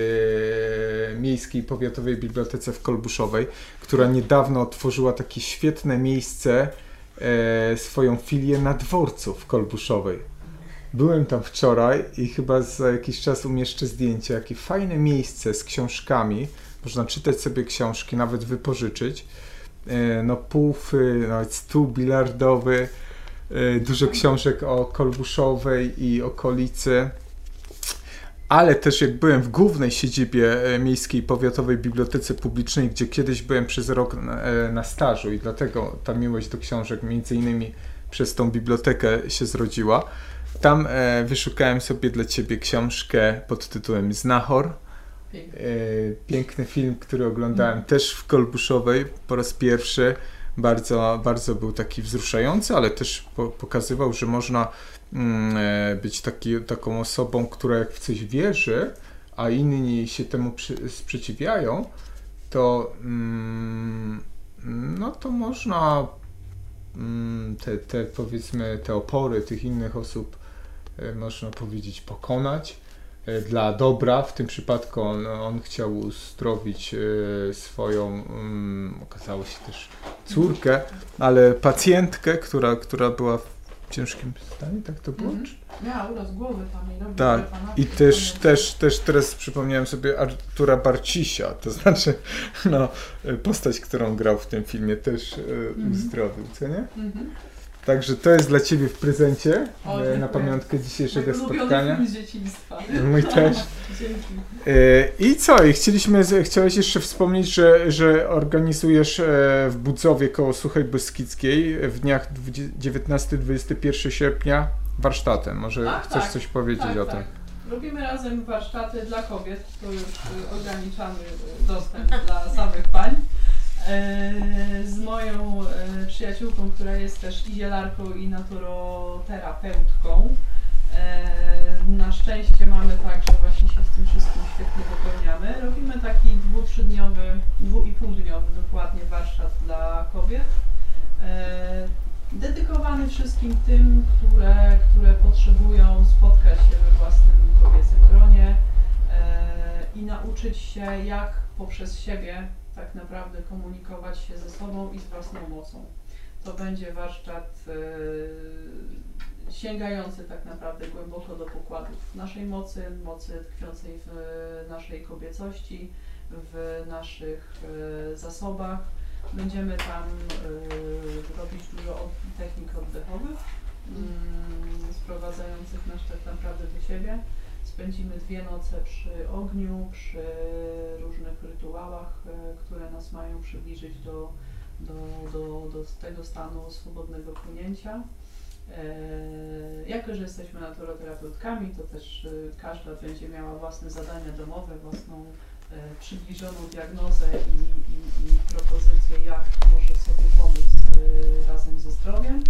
yy, miejskiej, powiatowej bibliotece w Kolbuszowej, która niedawno otworzyła takie świetne miejsce, yy, swoją filię na dworcu w Kolbuszowej. Byłem tam wczoraj i chyba za jakiś czas umieszczę zdjęcie. Jakie fajne miejsce z książkami. Można czytać sobie książki, nawet wypożyczyć. No pufy, nawet stół bilardowy, dużo książek o Kolbuszowej i okolicy. Ale też jak byłem w głównej siedzibie Miejskiej Powiatowej Bibliotece Publicznej, gdzie kiedyś byłem przez rok na stażu i dlatego ta miłość do książek między innymi przez tą bibliotekę się zrodziła. Tam e, wyszukałem sobie dla ciebie książkę pod tytułem Znachor. Piękny, e, piękny film, który oglądałem mm. też w Kolbuszowej po raz pierwszy. Bardzo, bardzo był taki wzruszający, ale też po, pokazywał, że można mm, e, być taki, taką osobą, która jak w coś wierzy, a inni się temu przy, sprzeciwiają, to mm, no to można mm, te, te powiedzmy te opory tych innych osób można powiedzieć pokonać dla dobra. W tym przypadku on, on chciał uzdrowić swoją, um, okazało się też córkę, ale pacjentkę, która, która była w ciężkim stanie, tak to było? Mm-hmm. Miała uraz głowy tam i robił tak. I też, też, też teraz przypomniałem sobie Artura Barcisia, to znaczy no, postać, którą grał w tym filmie, też mm-hmm. uzdrowił, co nie? Mm-hmm. Także to jest dla ciebie w prezencie o, na pamiątkę dzisiejszego tak spotkania. Film z dzieciństwa. Mój też. Dzięki. I co? I chcieliśmy, chciałeś jeszcze wspomnieć, że, że organizujesz w Budzowie koło Suchej Beskidzkiej w dniach dziewiętnastego do dwudziestego pierwszego sierpnia warsztaty. Może tak, chcesz tak, coś powiedzieć tak, o tym? Tak. Robimy razem warsztaty dla kobiet, to już ograniczamy dostęp dla samych pań. Z moją przyjaciółką, która jest też i zielarką, i naturoterapeutką. Na szczęście mamy tak, że właśnie się z tym wszystkim świetnie dopełniamy. Robimy taki dwu, trzydniowy, dwu i pół dniowy dokładnie warsztat dla kobiet. Dedykowany wszystkim tym, które, które nauczyć się, jak poprzez siebie tak naprawdę komunikować się ze sobą i z własną mocą. To będzie warsztat yy, sięgający tak naprawdę głęboko do pokładów naszej mocy, mocy tkwiącej w naszej kobiecości, w naszych yy, zasobach. Będziemy tam yy, robić dużo od, technik oddechowych, yy, sprowadzających nas tak naprawdę do siebie. Spędzimy dwie noce przy ogniu, przy różnych rytuałach, yy, które nas mają przybliżyć do, do, do, do tego stanu swobodnego płynięcia. Yy, jako, że jesteśmy naturoterapeutkami, to też yy, każda będzie miała własne zadania domowe, własną przybliżoną diagnozę i, i, i propozycję, jak może sobie pomóc y, razem ze zdrowiem.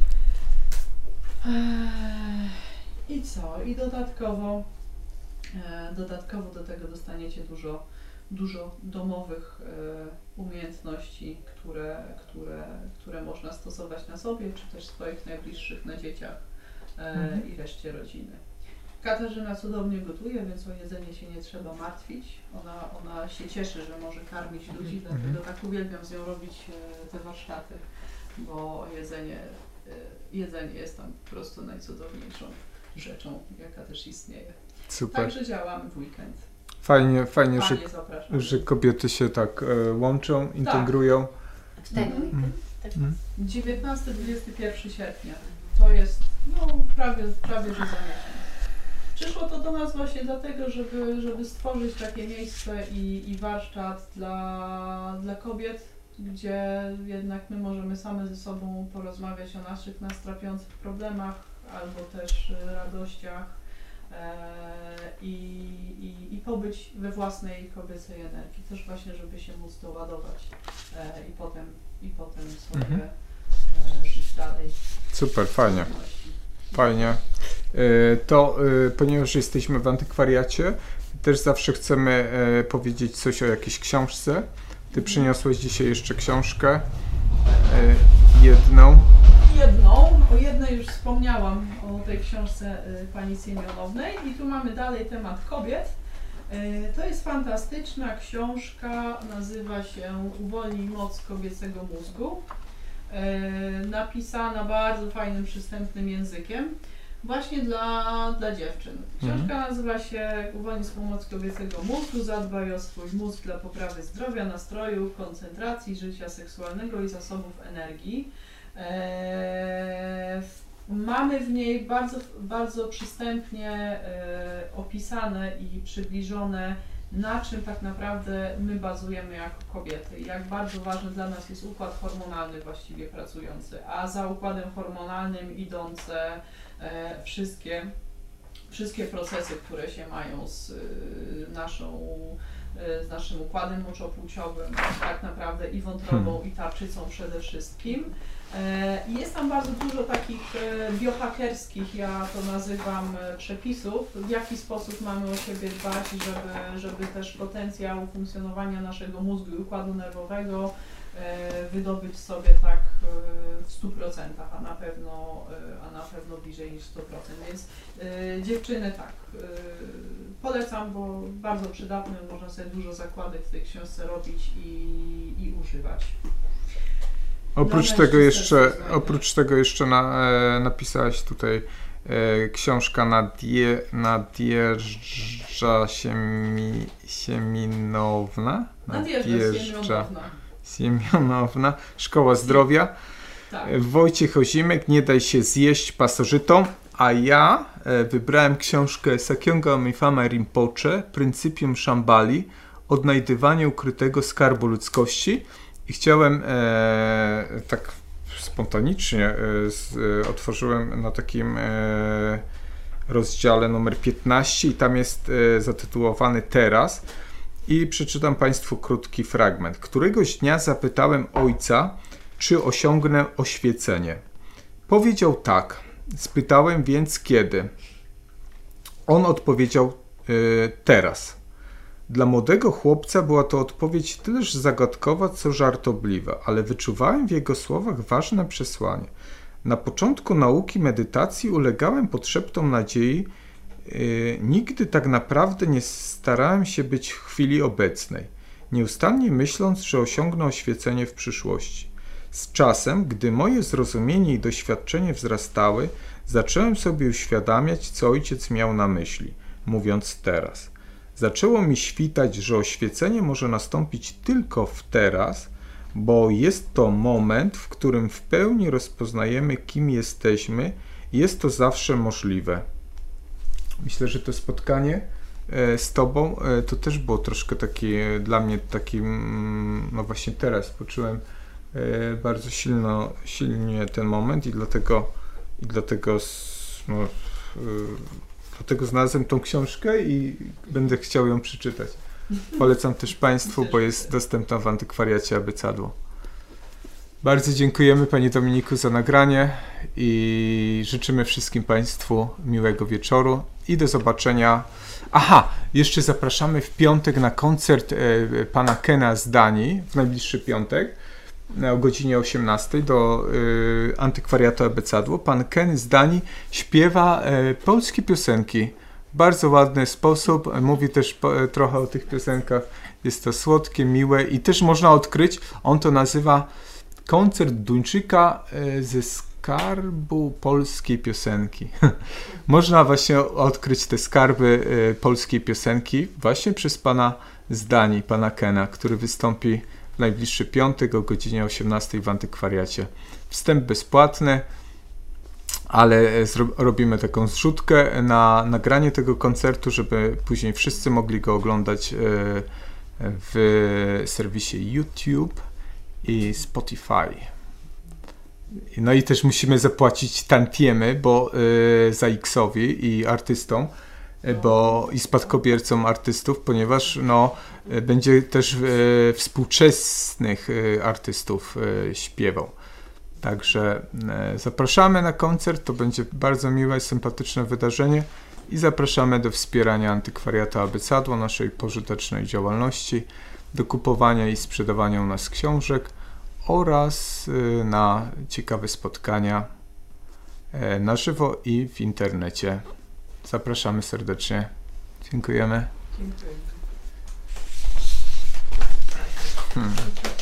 I co? I dodatkowo, e, dodatkowo do tego dostaniecie dużo, dużo domowych e, umiejętności, które, które, które można stosować na sobie, czy też swoich najbliższych, na dzieciach e, mhm. i reszcie rodziny. Katarzyna cudownie gotuje, więc o jedzenie się nie trzeba martwić. Ona, ona się cieszy, że może karmić ludzi, Mhm. dlatego tak uwielbiam z nią robić e, te warsztaty, bo jedzenie, e, jedzenie jest tam po prostu najcudowniejszą rzeczą, jaka też istnieje. Super. Także działamy w weekend. Fajnie, fajnie, że, Panie zapraszam. że kobiety się tak e, łączą, integrują. W ten Mhm. weekend? Tak. Mhm. dziewiętnastego do dwudziestego pierwszego sierpnia. To jest no, prawie, prawie że za miesiąc. Przyszło to do nas właśnie dlatego, żeby, żeby stworzyć takie miejsce i, i warsztat dla, dla kobiet, gdzie jednak my możemy same ze sobą porozmawiać o naszych nas trapiących problemach albo też radościach e, i, i, i pobyć we własnej kobiecej energii. Też właśnie, żeby się móc doładować e, i potem, i potem sobie Mhm. e, żyć dalej. Super, fajnie. Fajnie. E, To, e, ponieważ jesteśmy w antykwariacie, też zawsze chcemy e, powiedzieć coś o jakiejś książce. Ty przyniosłeś dzisiaj jeszcze książkę. E, jedną. Jedną, o jednej już wspomniałam, o tej książce y, pani Siemionownej i tu mamy dalej temat kobiet. Y, to jest fantastyczna książka, nazywa się Uwolnij moc kobiecego mózgu. Y, napisana bardzo fajnym, przystępnym językiem, właśnie dla, dla dziewczyn. Książka Mhm. nazywa się Uwolnij swą moc kobiecego mózgu, zadbaj o swój mózg dla poprawy zdrowia, nastroju, koncentracji, życia seksualnego i zasobów energii. Eee, mamy w niej bardzo, bardzo przystępnie e, opisane i przybliżone, na czym tak naprawdę my bazujemy jako kobiety, jak bardzo ważny dla nas jest układ hormonalny właściwie pracujący, a za układem hormonalnym idące e, wszystkie, wszystkie procesy, które się mają z e, naszą z naszym układem moczopłciowym, tak naprawdę i wątrobą, hmm. i tarczycą przede wszystkim. I jest tam bardzo dużo takich biohackerskich, ja to nazywam, przepisów, w jaki sposób mamy o siebie dbać, żeby, żeby też potencjał funkcjonowania naszego mózgu i układu nerwowego wydobyć sobie tak w stu procentach, a na pewno, a na pewno bliżej niż sto procent. Więc dziewczyny tak, polecam, bo bardzo przydatne, można sobie dużo zakładek w tej książce robić i, i używać. Oprócz No, tego jeszcze, oprócz tego jeszcze na, e, napisałaś tutaj e, książka Nadje, Nadjeżdża Siemi, Sieminowna. Nadjeżdża Siemionowna, Szkoła Zdrowia. Tak. Wojciech Ozimek, Nie daj się zjeść pasożytom. A ja e, wybrałem książkę Sakyonga Mifama Rinpoche, Pryncypium Shambhali, Odnajdywanie ukrytego skarbu ludzkości. I chciałem e, tak spontanicznie e, z, e, otworzyłem na takim e, rozdziale numer piętnaście i tam jest e, zatytułowany Teraz i przeczytam Państwu krótki fragment. Któregoś dnia zapytałem ojca, czy osiągnę oświecenie. Powiedział tak. Spytałem więc kiedy. On odpowiedział e, teraz. Dla młodego chłopca była to odpowiedź tyleż zagadkowa, co żartobliwa, ale wyczuwałem w jego słowach ważne przesłanie. Na początku nauki medytacji ulegałem podszeptom nadziei, Yy, nigdy tak naprawdę nie starałem się być w chwili obecnej, nieustannie myśląc, że osiągnę oświecenie w przyszłości. Z czasem, gdy moje zrozumienie i doświadczenie wzrastały, zacząłem sobie uświadamiać, co ojciec miał na myśli, mówiąc teraz. Zaczęło mi świtać, że oświecenie może nastąpić tylko w teraz, bo jest to moment, w którym w pełni rozpoznajemy, kim jesteśmy i jest to zawsze możliwe. Myślę, że to spotkanie z Tobą to też było troszkę takie dla mnie takim, no właśnie teraz poczułem bardzo silno, silnie ten moment i dlatego, i dlatego, no, dlatego znalazłem tą książkę i będę chciał ją przeczytać. Polecam też Państwu, bo jest dostępna w antykwariacie Abecadło. Bardzo dziękujemy Panie Dominiku za nagranie i życzymy wszystkim Państwu miłego wieczoru i do zobaczenia. Aha, jeszcze zapraszamy w piątek na koncert e, Pana Kena z Danii, w najbliższy piątek o godzinie osiemnastej do e, antykwariatu Abecadło. Pan Ken z Danii śpiewa e, polskie piosenki w bardzo ładny sposób, mówi też po, e, trochę o tych piosenkach, jest to słodkie, miłe i też można odkryć, on to nazywa koncert Duńczyka ze skarbu polskiej piosenki. Można właśnie odkryć te skarby polskiej piosenki właśnie przez pana z Danii, pana Kena, który wystąpi w najbliższy piątek o godzinie osiemnastej w antykwariacie. Wstęp bezpłatny, ale robimy taką zrzutkę na nagranie tego koncertu, żeby później wszyscy mogli go oglądać w serwisie YouTube i Spotify. No i też musimy zapłacić tantiemy, bo y, za X-owi i artystom, y, bo i spadkobiercom artystów, ponieważ no, y, będzie też y, współczesnych y, artystów y, śpiewał. Także y, zapraszamy na koncert, to będzie bardzo miłe i sympatyczne wydarzenie i zapraszamy do wspierania antykwariatu Abecadło, naszej pożytecznej działalności, do kupowania i sprzedawania u nas książek oraz na ciekawe spotkania na żywo i w internecie. Zapraszamy serdecznie. Dziękujemy. Dziękuję. Hmm.